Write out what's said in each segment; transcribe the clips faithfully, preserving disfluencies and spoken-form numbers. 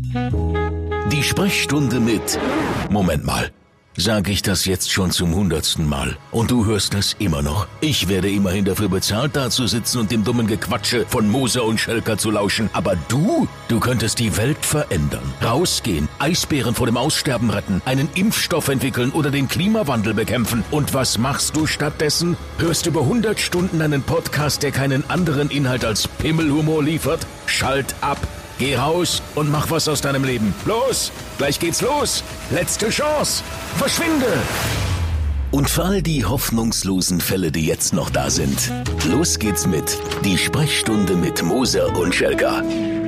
Die Sprechstunde mit... Moment mal. Sag ich das jetzt schon zum hundertsten Mal? Und du hörst das immer noch. Ich werde immerhin dafür bezahlt, da zu sitzen und dem dummen Gequatsche von Moser und Schelker zu lauschen. Aber du, du könntest die Welt verändern. Rausgehen, Eisbären vor dem Aussterben retten, einen Impfstoff entwickeln oder den Klimawandel bekämpfen. Und was machst du stattdessen? Hörst über hundert Stunden einen Podcast, der keinen anderen Inhalt als Pimmelhumor liefert? Schalt ab. Geh raus und mach was aus deinem Leben. Los, gleich geht's los. Letzte Chance. Verschwinde. Und für all die hoffnungslosen Fälle, die jetzt noch da sind, los geht's mit Die Sprechstunde mit Moser und Schelker.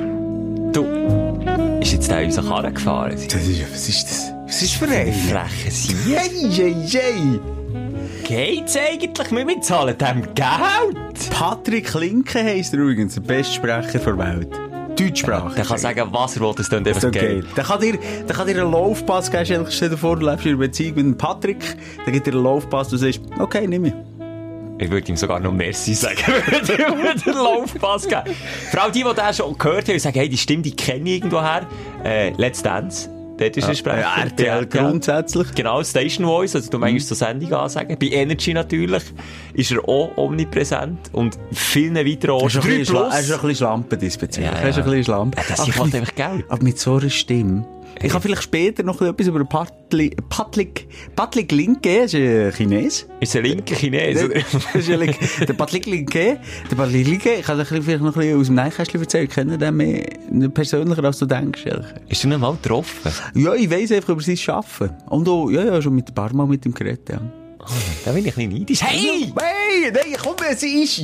Du, ist jetzt der unsere Karre gefahren? Das ist, was ist das? Was ist für ein frecher Sieg? Jei, jei, jei. Geht's eigentlich? Wir bezahlen dem Geld. Patrick Linke heisst er übrigens, der beste Sprecher der Welt. Deutschsprache. Der kann sagen, was er will, das klingt einfach so geil. geil. Der kann dir, der kann dir einen Laufpass geben. Stell dir vor, du lebst in einer Beziehung mit einem Patrick, der gibt dir einen Laufpass, du sagst, okay, nimm ihn. Ich würde ihm sogar noch Merci sagen, würde ihm den Laufpass geben. Vor allem die, die das schon gehört haben, sagen, hey, die Stimme, die kenne ich irgendwoher. Äh, Let's Dance. Dort ist ein Sprecher. Ja, R T L grundsätzlich. Genau, Station Voice, also du manchmal so Sendungen ansagen. Bei Energy natürlich ist er auch omnipräsent und vielen weiteren Orten. Er ist ein bisschen Schlampe diesbezüglich. Ja, ja. Er ist ein bisschen Schlampe. Ja, das ist halt einfach Geld. Aber mit so einer Stimme. Ich kann vielleicht später noch etwas über Patlik, Patlik, Patlik Linke, das ist ein Chines. Ist ein linker Chines, oder? Das ist ein, der Patlik Linke, der Patlik Linke, ich kann dir vielleicht noch ein bisschen aus dem Nähkästchen erzählen, ich kenne den mehr persönlicher, als du denkst. Ist du ihn mal getroffen? Ja, ich weiss einfach über sein Arbeiten. Und auch, ja, ja, schon mit ein paar Mal mit ihm geredet, ja. Oh, da bin ich ein bisschen neidisch. Hey! Hey, nein, komm, es ist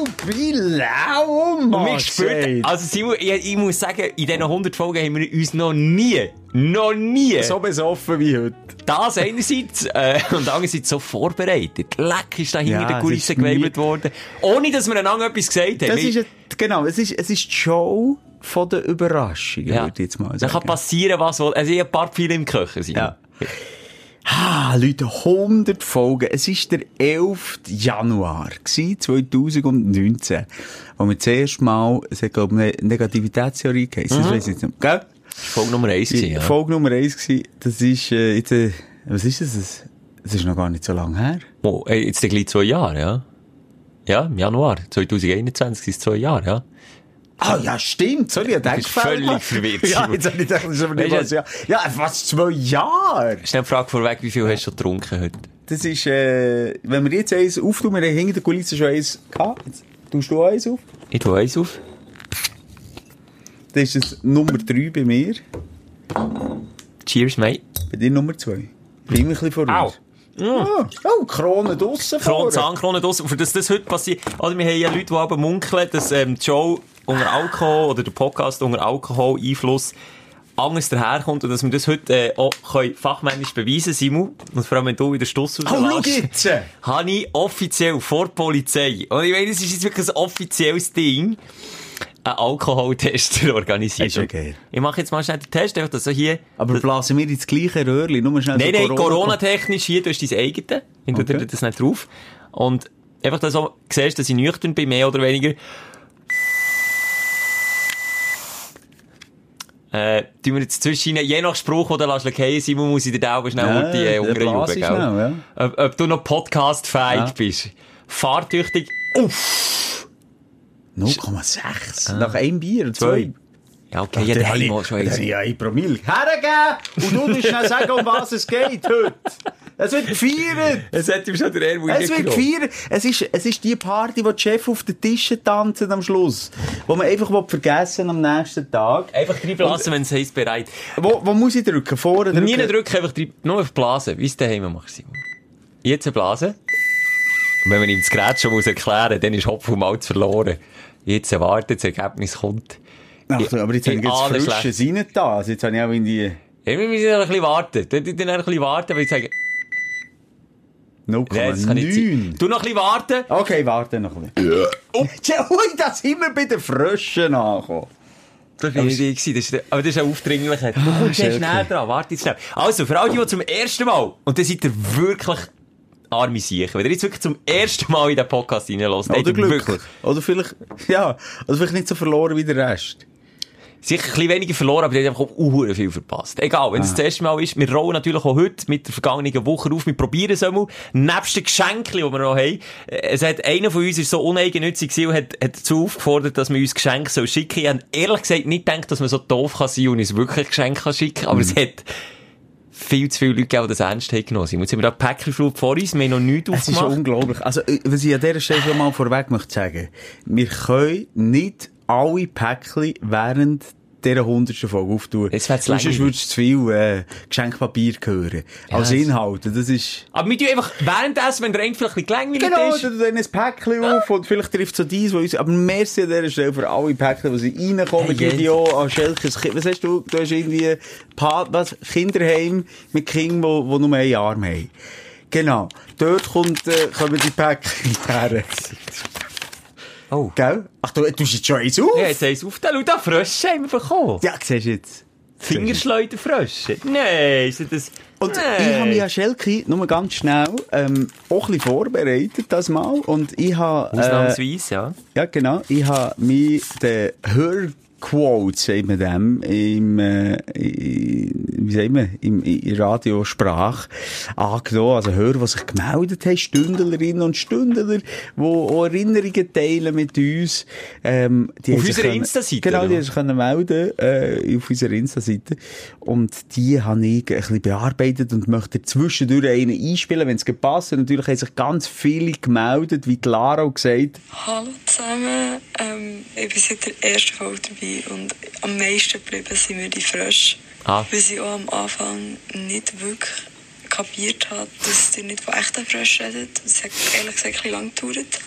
Jubiläum, Mann! Also Simon, ich, ich muss sagen, in diesen hundert Folgen haben wir uns noch nie, noch nie... so besoffen wie heute. Das einerseits, äh, und andererseits so vorbereitet. Leck ist da hinter Ja, den Kulissen gelabelt worden. Ohne, dass wir einander etwas gesagt haben. Das ist, ein, genau, es ist, es ist die Show von der Überraschung, ja. würde ich jetzt mal sagen. Da kann passieren, was will. Also ich habe ein paar Pfeile im Köchen, Simon. Ja. Ah, Leute, hundert Folgen. Es war der elfte Januar zwanzig neunzehn, wo wir zuerst mal, es hat, glaube ich, eine Negativitätstheorie geheißen, das weiss ich nicht. Gell? Folge Nummer eins gewesen, ja. Folge Nummer eins gewesen. Das ist, äh, jetzt, äh, was ist das? Das ist noch gar nicht so lange her. Oh, ey, jetzt gleich zwei Jahre, ja. Ja, im Januar zwanzig einundzwanzig sind es zwei Jahre, ja. Ah, ja, stimmt. Sorry, ich denke, völlig verwirrt. Ja, jetzt habe ich gedacht, das ist aber nicht was, ja. Ja, fast zwei Jahre. Schnell die Frage vorweg, wie viel hast du schon getrunken heute? Das ist, äh, wenn wir jetzt eins auftun, wir haben hinter der Kulisse schon eins gehabt. Jetzt tust du eins auf. Ich tue eins auf. Das ist es Nummer drei bei mir. Cheers, mate. Bei dir Nummer zwei. Bin ich ein bisschen voraus. Au. Oh, oh, Krone draussen Krone, Zahnkrone draussen. Für das das heute passiert. Oder wir haben ja Leute, die aber munkeln, dass ähm, die Show unter Alkohol oder der Podcast unter Alkohol-Einfluss anders daherkommt und dass wir das heute äh, auch können fachmännisch beweisen, Simon. Und vor allem, wenn du wieder Stuss rauslässt, oh, jetzt! habe ich offiziell vor der Polizei, und ich meine, das ist jetzt wirklich ein offizielles Ding, einen Alkoholtester organisiert. Ist okay. Ich mache jetzt mal schnell den Test, einfach, dass so hier... Aber das, blasen wir ins gleiche Röhrchen, nur schnell Nein, so nein, Corona- Corona-technisch hier, du hast dein eigenes. Ich tue Okay. dir das nicht drauf. Und einfach, dass du siehst, dass ich nüchtern bin, mehr oder weniger. Äh, tun wir jetzt zwischen, je nach Spruch, den du lässt fallen, Simon, muss ich dir da aber schnell Ja, unten äh, der Blas ist unterjubeln, schnell, ja. ob, ob du noch Podcast-fähig Ja. bist. Fahrtüchtig. Uff! null Komma sechs. Nach einem Bier, zwei. Ja, okay, ja, der habe hat schon ich eins. ja ein Promille hergegeben. Und du musst schnell sagen, um was es geht heute. Es wird gefeiert. Es hat ihm schon der Erwin Es wird gefeiert. Es ist, es ist die Party, wo die Chefs auf den Tischen tanzen am Schluss. Wo man einfach vergessen am nächsten Tag. Einfach drüber lassen, wenn es heisst, bereit. Wo, wo muss ich drücken? Vorne drücken? Nie drücken, einfach drüber, nur auf Blasen, wie es daheim machst, Simon. Jetzt blasen. Und wenn man ihm das Gerät schon muss erklären, dann ist Hopf und Malz verloren. Jetzt warten, das Ergebnis kommt. Ach, aber jetzt habe ich jetzt Frisches rein da. Also jetzt habe ich auch in die... Ja, wir müssen noch ein bisschen warten. Dann, dann ein bisschen warten, weil ich sage... null Komma neun. Du noch ein bisschen warten. Okay, warte noch ein bisschen. Ja. Oh, ui, da sind wir bei den Fröschen angekommen. Das war nicht ich. Das ist, aber das ist eine Aufdringlichkeit. Du kommst okay. schnell dran. Warte jetzt schnell. Also, für alle, die zum ersten Mal, und dann seid ihr wirklich arme Siechen, wenn ihr jetzt wirklich zum ersten Mal in den Podcast reinlässt. Oder glücklich. Oder vielleicht, ja, oder vielleicht nicht so verloren wie der Rest. sicher ein bisschen weniger verloren, aber die haben einfach auch uh, viel verpasst. Egal, wenn es ah. das erste Mal ist, wir rollen natürlich auch heute mit der vergangenen Woche auf, wir probieren es einmal, nebst den Geschenken, die wir noch haben. Es hat, einer von uns ist so uneigennützig gewesen und hat, hat dazu aufgefordert, dass wir uns Geschenke so schicken. Ich habe ehrlich gesagt nicht gedacht, dass man so doof kann sein und uns wirklich Geschenke kann schicken, aber mhm. es hat viel zu viele Leute gegeben, die das ernst haben genommen. Jetzt haben wir da ein Päckchen vor uns, wir haben noch nichts aufgemacht. Es ist unglaublich. Also, was ich an dieser Stelle schon mal vorweg möchte sagen, wir können nicht alle Päckchen während dieser hundertsten Folge auftun. Jetzt wird's länger. Sonst würdest du zu viel äh, Geschenkpapier hören. Ja, als Inhalt. Das ist... Aber wir tun einfach währenddessen, wenn der eine vielleicht ein bisschen gelangweilig genau, ist. Genau, du dann ein Päckchen ah. auf und vielleicht trifft so dies, wo uns... Aber merci an dieser Stelle für alle Päckchen, die sie reinkommen. Hey, mit Video an Schelkes... Was hast du? Du hast irgendwie pa- was? Kinderheim mit Kindern, die, die nur einen Arm haben. Genau. Dort kommt, äh, kommen die Päckchen her. Oh. Gell? Ach, du, du hast jetzt schon eins auf? Ja, jetzt eins auf. Da, schau, da Frösche haben wir bekommen. Ja, siehst du jetzt. Fingerschleuderfrösche. Nein, ist das... Und nee. ich habe mich an Schelke nur ganz schnell ähm, auch ein bisschen vorbereitet, das Mal. Und ich habe... Ausnahmsweise, äh, ja. Ja, genau. Ich habe mich den Hörquotes, sagt man dem, im, äh, wie sagt man, im, in Radiosprache angenommen. Also Hörer, die sich gemeldet haben, Stündlerinnen und Stündler, die auch Erinnerungen teilen mit uns. Ähm, die auf unserer Insta-Seite? Genau, die haben sich können melden äh, auf unserer Insta-Seite. Und die habe ich ein bisschen bearbeitet und möchte zwischendurch einen einspielen, wenn es gepasst. Natürlich haben sich ganz viele gemeldet, wie Clara auch gesagt. Hallo zusammen, ähm, ich bin seit der ersten Folge dabei und am meisten geblieben sind mir die Frösche. Ah. Weil ich auch am Anfang nicht wirklich kapiert habe, dass ihr nicht von echten Fröschen redet. Das hat ehrlich gesagt ein bisschen lang gedauert.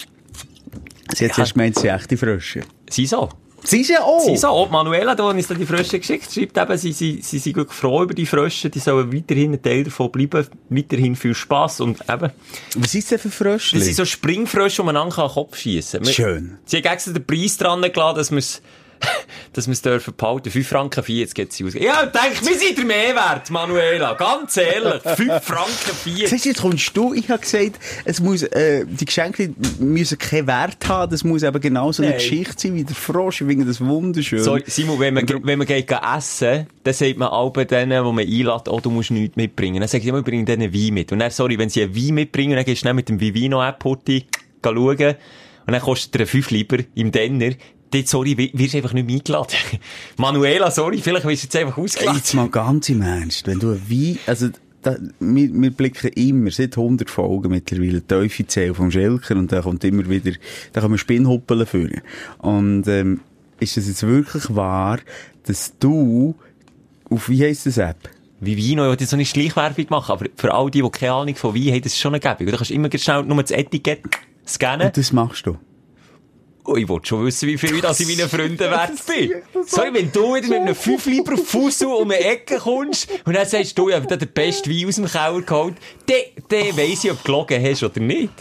Sie hat zuerst gemeint, sie sind echte Frösche. Sie so. Sie ist ja auch. Sie ist auch. Manuela, da uns die Frösche geschickt, schreibt eben, sie, sie, sie sind wirklich froh über die Frösche, die sollen weiterhin ein Teil davon bleiben, weiterhin viel Spass und eben. Was ist denn für Frösche? Das sind so Springfrösche, die man an den Kopf schiessen kann. Schön. Sie haben extra den Preis dran gelassen, dass wir es, dass wir es dürfen behalten. fünf Franken vierzig geht sie aus. Ja, ich denke, wir sind der Mehrwert, Manuela. Ganz ehrlich. fünf Franken vierzig. Siehst du, jetzt kommst du, ich habe gesagt, es muss, äh, die Geschenke müssen keinen Wert haben, das muss eben genauso eine Geschichte sein wie der Frosch. Ich finde das wunderschön. Sorry, Simon, wenn man, ge- wenn man geht essen, dann sagt man auch bei denen, die man einlädt, oh, du musst nichts mitbringen. Dann sagt ich immer, bring denen Wein mit. Und dann, sorry, wenn sie einen Wein mitbringen, dann gehst du mit dem Vivino-App-Putti schauen. Und dann kostet er fünf lieber im Denner. Dort, sorry, wirst du einfach nicht mehr eingeladen. Manuela, sorry, vielleicht wirst du jetzt einfach ausgeladen. Jetzt mal ganz im Ernst, wenn du wie, also, da, wir, wir blicken immer, seit hundert Folgen mittlerweile, Teufel zählen vom Schelker und da kommt immer wieder, da kommen Spinnhuppeln führen. Und, ähm, ist es jetzt wirklich wahr, dass du, auf, wie heisst das App? Vivino, ich wollte jetzt so eine Schleichwerbung machen, aber für all die, die keine Ahnung von Wein haben, das ist schon eine Gebung. Du kannst immer schnell nur das Etikett scannen. Und das machst du? Oh, ich wollte schon wissen, wie viel ich das in meinen Freunden wert bin. Sorry, wenn du wieder mit einem fünf Liter Fussel um eine Ecke kommst und dann sagst du, ich habe den besten Wein aus dem Keller geholt, dann, dann weiss ich, ob du gelogen hast oder nicht.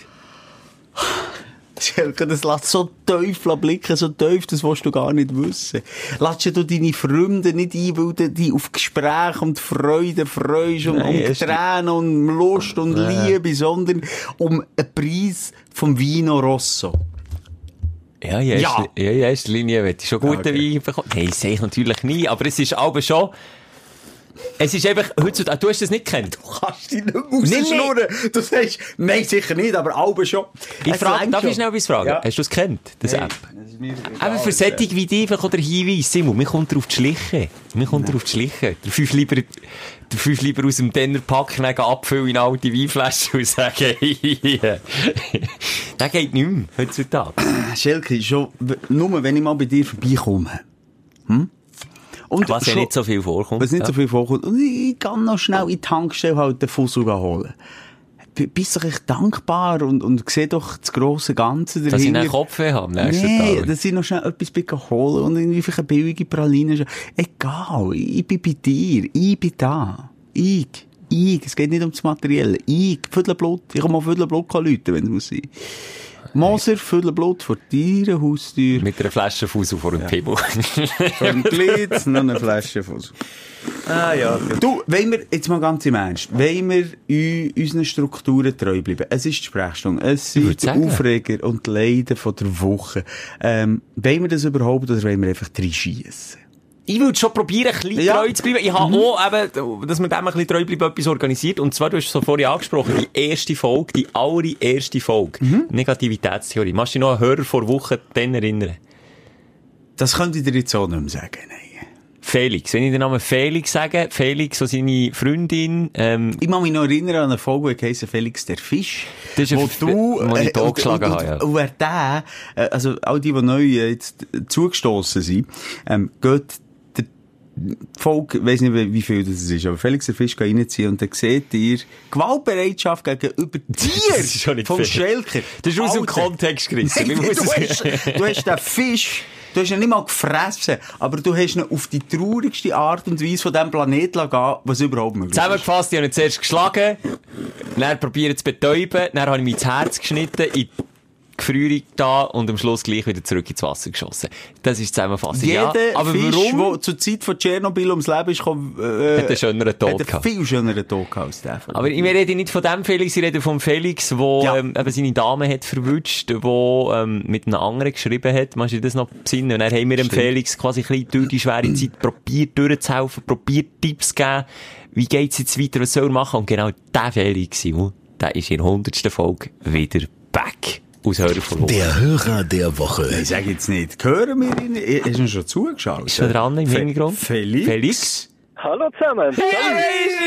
Schelke, das lässt so tief blicken, so tief, das willst du gar nicht wissen. Lass du deine Freunde nicht ein, weil du die auf Gespräche und Freude freust und um Tränen und Lust und Nein. Liebe, sondern um einen Preis vom Vino Rosso. Ja, in erster, ja. ja, in erster Linie möchte ich schon guten okay. Wein bekommen. Nein, sehe ich natürlich nie, aber es ist aber schon... Es ist einfach, heutzutage, du hast das nicht gekannt. Du kannst dich nicht rausschnurren. Du sagst, nein, sicher nicht, aber alle schon. Ich frage, darf ich schnell etwas fragen? Ja. Hast du es gekannt, das hey, App? Das aber für Sättig wie die, einfach oder Hinweis, Simon, mir kommt er auf die Schliche. Mir kommt er auf die Schliche. Der fünf lieber, der fünf lieber aus dem Denner packen, dann abfüllen in alte Weinflaschen und sagen, hier. Das geht nicht mehr, heutzutage. Schelke, schon, nur wenn ich mal bei dir vorbeikomme, hm? Und was ja nicht so viel vorkommt. Was nicht ja. so viel vorkommt. Und ich kann noch schnell in die Tankstelle halt den Fussel holen. Bist doch echt dankbar und, und seh doch das grosse Ganze dahinter. Dass ich einen Kopfweh habe am nächsten nee, Tag. dass ich noch schnell etwas holen und irgendwie vielleicht eine billige Praline. Egal, ich bin bei dir. Ich bin da. Ich. Ich. Es geht nicht um das Materielle. Ich. Viertelblut. Ich kann mal Viertelblut rufen, wenn es muss sein. Moser, Viertelblut vor deiner Haustür. Mit einer Flasche Fussel vor dem ja. Pimmel. Vor dem Glied, noch eine Flasche Fussel. Ah, ja. Du, wollen wir, jetzt mal ganz im Ernst, wollen wir unseren Strukturen treu bleiben? Es ist die Sprechstunde, es sind die Aufreger und die Leiden von der Woche. Ähm, wollen wir das überhaupt oder wollen wir einfach reinschiessen? Ich würde schon probieren, ein bisschen Ja. treu zu bleiben. Ich habe Mhm. auch eben, dass man dem ein bisschen treu bleibt, etwas organisiert. Und zwar, du hast es so vorhin angesprochen, die erste Folge, die allererste Folge. Mhm. Negativitätstheorie. Machst du dich noch an Hörer vor Wochen dann erinnern? Das könnte ich dir jetzt so nicht mehr sagen, nein. Felix. Wenn ich den Namen Felix sage, Felix, so seine Freundin, ähm, Ich kann mich noch erinnern an eine Folge, die heisst Felix der Fisch. Das ist wo ein F- du, wo ich äh, totgeschlagen und, habe, ja. und, und wer der, äh, also all die, die neu äh, jetzt zugestossen sind, ähm, geht der Folge, ich weiss nicht, wie wie viel das ist, aber Felix der Fisch geht reinziehen und dann seht ihr Gewaltbereitschaft gegenüber dir Das ist schon nicht vom fair. Schelker. Das ist aus dem Alter. Kontext gerissen. Nein, Ich muss du, es- hast, du hast den Fisch, du hast ihn nicht mal gefressen, aber du hast ihn auf die traurigste Art und Weise von diesem Planeten gehen, was überhaupt möglich ist. Zusammengefasst, ich habe ihn zuerst geschlagen, dann probiert zu betäuben, dann habe ich mir ins Herz geschnitten, in die Gefrierung da und am Schluss gleich wieder zurück ins Wasser geschossen. Das ist die Zusammenfassung. Jeder ja, aber Fisch, warum? der zur Zeit von Tschernobyl ums Leben ist gekommen, äh, Hat einen schöneren Tod hat einen gehabt. viel schöneren Tod gehabt als der. Aber ich rede nicht von dem Felix, ich rede vom Felix, der Ja. ähm, eben seine Dame hat verwünscht, der ähm, mit einem anderen geschrieben hat. Machst du das noch besinnen? Und dann haben wir dem Felix quasi ein bisschen durch die schwere Zeit probiert durchzuhelfen, probiert Tipps zu geben. Wie geht's jetzt weiter, was soll er machen? Und genau der Felix, Simon, der ist in der hundertsten Folge wieder back. Aus Hörer von Woche. Der Hörer der Woche. Ich sage jetzt nicht, hören wir ihn? Hast du ihn schon zugeschaut? Ist schon dran im Fe- Hintergrund? Felix? Felix? Hallo zusammen. Hey, ist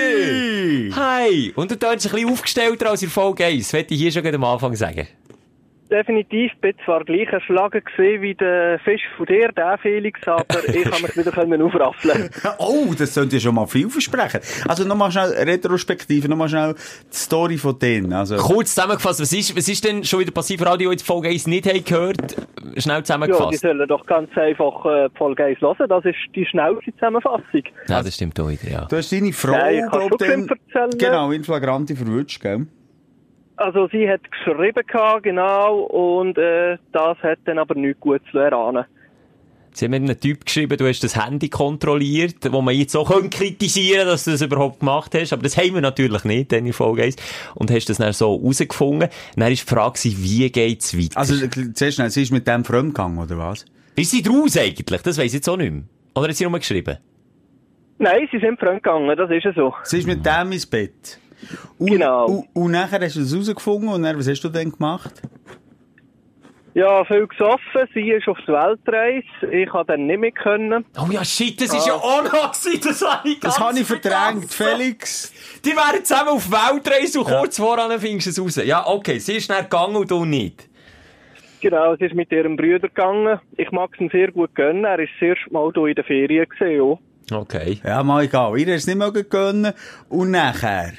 er wieder! Hi! Und du tönst ein bisschen aufgestellter als in Folge eins. Das wollte ich hier schon gleich am Anfang sagen. Definitiv, bin zwar gleich erschlagen gewesen wie der Fisch von dir, der Felix, aber ich kann mich wieder können aufraffeln. Oh, das sollte ja schon mal viel versprechen. Also nochmal schnell Retrospektive, nochmal schnell die Story von denen. Also, Kurz zusammengefasst, was ist, was ist denn schon wieder passiert für alle, die jetzt Folge eins nicht haben gehört? Schnell Ja, die zusammengefasst. sollen doch ganz einfach äh, die Folge eins hören, das ist die schnellste Zusammenfassung. Ja, das stimmt auch wieder, ja. du hast deine Frau, Nein, ich kann glaub, schon dann, erzählen. genau, in Flagranti verwünscht, gell? Also sie hat geschrieben, gehabt, genau, und äh, das hat dann aber nichts Gutes erahnen. Sie haben mit einem Typ geschrieben, du hast das Handy kontrolliert, wo man jetzt auch kritisieren könnte, dass du das überhaupt gemacht hast. Aber das haben wir natürlich nicht, in Folge eins. Und hast das dann so herausgefunden. Dann war die Frage, wie geht's weiter? Also, zuerst schnell, sie ist mit dem fremdgegangen, oder was? Ist sie draus eigentlich? Das weiss ich jetzt auch nicht mehr. Oder hat sie nur geschrieben? Nein, sie sind fremdgegangen, das ist ja so. Sie ist mit dem ins Bett. Und, Genau. Und, und nachher hast du das herausgefunden und dann, was hast du denn gemacht? Ja, viel gesoffen, sie ist auf die Weltreise, ich konnte dann nicht mehr können. Oh ja, shit, das ist ja auch noch gewesen, das habe ich ganz Das habe ich verdrängt, vergessen. Felix. Die wären zusammen auf Weltreise und kurz voran findest du es raus. Ja, okay, sie ist schnell gegangen und du nicht. Genau, sie ist mit ihrem Bruder gegangen. Ich mag es ihm sehr gut gönnen, er ist das erste Mal hier in der Ferien gesehen. Okay. Ja, mal egal. Ihr hast es nicht mehr gönnen. Und nachher?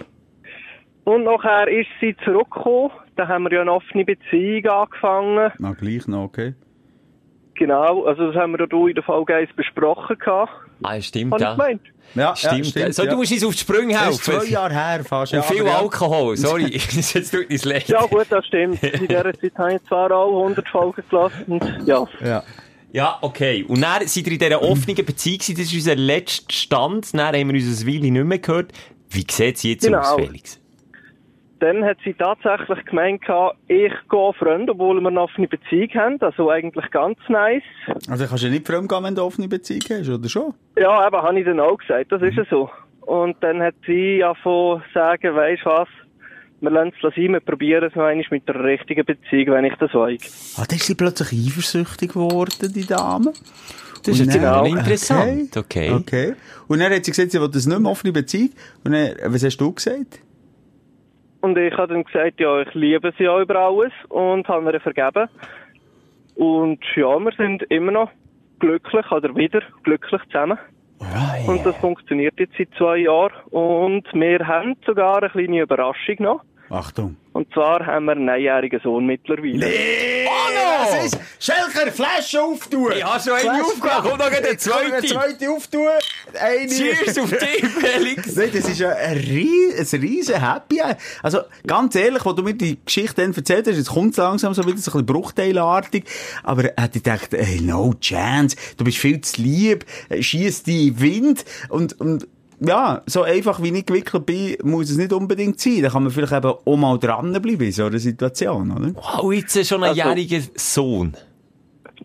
Und nachher ist sie zurückgekommen. Da haben wir ja eine offene Beziehung angefangen. Na, gleich noch, okay. Genau, also das haben wir ja hier in der Folge eins besprochen gehabt. Ah, stimmt, Habe ich ja. gemeint. Ja, Stimmt. ja, stimmt so, du ja. musst uns auf die Sprünge Das ist helfen. zwei Jahre her fast. Und ja, viel aber ja. Alkohol, sorry. Jetzt tut es leid. Ja gut, das stimmt. In dieser Zeit habe ich zwar auch hundert Folgen gelassen. Und ja. Ja. Ja, okay. Und dann seid ihr in dieser offenen Beziehung, das ist unser letzter Stand. Dann haben wir uns eine Weile nicht mehr gehört. Wie sieht sie jetzt Genau. aus, Felix? Dann hat sie tatsächlich gemeint, ich gehe fremd, obwohl wir eine offene Beziehung haben. Also eigentlich ganz nice. Also kannst du ja nicht fremdgehen, wenn du eine offene Beziehung hast, oder schon? Ja, eben, habe ich dann auch gesagt. Das ist ja so. Und dann hat sie angefangen zu sagen, weisst was, wir lassen es sein, wir probieren es noch einmal mit der richtigen Beziehung, wenn ich das weiß. Ah, da ist sie plötzlich eifersüchtig geworden, die Dame. Das ist Und jetzt dann- genau interessant. Okay. Okay. Und dann hat sie gesagt, sie will das nicht mehr offene Beziehung. Und dann, was hast du gesagt? Und ich habe dann gesagt, ja, ich liebe sie auch über alles und habe ihr vergeben. Und ja, wir sind immer noch glücklich oder wieder glücklich zusammen. Und das funktioniert jetzt seit zwei Jahren. Und wir haben sogar eine kleine Überraschung noch. Achtung. Und zwar haben wir einen einjährigen Sohn mittlerweile. Oh no! Es ist Schelker, Flasche auftun! Ich habe schon eine Flasche- aufgehört. Komm noch eine Jetzt kommt zweite. Eine zweite auftun. Eine. Cheers auf dich, Felix. Nein, das ist ja ein, rie ein riesen Happy. Also, ganz ehrlich, wo du mir die Geschichte dann erzählt hast, jetzt kommt es langsam so wieder so ein bisschen bruchteilartig. Aber er hat gedacht, hey, no chance. Du bist viel zu lieb. Schießt die Wind. Und, und, ja, so einfach wie ich gewickelt bin, muss es nicht unbedingt sein. Da kann man vielleicht eben auch mal dranbleiben in so einer Situation, oder? Wow, jetzt schon ein Also- jähriger Sohn.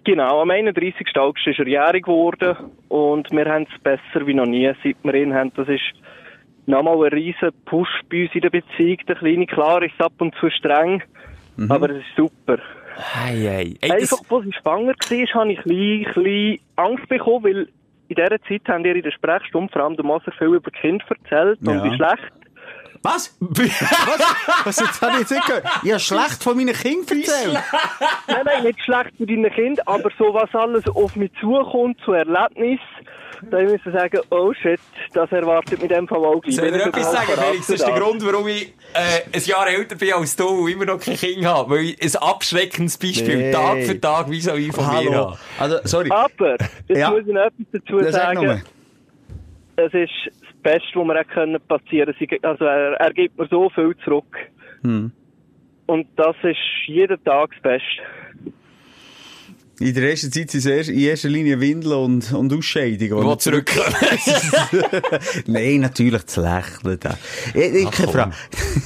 Genau, am einunddreißigsten August ist er jährig geworden und wir haben es besser wie noch nie, seit wir ihn haben. Das ist nochmal ein riesen Push bei uns in der Beziehung. Der Kleine, klar, ist ab und zu streng, mhm. aber es ist super. Hey, hey. Ey, Einfach, wo sie schwanger war, habe ich ein bisschen, bisschen Angst bekommen, weil in dieser Zeit haben wir in der Sprechstunde vor allem der Moser viel über Kind erzählt ja. und wie schlecht. Was? Was? Was jetzt habe ich jetzt nicht gehört? Ich habe schlecht von meinen Kindern erzählt. Nein, nein, nicht schlecht von deinen Kindern, aber so was alles auf mich zukommt, zu Erlebnis, da müssen wir sagen, oh shit, das erwartet mit dem Fall auch gleich. Soll ich dir etwas sagen, Felix? Das ist der Grund, warum ich äh, ein Jahr älter bin als du und immer noch kein Kind habe. Weil ich ein abschreckendes Beispiel nee. Tag für Tag wie so wie von Hallo. mir habe. Also, sorry. Aber, jetzt ja. muss ich noch etwas dazu das sagen. Es ist das Beste, was mir auch passieren können. Also er, er gibt mir so viel zurück. Hm. Und das ist jeden Tag das Beste. In der ersten Zeit sind es in erster Linie Windeln und, und Ausscheidungen. Wo zurückkommen. Nein, natürlich das Lächeln. Ich, ich keine Frage.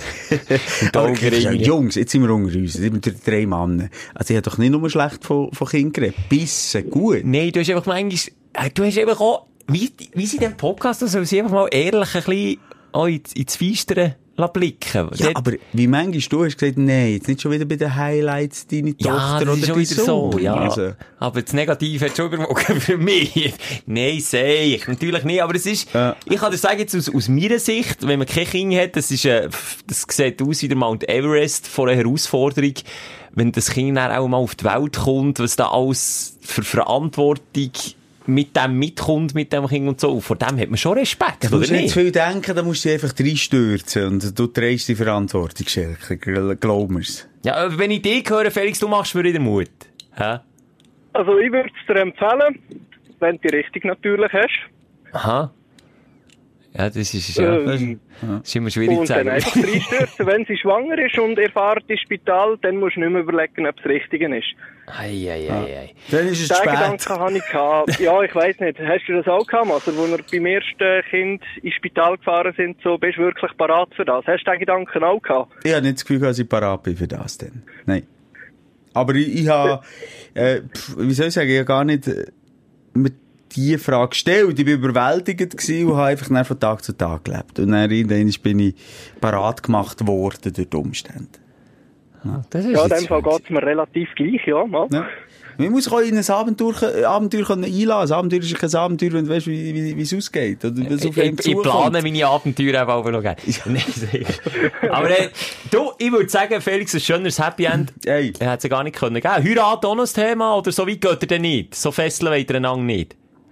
Okay, Jungs, jetzt sind wir unter uns. Jetzt sind wir drei Männer. Also ich habe doch nicht nur schlecht von, von Kindern geredet. Bissen, gut. Nein, du hast einfach manchmal, du hast einfach auch, wie, wie sie in diesem Podcast, soll sie einfach mal ehrlich ein bisschen auch ins, ins Feistere blicken. Ja, aber wie manchmal du hast gesagt, nein, jetzt nicht schon wieder bei den Highlights deine ja, Tochter oder dein Sohn. So, ja. Also. Aber das Negative hat schon überwogen für mich. Nein, sehe ich. Natürlich nicht. Aber es ist, ja. ich kann dir sagen, jetzt aus, aus meiner Sicht, wenn man kein Kind hat, das ist, äh, das sieht aus wie der Mount Everest vor einer Herausforderung. Wenn das Kind dann auch mal auf die Welt kommt, was da alles für Verantwortung mit dem mitkommt, mit dem Kind und so. Vor dem hat man schon Respekt, da oder musst nicht? nicht zu viel denken, da musst du einfach reinstürzen und du trägst die Verantwortung, Schelker, glaub mir's. Ja, wenn ich dich höre, Felix, du machst mir wieder Mut. Hä? Also ich würde es dir empfehlen, wenn du die Richtung natürlich hast. Aha. Ja, das ist, ja, ähm, das ist immer schwierig zu sagen. Und dann einfach reinstürzen. Wenn sie schwanger ist und ihr fahrt ins Spital, dann musst du nicht mehr überlegen, ob es das Richtige ist. Ei, ei, ei, ei. Dann ist es den spät. Gedanken habe ich gehabt. Ja, ich weiss nicht. Hast du das auch gehabt, also, wo wir beim ersten Kind ins Spital gefahren sind, so, bist du wirklich parat für das? Hast du den Gedanken auch gehabt? Ich habe nicht das Gefühl, dass ich parat bin für das denn. Nein. Aber ich, ich habe, äh, wie soll ich sagen, ich habe gar nicht äh, mit die Frage gestellt. Ich war überwältigt gewesen und habe einfach dann von Tag zu Tag gelebt. Und dann irgendwann bin ich parat gemacht worden durch die Umstände. Ja, das ist ja in dem Fall geht es mir relativ gleich, ja. ja. Man muss sich auch in ein Abenteuer, Abenteuer einlassen. Ein Abenteuer ist kein Abenteuer, wenn du weißt, wie, wie, wie es ausgeht. Oder ich, ich, ich plane meine Abenteuer auch noch gerne. Aber äh, du, ich würde sagen, Felix, ein schöneres Happy End. Hey. Er hätte es ja gar nicht können geben. Heirat auch noch das Thema, oder so weit geht er denn nicht? So fesseln wollt ihr einander nicht?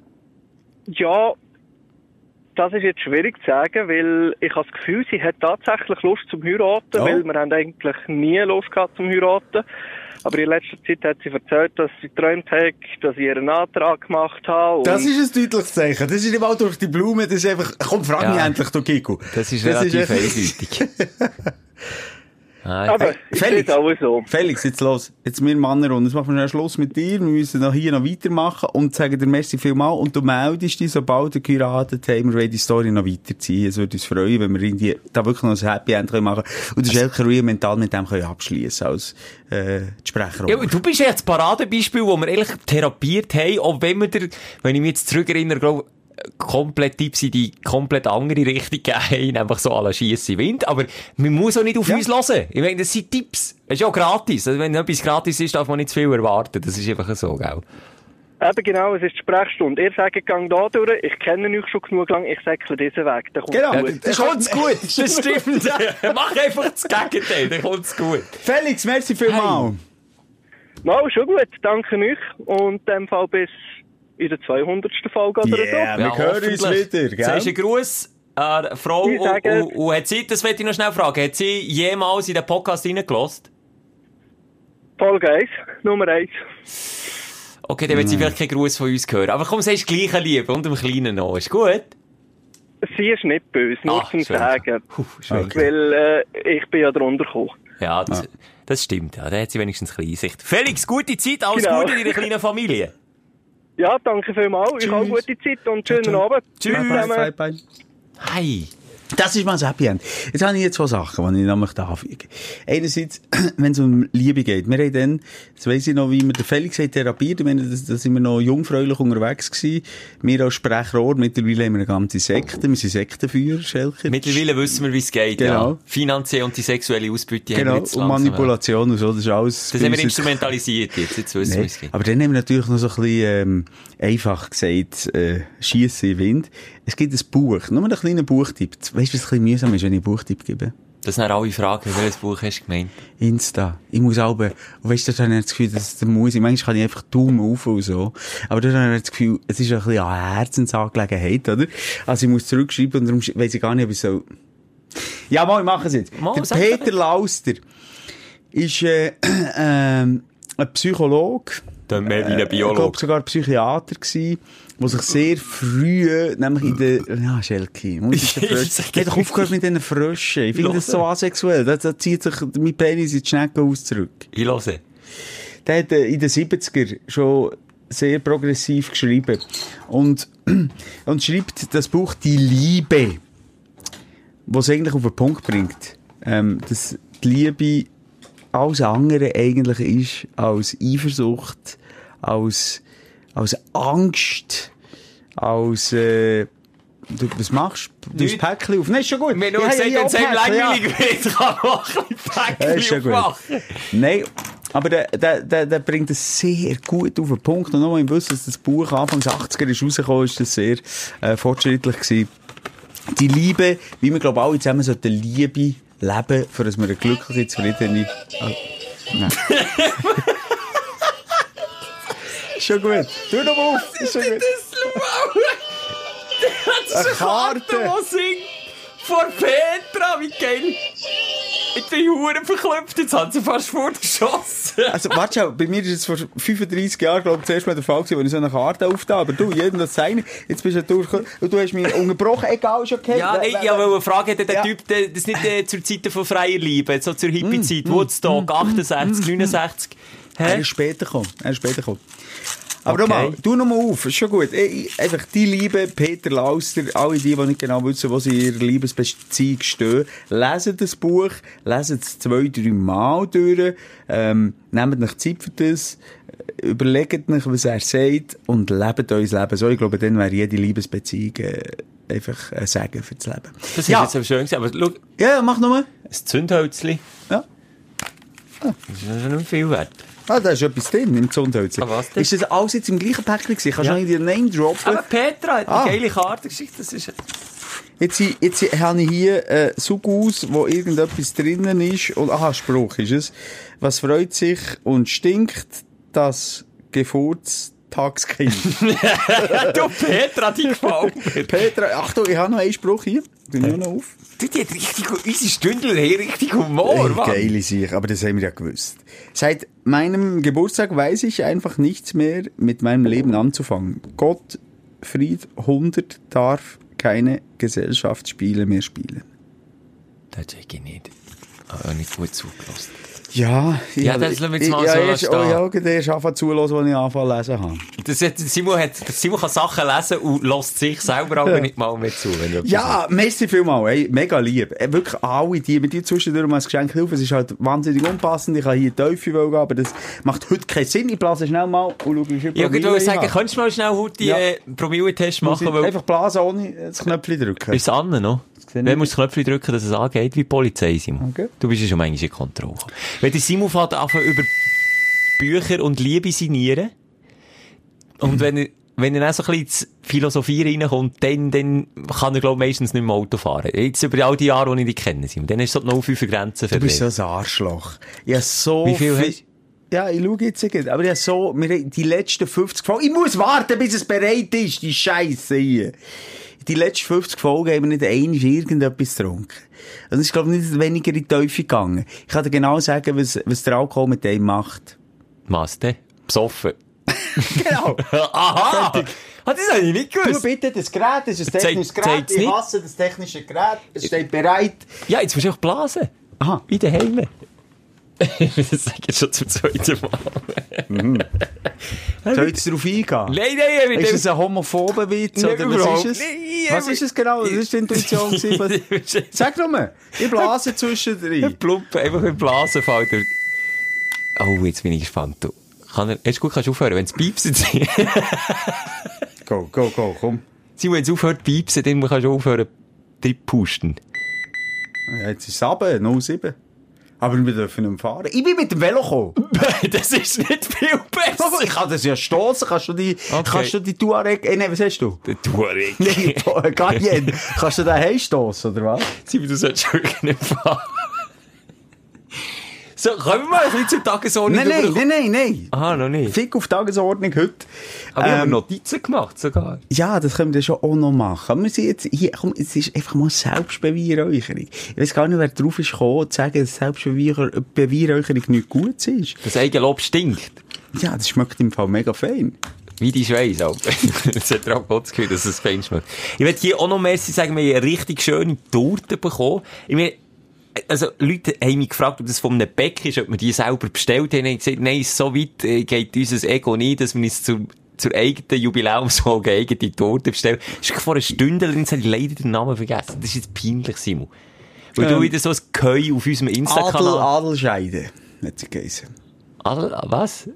Ja, das ist jetzt schwierig zu sagen, weil ich habe das Gefühl, sie hat tatsächlich Lust zum Heiraten, oh. weil wir haben eigentlich nie Lust gehabt zum Heiraten. Aber in letzter Zeit hat sie erzählt, dass sie geträumt hat, dass ich ihren Antrag gemacht habe. Das ist ein deutliches Zeichen. Das ist nicht mal durch die Blume, das ist einfach, komm, frag ja. mich endlich, du Kiko. Das ist das relativ eindeutig. Aber hey, Felix, auch so. Felix, jetzt los. Jetzt wir Männer und jetzt machen wir schnell Schluss mit dir. Wir müssen noch hier noch weitermachen und sagen dir merci vielmal. Und du meldest dich, sobald du geheiratet haben, wir wollen die Story noch weiterziehen. Es würde uns freuen, wenn wir irgendwie da wirklich noch ein Happy End machen können. Und das also, Schelker mental mit dem können abschließen als äh, die Sprecher. Ja, du bist ja das Paradebeispiel, wo wir ehrlich therapiert haben, auch wenn wir dir, wenn ich mich jetzt zurückerinnere, glaube komplett Tipps in die komplett andere Richtung gehen, einfach so à la Schiesse Wind. Aber man muss auch nicht auf ja. uns hören. Ich meine, das sind Tipps. Das ist ja auch gratis. Also wenn etwas gratis ist, darf man nicht zu viel erwarten. Das ist einfach so, gell? Eben genau, es ist die Sprechstunde. Ihr sagt, gang da durch, ich kenne euch schon genug lang, ich säckle diesen Weg. Der kommt genau, gut. Das kommt gut. Das stimmt. Mach einfach das Gegenteil, dann kommt's gut. Felix, merci vielmal. Hey. Mal, schon gut, danke euch. Und in dem Fall bis in der zweihundertsten Folge oder yeah, so. Ja, wir hören uns wieder, gell? Sagst du einen Gruß an äh, Frau und, und, und hat sie, das möchte ich noch schnell fragen, hat sie jemals in den Podcast reingelassen? Folge eins, Nummer eins. Okay, dann wird sie vielleicht keinen Gruß von uns hören. Aber komm, sagst du gleich Liebe und dem Kleinen noch. Ist gut? Sie ist nicht böse, nur Ach, zum schön. Sagen. Puh, weil äh, ich bin ja drunter gekommen. Ja, das, ja. das stimmt. Ja, da hat sie wenigstens ein bisschen Einsicht. Felix, gute Zeit, alles genau. Gute in deiner kleinen Familie. Ja, danke vielmals. Ich habe eine gute Zeit und schönen Abend. Tschüss. Bye, bye, bye. Hey. Das ist mal ein Happy End. Jetzt habe ich jetzt zwei Sachen, die ich noch möchte anfügen. Einerseits, wenn es um Liebe geht. Wir haben dann, das weiss ich noch, wie wir den Felix hat therapiert. Ich meine, da sind wir noch jungfräulich unterwegs gewesen. Wir als Sprechrohr, mittlerweile haben wir eine ganze Sekte. Wir sind Sektenführer, Schelker. Mittlerweile wissen wir, wie es geht, genau. Ja. Finanziell und die sexuelle Ausbeute genau. haben wir jetzt und Manipulation und so, das ist alles. Das haben wir instrumentalisiert jetzt, jetzt wissen wir, wie es geht. Aber dann haben wir natürlich noch so ein bisschen, ähm, einfach gesagt, äh, Schiessen in Wind. Es gibt ein Buch, nur einen kleinen Buchtipp. Weißt du, was ein bisschen mühsam ist, wenn ich einen Buchtipp gebe? Das sind alle Fragen, welches Buch hast du gemeint? Insta. Ich muss auch, und weißt du, da habe ich das Gefühl, dass der muss, manchmal kann ich einfach Daumen auf und so. Aber da habe ich das Gefühl, es ist ein bisschen eine Herzensangelegenheit, oder? Also ich muss zurückschreiben und darum weiss ich gar nicht, ob ich so... Ja, mal, ich mache es jetzt. Mal, der Peter Lauster ist, äh, äh, ein Psychologe. Dann mehr wie ein Biologe. Ich glaube sogar Psychiater gewesen, der sich sehr früh, nämlich in der, ja, Schelke, muss ich den Fröschen. Ich hab doch aufgehört mit diesen Fröschen. Ich finde das so asexuell. Da, da zieht sich mein Penis in die Schneckenhaus zurück. Ich höre. Der hat in den siebziger schon sehr progressiv geschrieben. Und, und schreibt das Buch Die Liebe, was es eigentlich auf den Punkt bringt. Ähm, dass die Liebe alles andere eigentlich ist als Eifersucht, als, als Angst, als, äh, du, was machst du? Du hast Päckchen auf. Nein, ist schon gut. Wir haben nur gesagt, wenn es einem langweilig wird, kann man auch ein Päckchen aufmachen. Nein, aber der, der, der, der bringt es sehr gut auf den Punkt. Und nochmal im Wissen, dass das Buch Anfang der achtziger ist rausgekommen, ist das sehr äh, fortschrittlich gewesen. Die Liebe, wie wir, glaube ich, alle zusammen sollten Liebe leben, für dass wir eine glückliche, zufriedene... Oh. Nein. Schon gut. Tu noch mal auf. Ist schon gut. Das ist eine Karte, die singt vor Petra. Wie geil. Ich bin Huren verklopft. Jetzt hat sie fast vorgeschossen. Also, warte schon. Bei mir ist es vor fünfunddreissig Jahren, glaube ich, zuerst mal der Fall gewesen, wenn ich so eine Karte aufgetan habe. Aber du, jedem das seine. Jetzt bist du durchgekommen und du hast mich unterbrochen. Egal, ist okay. Ja, ich ja, wollte fragen, hat der ja. Typ, der, das nicht äh, zur Zeit von freier Liebe, so zur Hippie-Zeit, mm, Woodstock, mm, achtundsechzig, neunundsechzig. Hä? Er ist später gekommen. Er ist später gekommen. Aber okay. Nochmal, tu nochmal auf, ist schon gut. Einfach die Liebe, Peter Lauster, alle die, die nicht genau wissen, wo sie in ihrer Liebesbeziehung stehen, lesen das Buch, lesen es zwei, drei Mal durch, ähm, nehmt euch Zeit für das, überlegt euch, was er sagt und lebt euer Leben so. Ich glaube, dann wäre jede Liebesbeziehung äh, einfach ein Segen für das Leben. Das ist ja. jetzt aber schön gewesen, aber schau. Ja, mach nochmal. Ein Zündhölzli. Ja. Ah. Das ist ja nicht viel wert. Ah, da ist etwas drin im Zündhölzchen. Ah, was denn? Ist das alles jetzt im gleichen Päckchen gewesen? Kannst du ja. noch in die Name droppen? Aber Petra hat ah. eine geile Karte geschickt. Das ist... Jetzt, jetzt habe ich hier äh, Sugus, wo irgendetwas drinnen ist. Und, aha, Spruch ist es. Was freut sich und stinkt, das Geburtstagskind. Du, Petra, die gefällt mir. Petra, Achtung, ich habe noch einen Spruch hier. Bin nur noch auf. Du, die hat richtig, unsere Stündler haben richtig Humor, Mann. Geile Sicht, aber das haben wir ja gewusst. Seit meinem Geburtstag weiß ich einfach nichts mehr mit meinem Leben anzufangen. Gottfried hundert darf keine Gesellschaftsspiele mehr spielen. Das check ich nicht. Aber nicht gut zugelassen. Ja, ich ja, das lassen wir jetzt mal ich, so ja, stehen. Oh ja, der ist anfangen zuhören, als ich anfangen zu lesen habe. Das hat, Simon, hat, Simon kann Sachen lesen und lässt sich selber aber nicht mal mehr zu. Wenn ja, merci vielmals, ey, mega lieb. Ey, wirklich alle die, mit dir zwischendurch mal ein Geschenk helfen. Es ist halt wahnsinnig unpassend. Ich kann hier Teufel gehen, aber das macht heute keinen Sinn. Ich blase schnell mal und schaue, wie viel Promille ich wollte sagen, könntest du mal schnell heute die ja. äh, Promille-Test machen? Weil einfach blasen, ohne das Knöpfchen drücken. Ist es an, noch? Wer muss das Knöpfchen drücken, dass es angeht, wie die Polizei, Simon? Okay. Du bist ja schon manchmal in Kontrolle. Wenn der Simon fährt anfangen über Bücher und Liebe signieren, und mhm. wenn er, wenn er dann so ein bisschen ins Philosophieren reinkommt, dann, dann kann er, glaube ich, meistens nicht mehr Auto fahren. Jetzt über all die Jahre, die ich dich kenne, Simon. Dann ist so noch fünf Grenzen für dich. Du bist so ein Arschloch. Ich habe so wie viel hast du? Ja, ich schaue jetzt nicht. Aber ich habe so, mir die letzten fünfzig Folgen, ich muss warten, bis es bereit ist, die Scheisse hier. Die letzten fünfzig Folgen haben wir nicht einmal irgendetwas getrunken. Also es ist, glaube ich, nicht weniger in die Teufel gegangen. Ich kann dir genau sagen, was, was der Alkohol mit dem macht. Was denn? Besoffen. Genau. Aha! Ah, das habe ich nicht gewusst. Du bitte, das Gerät, das ist ein technisches Gerät. Ich hasse das technische Gerät. Es steht bereit. Ja, jetzt musst du auch blasen. Aha. Wie daheim. Das sage ich schon zum zweiten Mal. Mhm. Soll ich jetzt darauf eingehen? Nein, nein, nein. Ist es ein homophober Witz? Nein, oder was ist es? Nein, was ist es genau? Das ist die Intuition. Was... Sag doch mal. Ich blase zwischendrin. Plump, einfach ein Blasen fällt er. Oh, jetzt bin ich gespannt. Du. Kann er... Ist gut, kannst du aufhören, wenn es piepsen. Go, go, go, komm. Simon, wenn es aufhört piepsen, dann kannst du aufhören zu pusten. Ja, jetzt ist es runter, null sieben. Aber wir dürfen nicht fahren. Ich bin mit dem Velo gekommen. Das ist nicht viel besser. Ich kann das ja stossen. Kannst du die, okay. kannst du die Tuareg, äh, nein, was hast du? Der Tuareg. Nein, Cayenne. Kannst du den heimstossen, oder was? Simon, du solltest wirklich nicht fahren. So, kommen wir mal ein bisschen zur Tagesordnung. Nein, nein, nein, nein, nein. Aha, noch nicht. Fick auf Tagesordnung heute. Aber wir ähm, haben Notizen gemacht, sogar. Ja, das können wir schon auch noch machen. Aber wir sind jetzt hier, komm, es ist einfach mal Selbstbeweihräucherung. Ich weiss gar nicht, wer drauf ist gekommen, zu sagen, dass Selbstbeweihräucherung nicht gut ist. Das Eigenlob stinkt. Ja, das schmeckt im Fall mega fein. Wie die Schweiß, Alter. Das hat er auch Gott gehört, dass es fein schmeckt. Ich möchte hier auch noch merci sagen, wir haben eine richtig schöne Torte bekommen. Ich meine, also, Leute haben mich gefragt, ob das von einem Bäcker ist, ob wir die selber bestellt haben. Ich habe gesagt, nein, so weit geht unser Ego nicht, dass wir uns zur, zur eigenen Jubiläumsfolge eigene Torte bestellen. Das ist vor einer Stunde, jetzt habe ich leider den Namen vergessen. Das ist jetzt peinlich, Simon. Weil ähm, du wieder so ein Keu auf unserem Insta-Kanal... Adel, Adelscheide, hat sie geheißen. Adel, was?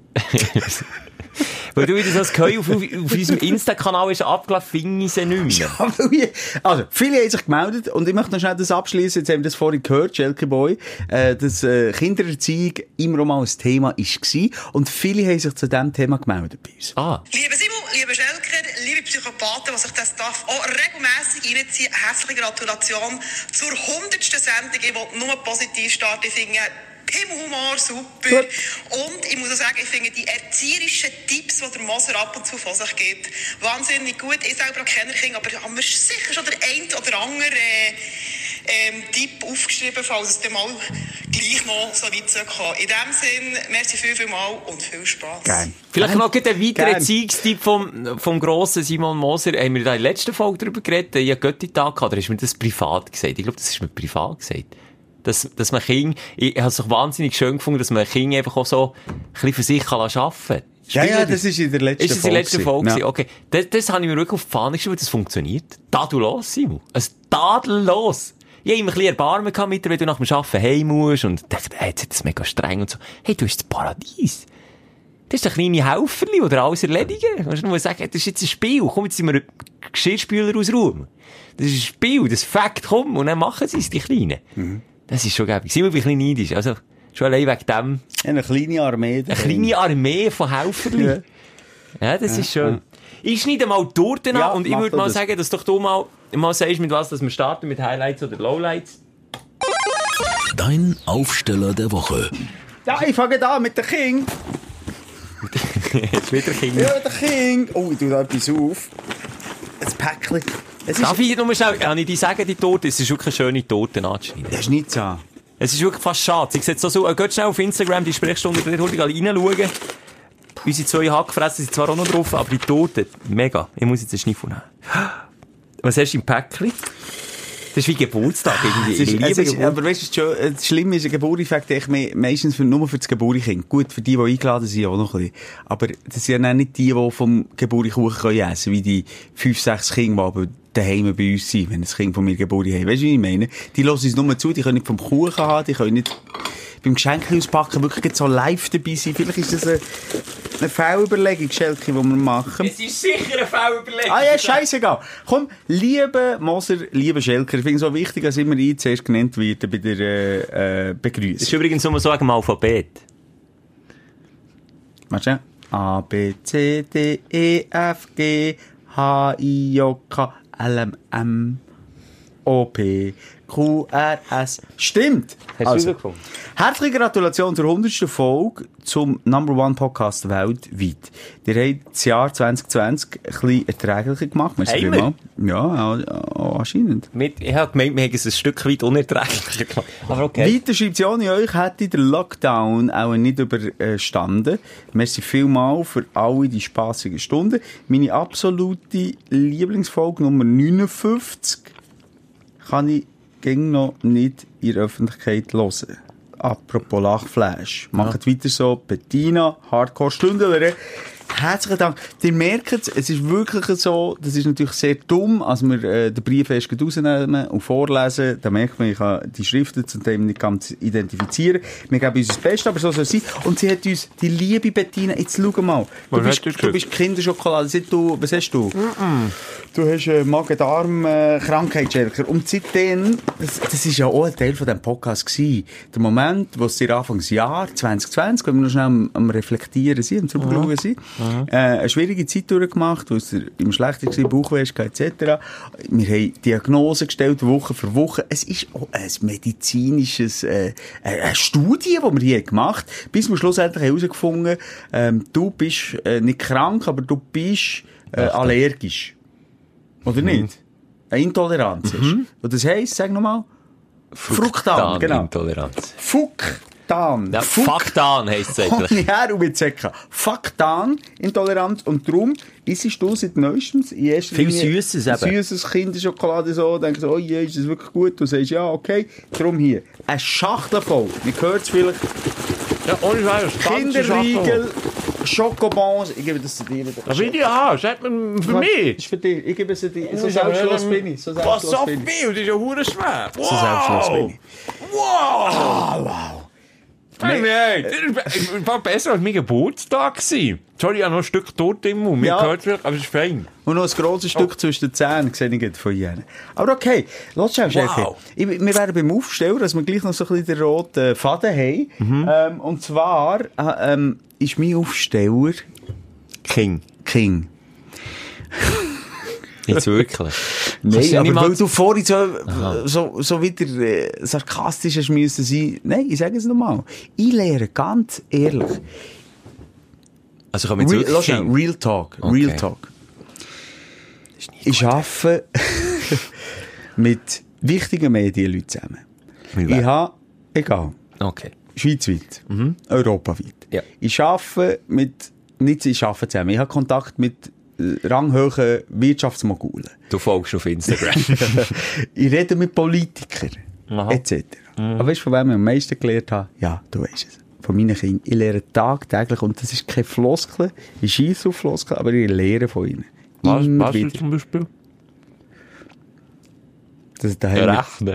Weil du wieder so ein Keu auf, auf, auf unserem Insta-Kanal ist abgelaufen, finde ich sie nicht mehr. Ja, also, viele haben sich gemeldet und ich möchte noch schnell das abschließen. Jetzt haben wir das vorhin gehört, Schelke Boy, äh, dass äh, Kindererziehung immer mal ein Thema war und viele haben sich zu diesem Thema gemeldet bei uns. Ah. Liebe Simon, liebe Schelker, liebe Psychopathen, die sich das darf auch regelmässig reinziehen, herzliche Gratulation zur hundertsten Sendung. Ich will nur positiv starten. Ich finde Himmelhumor, super. Gut. Und ich muss auch sagen, ich finde die erzieherischen Tipps, die der Moser ab und zu von sich gibt, wahnsinnig gut. Ich selber auch keine Kinder, aber haben wir sicher schon der ein oder andere äh, ähm, Tipp aufgeschrieben, falls es dann mal gleich noch so weit kommen soll. In dem Sinn, merci viel, viel mal und viel Spass. Geil. Vielleicht noch ein weiterer Erziehungstipp vom, vom grossen Simon Moser. Haben wir da in der letzten Folge darüber geredet? Ich hatte Götti-Tag gehabt, da ist mir das privat gesagt. Ich glaube, das ist mir privat gesagt. Dass, dass man Kinder, ich, ich habe es doch wahnsinnig schön gefunden, dass man Kinder einfach auch so ein bisschen für sich kann arbeiten kann. Ja, ja, das ist in der letzten Folge. Ist das in der letzten Folge? Ja. Okay. Das, das habe ich mir wirklich auf die Fahne geschrieben, das funktioniert. Tadellos, Simon. Ein tadellos. Ich habe immer ein bisschen Erbarmen gehabt mit dir, wenn du nach dem Arbeiten heim musst und dachte, hey, jetzt ist das mega streng und so. Hey, du hast das Paradies. Das ist ein kleine Helferli, die dir alles erledigen. Du musst sagen, das ist jetzt ein Spiel. Komm, jetzt sind wir Geschirrspüler ausräumen. Das ist ein Spiel, das Fakt, komm, und dann machen sie es, die Kleinen. Mhm. Das ist schon gäbig. Sind wir ein bisschen neidisch. Also, schon allein wegen dem. Eine kleine Armee. Eine kleine Armee von Helferli. Ja. Ja, das ja. ist schon. Ja. Ich schneide mal die Torten an ja, und ich würde mal das. sagen, dass doch du mal, mal sagst, mit was, dass wir starten, mit Highlights oder Lowlights. Dein Aufsteller der Woche. Ja, ich fange da mit der King. Jetzt wieder King. Ja, der King. Oh, ich tue da etwas auf. Ein Päckchen. Darf ich nur schnell, kann ich dir sagen, die Torte, es ist wirklich eine schöne Torte anzuschneiden. Das ist nicht so. Es ist wirklich fast schade. Sie sieht so so, geht schnell auf Instagram, die Sprechstunde, da hol ich reinschauen. Unsere zwei Hackfressen sind zwar auch noch drauf, aber die Torte, mega. Ich muss jetzt einen Schniffel nehmen. Was hast du im Päckchen? Das ist wie Geburtstag irgendwie. Ist, ich ist, aber weißt du, das Schlimme ist, ein Geburtstag ich me meistens für, nur für das Geburtstag. Gut, für die, die eingeladen sind, auch noch ein bisschen. Aber das sind ja nicht die, die vom Geburtstag essen können, wie die fünf, sechs Kinder, die aber daheim bei uns sind, wenn ein Kind von mir Geburtstag hat. Weißt du, wie ich meine? Die hören uns nur zu, die können nicht vom Kuchen haben, die können nicht beim Geschenk auspacken, wirklich so live dabei sein. Vielleicht ist das eine, eine Fehlüberlegung, Schelke, die wir machen. Es ist sicher eine Fehlüberlegung. Ah ja, scheißegal. Komm, liebe Moser, liebe Schelker, ich finde es so wichtig, dass immer ich zuerst genannt werde bei der äh, äh, Begrüßung. Das ist übrigens nur so ein Alphabet. Warte schon. A, B, C, D, E, F, G, H, I, J, K, L, M, M, O, P, Q, R, S. Stimmt! Hast also, du rausgefunden? Herzliche Gratulation zur hundertsten Folge zum Number One Podcast weltweit. Ihr habt das Jahr zwanzig zwanzig ein bisschen erträglicher gemacht. Einmal? Ja, auch anscheinend. Mit, ich habe gemeint, wir haben es ein Stück weit unerträglicher gemacht. Aber okay. Weiter schreibt sie ohne euch, hätte der Lockdown auch nicht überstanden. Merci vielmal für alle die spassigen Stunden. Meine absolute Lieblingsfolge Nummer neunundfünfzig kann ich ging noch nicht in der Öffentlichkeit hören. apropos Lachflash. Macht ja. weiter so. Bettina, Hardcore-Stündlerin. Herzlichen Dank. Ihr merkt es, es ist wirklich so, das ist natürlich sehr dumm, als wir äh, den Brief erst rausnehmen und vorlesen, da merkt man, ich kann die Schriften zum Teil nicht ganz identifizieren. Wir geben uns das Beste, aber so soll es sein. Und sie hat uns, die liebe Bettina, jetzt schau mal, du was bist, du bist Kinderschokolade, du, was hast du? Mm-mm. Du hast äh, Magen-Darm-Krankheitsschälker. Und seitdem, das, das ist ja auch ein Teil von diesem Podcast gewesen, der Moment, wo es dir Anfangsjahr zwanzig zwanzig, wenn wir noch schnell am, am Reflektieren sind, am Zurückschauen mhm. sind, Mhm. Äh, eine schwierige Zeit durchgemacht, wo es im Schlechten war, Bauchweh et cetera. Wir haben Diagnosen gestellt, Woche für Woche. Es ist auch ein medizinisches, äh, eine Studie, die wir hier gemacht haben, bis wir schlussendlich herausgefunden haben, ähm, du bist äh, nicht krank, aber du bist äh, allergisch. Oder mhm. nicht? Eine Intoleranz mhm. ist. Und das heisst, sag nochmal, Fructan, genau. Intoleranz. Fuck. Faktan. Ja, Faktan heisst es eigentlich. Ja, und mit Zecken. Faktan, Intoleranz. Und darum isst du seit neuestens in erster Viel Süßes eben. Süßes Kinderschokolade so. Denkst du, oh je, ist das wirklich gut? Du sagst, ja, okay. Darum hier. Eine Schachtel voll. Man hört es vielleicht. Ja, ohne Scheiß. Kinderriegel, Schokobons. Ich gebe das zu dir. Das will ich haben. Sagt man für mich. Das ist für dich. Ich gebe es zu dir. So selbstlos bin ich. So was so viel? Das ist ja hure schwer. Wow. So selbstlos bin ich. Wow. Ah, wow. Nein, nein, das war besser als mein Geburtstag gewesen. Sorry, ich habe noch ein Stück Torte im Mund. Mir Ja. gehört es, aber es ist fein. Und noch ein grosses Stück oh. zwischen den Zähnen, sehe ich von jenen. Aber okay, lass schau, Chefin. Wow. Ich, wir werden beim Aufstellen, dass wir gleich noch so ein bisschen den roten Faden haben. Mhm. Ähm, und zwar äh, ähm, ist mein Aufsteller King. King. Jetzt wirklich? Nein, aber weil du vorhin so, so, so wieder äh, sarkastisch hast müssen sein. Nein, ich sage es nochmal. Ich lehre ganz ehrlich. Also kann man jetzt Real, wirklich Real, Real Talk. Okay. Real Talk. Ich arbeite mit wichtigen Medienleuten zusammen. Ich habe, egal. Okay. Schweizweit. Mhm. Europaweit. Ja. Ich arbeite mit, nicht ich arbeite zusammen. Ich habe Kontakt mit ranghohen Wirtschaftsmogulen. Du folgst auf Instagram. Ich rede mit Politikern, et cetera. Mhm. Aber weißt du, von wem ich am meisten gelernt habe? Ja, du weißt es. Von meinen Kindern. Ich lehre tagtäglich, und das ist keine Floskel, ich scheisse auf Floskel, aber ich lehre von ihnen. Was, was du zum Beispiel? Das ist der Rechnen.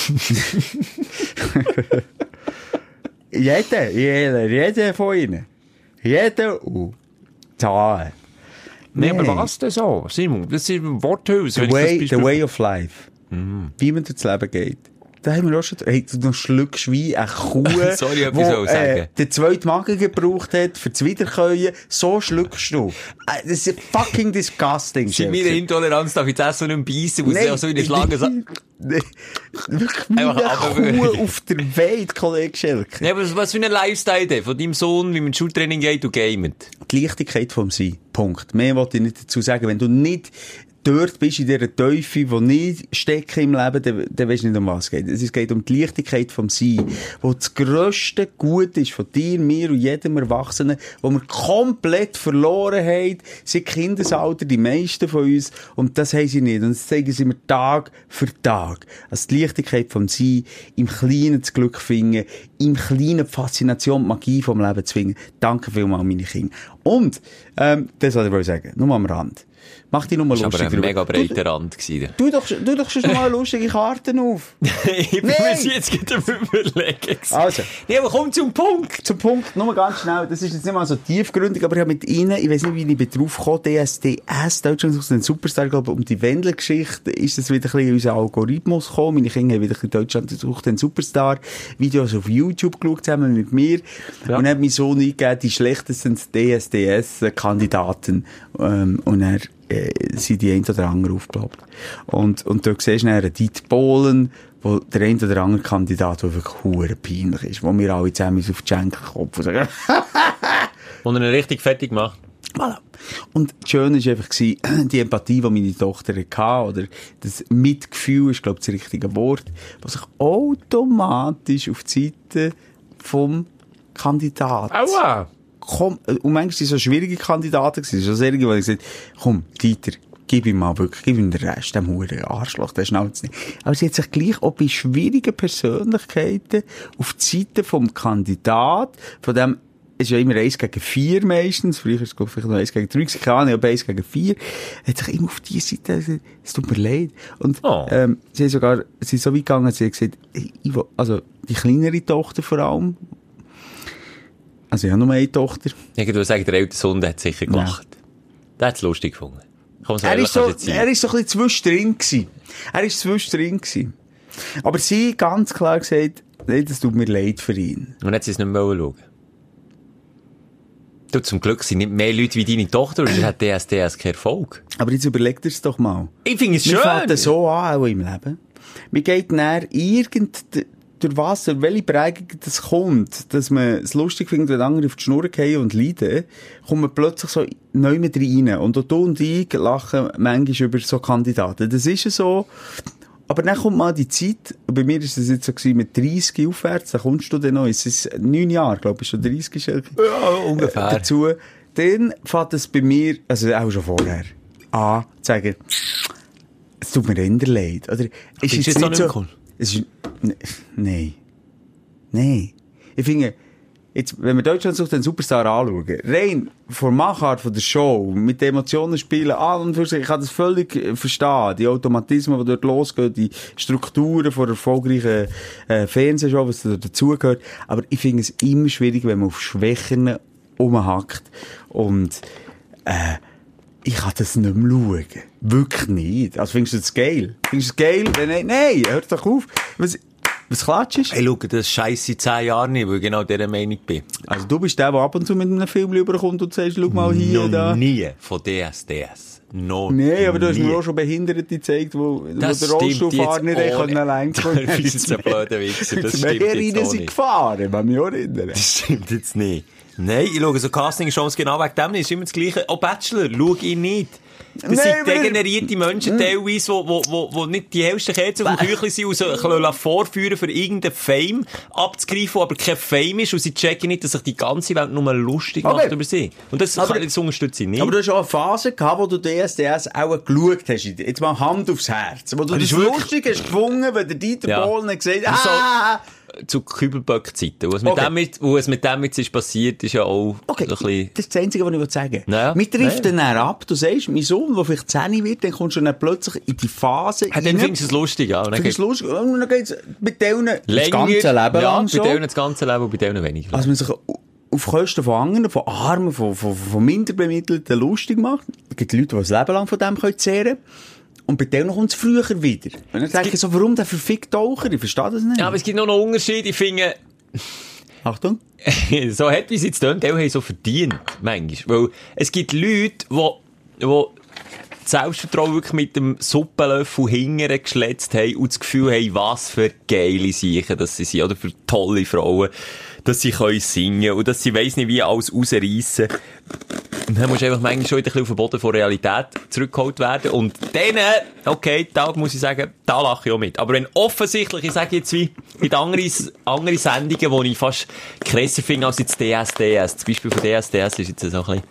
Jeder, jeder, jeder von ihnen. Jeder und Zahlen. Nee, aber was denn so? Simon, das ist ein Worthülse. The, way, the way of life. Mm. Wie man durchs Leben geht. Da haben wir auch schon, hey, du noch schluckst wie eine Kuh, Sorry, wo äh, den zweiten Magen gebraucht hat, für das Wiederkäuen. So schluckst du. Äh, das ist fucking disgusting. Das ist meine Intoleranz, darf ich jetzt essen und nicht beißen, muss ich auch so in die Schlange sagen. Wirklich wie eine Kuh auf der Welt, Kollege Schelker. Ja, aber was für eine Lifestyle von deinem Sohn, wie man ins Schultraining geht und gamet? Die Leichtigkeit vom Sein. Punkt. Mehr wollte ich nicht dazu sagen. Wenn du nicht dort bist, in dieser Teufel, die nicht stecken im Leben, dann, dann weisst du nicht, um was es geht. Es geht um die Leichtigkeit vom Sein, wo das grösste Gut ist von dir, mir und jedem Erwachsenen, wo wir komplett verloren haben, seit Kindesalter, die meisten von uns, und das haben sie nicht. Und das zeigen sie mir Tag für Tag. Also die Leichtigkeit vom Sein, im Kleinen das Glück finden, im Kleinen die Faszination, die Magie vom Leben zwingen. Danke vielmals, meine Kinder. Und, ähm, das wollte ich sagen, nur mal am Rand. Mach dich nur mal lustig. Das war aber ein mega breiter Rand. Du doch, du doch schon mal lustige Karten auf. Ich bin mir jetzt gerade am Überlegen. Also. Nee, aber komm zum Punkt. Zum Punkt, nur ganz schnell. Das ist jetzt nicht mal so tiefgründig, aber ich habe mit Ihnen, ich weiss nicht, wie ich drauf komme, D S D S, Deutschland sucht einen Superstar, glaube ich, um die Wendler-Geschichte ist das wieder ein bisschen in unseren Algorithmus gekommen. Meine Kinder haben wieder in Deutschland sucht einen Superstar, Videos auf YouTube geschaut, zusammen mit mir. Ja. Und dann hat mein Sohn eingegeben, die schlechtesten D S D S-Kandidaten. Ähm, und er sind die ein oder andere aufgeploppt. Und, und dort siehst du dann einen Dieter Bohlen, wo der ein oder andere Kandidat, der wirklich hure peinlich ist, wo wir alle zusammen auf die Schenkel klopfen und sagen, und er ihn richtig fertig macht. Voilà. Und das Schöne war einfach, die Empathie, die meine Tochter hatte, oder das Mitgefühl ist, glaube ich, das richtige Wort, was sich automatisch auf die Seite vom Kandidaten Aua! Komm, und manchmal waren es so schwierige Kandidaten, so solche, wo ich gesagt komm, Dieter, gib ihm mal wirklich, gib ihm den Rest, dem Huren Arschloch, der schnauzt nicht. Aber sie hat sich gleich auch bei schwierigen Persönlichkeiten auf die Seite vom Kandidat, von dem, es ist ja immer eins gegen vier meistens, früher ist es vielleicht noch eins gegen drei, keine Ahnung, aber eins gegen vier, hat sich immer auf die Seite gesagt, es tut mir leid. Und, oh. ähm, sie ist sogar, sie ist so weit gegangen, sie hat gesagt, ich will, also, die kleinere Tochter vor allem, also ich habe nur eine Tochter. Ich würde sagen, der ältere Sohn, der hat sicher gelacht. Ja. Der hat es lustig gefunden. So er, ist so, er ist so ein bisschen zwischendrin gewesen. Er ist zwischendrin gewesen. Aber sie hat ganz klar gesagt, nee, das tut mir leid für ihn. Und hat sie es nicht mehr schauen. Du, zum Glück sind nicht mehr Leute wie deine Tochter, und es hat D S D S keinen Erfolg. Aber jetzt überlegt ihr es doch mal. Ich finde es schön. Wir fangen so an, auch im Leben. Wir gehen dann irgend, durch was, durch welche Prägung das kommt, dass man es lustig findet, wenn andere auf die Schnur gehen und leiden, kommt man plötzlich so neu mit rein. Und auch du und ich lachen manchmal über so Kandidaten. Das ist ja so. Aber dann kommt mal die Zeit, bei mir ist es jetzt so gewesen, mit dreißig aufwärts, da kommst du dann noch, es ist neun Jahre, glaube ich, schon dreißig ist ja, ungefähr. Äh, dazu. Dann fängt es bei mir, also auch schon vorher, an, zu sagen, es tut mir eher leid. Oder, ist es jetzt nicht so, cool? Es ist, ne, nein. Nein. Ich finde, jetzt, wenn wir Deutschland sucht, den Superstar anschauen, rein von Machart von der Show, mit den Emotionen spielen, an und für sich, ich kann das völlig verstehen, die Automatismen, die dort losgehen, die Strukturen von der erfolgreichen äh, Fernsehshow, was da dazugehört, aber ich finde es immer schwierig, wenn man auf Schwächen rumhackt und äh, ich kann das nicht mehr schauen. Wirklich nicht. Also findest du das geil? Findest du das geil? Nein, nein, hört doch auf. Was, was klatschst? Hey, schau, das scheisse in zehn Jahren nicht, weil ich genau dieser Meinung bin. Also du bist der, der ab und zu mit einem Film überkommt und sagst, schau mal hier, no, da. nie von D S D S. No, nee, aber du hast nie. mir auch schon Behinderte gezeigt, wo, wo der Rollstuhlfahrer nicht allein kommt. Das ist jetzt ein blöder Wichser, das stimmt jetzt jetzt auch sind nicht. Gefahren, wenn mich auch erinnern. Das stimmt jetzt nicht. Nein, ich schaue so Casting-Shows genau wegen dem nicht. Es ist immer das Gleiche. Auch Bachelor, schau ich nicht. Das nee, sind degenerierte Menschen teilweise, die wo, wo, wo nicht die hellsten Kerzen auf dem Küchlein sind und so vorführen, für irgendeinen Fame abzugreifen, der aber kein Fame ist, und sie checken nicht, dass sich die ganze Welt nur lustig macht okay. über sie. Und das, aber, kann, das unterstütze ich nicht. Aber du hast auch eine Phase gehabt, wo du D S D S auch geschaut hast. Jetzt mal Hand aufs Herz. Wo du das, das lustig hast gefunden, wenn der Dieter ja. Bohlen gesagt hat, ah! Zu Kübelböck-Zeiten. Was mit, okay. dem mit, was mit dem jetzt ist passiert, ist ja auch okay. so ein bisschen... Das ist das Einzige, was ich sagen will. Naja. Wir driften dann ab. Du sagst, mein Sohn, der vielleicht zehn wird, dann kommst du dann plötzlich in die Phase ja, dann findest du es lustig, ja. Dann findest du es lustig. Und dann geht es mit denen das ganze Leben ja, lang so. Ja, bei denen das ganze Leben und bei denen weniger. Also man sich auf Kosten von anderen, von Armen, von, von, von Minderbemittelten lustig macht. Es gibt Leute, die das Leben lang von dem zehren können. Und bei denen kommt es früher wieder. Und dann denke ich so, warum der verfickt Taucher? Ich verstehe das nicht. Ja, aber es gibt noch einen Unterschied. Ich finde... Achtung. So hat wie es jetzt tönt, die haben so verdient, manchmal. Weil es gibt Leute, die, die das Selbstvertrauen wirklich mit dem Suppenlöffel hingern geschletzt haben und das Gefühl haben, was für geile Siechen das sie sind, oder für tolle Frauen, dass sie können singen und dass sie weiss nicht wie alles rausreissen. Und dann musst du einfach manchmal schon wieder ein bisschen auf den Boden von Realität zurückgeholt werden. Und denen, okay, da muss ich sagen, da lache ich auch mit. Aber wenn offensichtlich, ich sage jetzt wie mit anderen, anderen Sendungen, die ich fast krasser finde als jetzt D S D S. Zum Beispiel von D S D S ist jetzt so ein bisschen,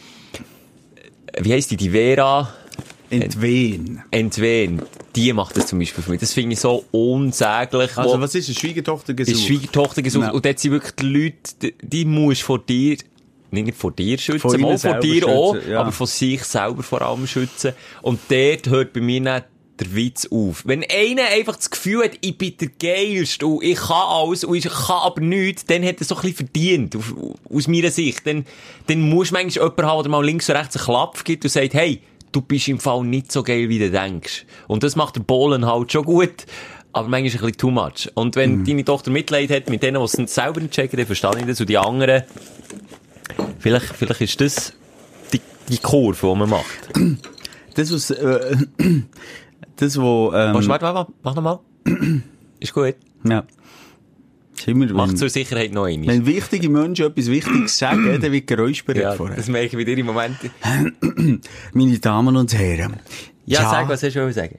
wie heisst die, die Vera? Entwen. Entwen. Die macht das zum Beispiel für mich. Das finde ich so unsäglich. Also, was ist eine Schwiegertochter gesucht? Eine Schwiegertochter gesucht. Ja. Und dort sind wirklich die Leute, die, die musst vor dir, nicht vor dir schützen, vor mal vor dir schützen, auch, ja. aber von sich selber vor allem schützen. Und dort hört bei mir nicht der Witz auf. Wenn einer einfach das Gefühl hat, ich bin der Geilste und ich kann alles und ich kann aber nichts, dann hat er so ein bisschen verdient, auf, aus meiner Sicht. Dann, dann musst du manchmal jemanden haben, der mal links und rechts einen Klapp gibt und sagt, hey, du bist im Fall nicht so geil, wie du denkst. Und das macht der Bohlen halt schon gut, aber manchmal ist ein bisschen too much. Und wenn mm. deine Tochter Mitleid hat mit denen, die es selber nicht checken, dann verstehe ich das. Und die anderen, vielleicht, vielleicht ist das die, die Kurve, die man macht. Das, was, äh, das, wo, ähm... Warte, warte, warte, mach nochmal. Ist gut. Ja. Macht zur Sicherheit noch einmal. Wenn wichtige Menschen etwas Wichtiges sagen, dann wird geräuspert ja, vorher. Das merke ich wieder im Moment. Meine Damen und Herren. Ja, ja, sag, was hast du sagen?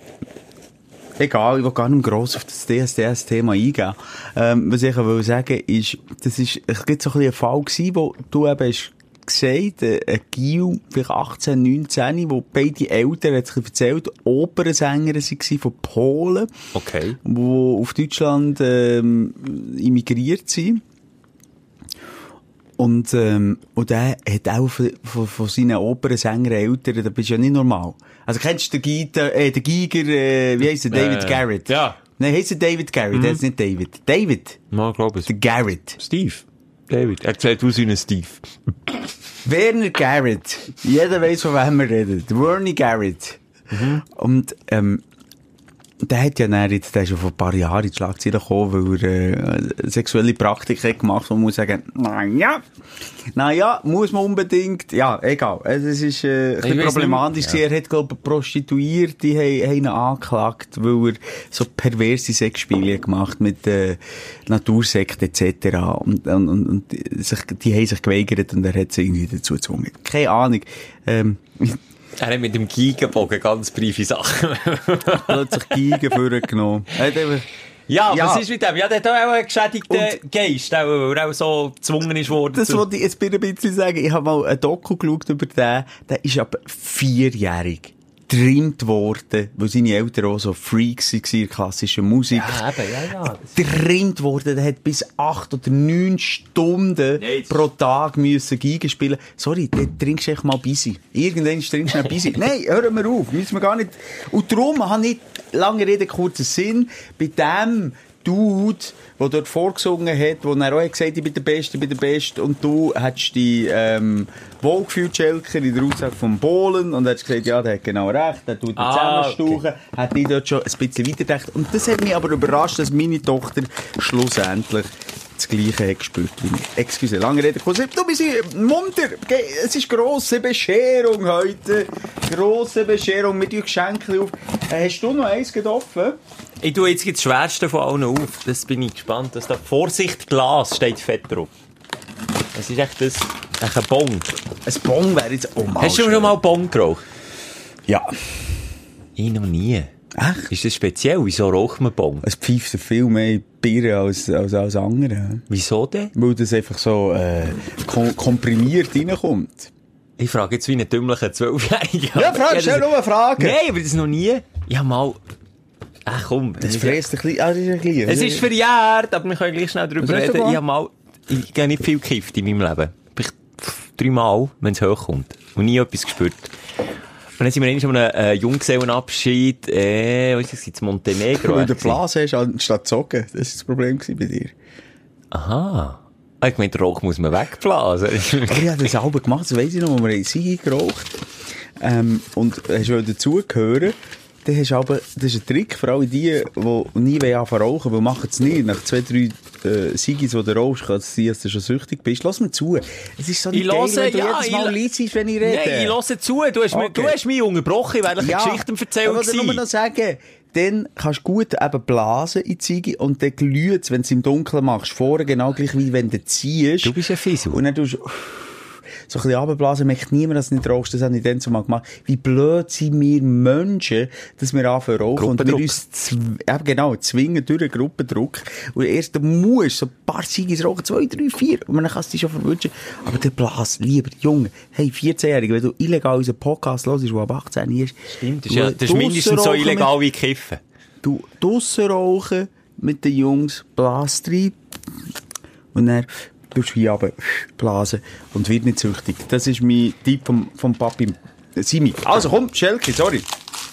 Egal, ich will gar nicht gross auf das D S D S-Thema eingehen. Ähm, was ich will sagen ist, das ist, es gibt so ein bisschen ein Fall gewesen, wo du eben hast gesagt, ein Gil, vielleicht achtzehn, neunzehn, wo beide Eltern, hat sich erzählt, Opernsänger waren von Polen. Okay. Die auf Deutschland, ähm, immigriert sind. Und, ähm, und der hat auch von, von, von seinen Opernsänger-Eltern, das bist ja nicht normal. Also kennst du den Giger, äh, den Giger, äh, wie heisst der? David äh, Garrett? Ja. Nein, heisst der David Garrett? Mhm. Der ist nicht David. David? Ja, glaube ich. Der Garrett. Steve. David. Er sieht aus wie ein Steve. Werner Garrett. Jeder weiss, von wem wir reden. Der Werner Garrett. Mhm. Und, ähm, der hat ja dann jetzt, der ist ja vor ein paar Jahren in die Schlagzeilen gekommen, weil er, äh, sexuelle Praktiken gemacht hat, und man muss sagen, na ja, na ja, muss man unbedingt, ja, egal. Also, es ist, äh, ein bisschen problematisch gewesen. Ja. Er hat, glaube ich, Prostituierte, die haben, haben ihn angeklagt, weil er so perverse Sexspiele gemacht mit, äh, Natursekten et cetera. Und, und, und, und sich, die haben sich geweigert und er hat sie irgendwie dazu gezwungen. Keine Ahnung, ähm, er hat mit dem Geigenbogen ganz briefe Sachen. plötzlich Geigen vorgenommen. Ja, ja, was ist mit dem? Ja, der hat auch einen geschädigten Geist, auch, weil er auch so gezwungen ist worden. Das wollte ich jetzt ein bisschen sagen. Ich habe mal ein Doku geschaut über den. Der ist aber vierjährig. Getrimmt worden, weil seine Eltern auch so Freaks waren in klassischer Musik. Ja, eben, ja, ja. Getrimmt worden, der hat bis acht oder neun Stunden Nein. pro Tag müssen Geige spielen. Sorry, dann trinkst du echt mal Bisi. Irgendwann trinkst du ein Bisi. Nein, hör mal auf, müssen wir gar nicht. Und darum habe ich, lange Rede, kurzer Sinn, bei dem Dude, der dort vorgesungen hat, wo er auch gesagt hat, ich bin der Beste, ich bin der Beste, und du hättest die, ähm, wohlgefühlt, Schelker, in der Aussage von Bohlen, und er hat gesagt, ja, der hat genau recht, der tut ah, zusammenstauchen, okay. Hat ich dort schon ein bisschen weitergedacht. Und das hat mich aber überrascht, dass meine Tochter schlussendlich das Gleiche hat gespürt wie ich. Excuse, lange Rede, kurz. Du bist munter. Es ist grosse Bescherung heute. Grosse Bescherung mit Geschenken auf. Äh, hast du noch eins offen? Ich tue jetzt das Schwerste von allen auf. Das bin ich gespannt. Das da Vorsicht Glas steht fett drauf. Das ist echt das, echt ein Bon. Ein Bon wäre jetzt auch mal Hast du schon mal Bon geraucht? Ja. Ich noch nie. Echt? Ist das speziell? Wieso raucht man Bon? Es pfeift viel mehr Bier als, als, als andere. Wieso denn? Weil das einfach so äh, kom- komprimiert reinkommt. Ich frage jetzt wie einen dümmlichen Zwölfjährigen. Ja, frag, stell nur eine Frage. Nein, aber das noch nie. Ich habe mal... Ach komm. Das fräst ein bisschen. Ah, das ist ein bisschen. Es ist verjährt, aber wir können gleich schnell darüber reden. Ich habe mal... Ich habe nicht viel gekifft in meinem Leben. Vielleicht dreimal, wenn es hochkommt. Und nie etwas gespürt. Und dann sind wir eigentlich an einem äh, Junggesellenabschied, äh, was ist das, in Montenegro. Weil du Blase hast, anstatt Zocken. Das war das Problem bei dir. Aha. Ich meine, den Rauch muss man wegblasen. Aber ich habe das selber gemacht, das weiss ich noch, wo wir Siege geraucht ähm, und hast du dazugehören. Dann hast du aber, das ist ein Trick für alle die, die nie anfangen rauchen, weil machen es nicht. Nach zwei, drei äh, Sigis, die du rauchst, kann es sein, dass du schon süchtig bist. Lass mir zu. Es ist so nicht geil, wenn du ja, jedes Mal leid bist, wenn ich rede. Nein, ich höre zu. Du hast, okay. mich, du hast mich unterbrochen, ich werde ja, Geschichten erzählen. Ich wollte nur noch sagen, dann kannst du gut eben blasen in die Ziege und dann glüht es, wenn du es im Dunkeln machst. Vorher genau gleich wie wenn du ziehst. Du bist ein Fisu. Und dann tust du so ein bisschen runterblasen, merkt niemand, dass du nicht rauchst. Das habe ich dann so mal gemacht. Wie blöd sind wir Menschen, dass wir anfangen rauchen und wir uns zw- eben genau, zwingen durch einen Gruppendruck. Und erst dann musst du so ein paar Ziggis rauchen, zwei, drei, vier, und dann kannst du dich schon verwünschen. Aber der Blas, lieber Junge, hey, vierzehnjährige, wenn du illegal unseren Podcast hörst, der ab achtzehn ist. Stimmt, das ist, ja, das ist mindestens so illegal wie Kiffen. Du, draussen rauchen mit den Jungs, Blas rein, und dann tust du hier blasen und wird nicht süchtig. Das ist mein Tipp vom, vom Papi Simi. Also komm, Schelke, sorry.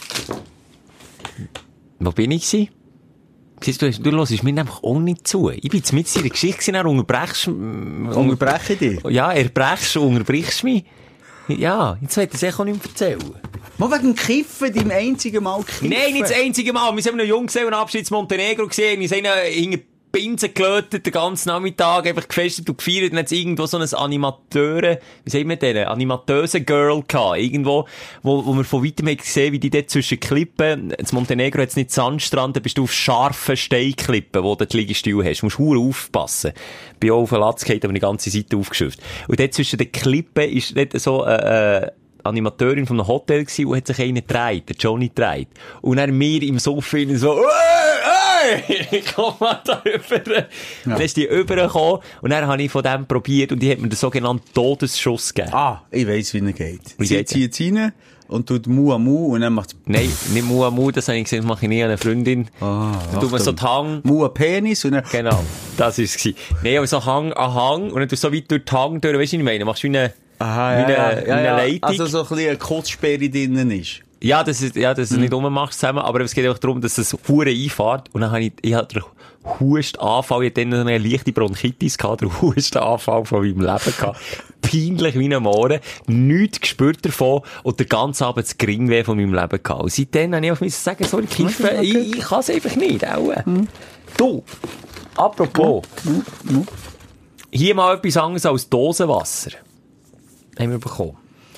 Wo bin ich gewesen? Siehst du, du hörst mir nämlich auch nicht zu. Ich bin jetzt mit in der Geschichte, dann unterbrechst du mich. Unterbreche dich? Ja, erbrechst du, unterbrichst mich. Ja, jetzt wird er es auch nicht mehr erzählen. Mal wegen Kiffen, deinem einzigen Mal kiffen. Nein, nicht das einzige Mal. Wir sind noch Junggesellenabschied in Montenegro gesehen. Wir sind in Pinsen gelötet, den ganzen Nachmittag, einfach gefestet und gefeiert. Dann hat es irgendwo so ein Animateure, wie sagen wir denn, animatöse Girl gehabt, irgendwo, wo, wo wir von weitem gesehen, wie die dort zwischen Klippen, in Montenegro hat es nicht Sandstrand, da bist du auf scharfen Steinklippen, wo du den Liegestühl hast. Du musst verdammt aufpassen. Ich bin auch auf den Latz gefallen, aber die ganze Seite aufgeschüttet. Und dort zwischen den Klippen ist dort so, äh, Animateurin von einem Hotel gewesen und hat sich einen gedreht, der Johnny gedreht. Und dann mir im Sofa so, hey, hey, komm mal da rüber. Ja. Dann ist die rübergekommen und dann habe ich von dem probiert und die hat mir den sogenannten Todesschuss gegeben. Ah, ich weiss, wie er geht. Wie Sie zieht jetzt rein und tut Mu am Mu und dann macht Nein, nicht Mu am Mu, das habe ich gesehen, das mache ich nie an eine Freundin. Ah, dann tut man so die Hang. Mu am Penis und dann... Genau, das war es. Nein, aber so Hang an Hang und dann tust du so weit durch die Hang durch, weißt du, was ich meine? Machst du wie eine, Aha, wie eine, ja, ja, wie eine ja, Leitung. Also so ein bisschen eine Kurzsperre drinnen ist. Ja, das ist, ja, dass du es mhm. nicht rummachst zusammen, aber es geht auch darum, dass es Hure einfährt. Und dann habe ich, ich hatte den Hustenanfall, ich hatte dann eine leichte Bronchitis gehabt, den Hustenanfall von meinem Leben gehabt. Peinlich wie ein Mohren, nichts gespürt davon und den ganzen Abend das Geringweh von meinem Leben gehabt. Und seitdem habe ich auch müssen sagen, sorry, kiffen, okay, okay. ich, ich kann es einfach nicht, auch. Mhm. Du, apropos, mhm. Mhm. hier mal etwas anderes als Dosenwasser. Haben wir bekommen.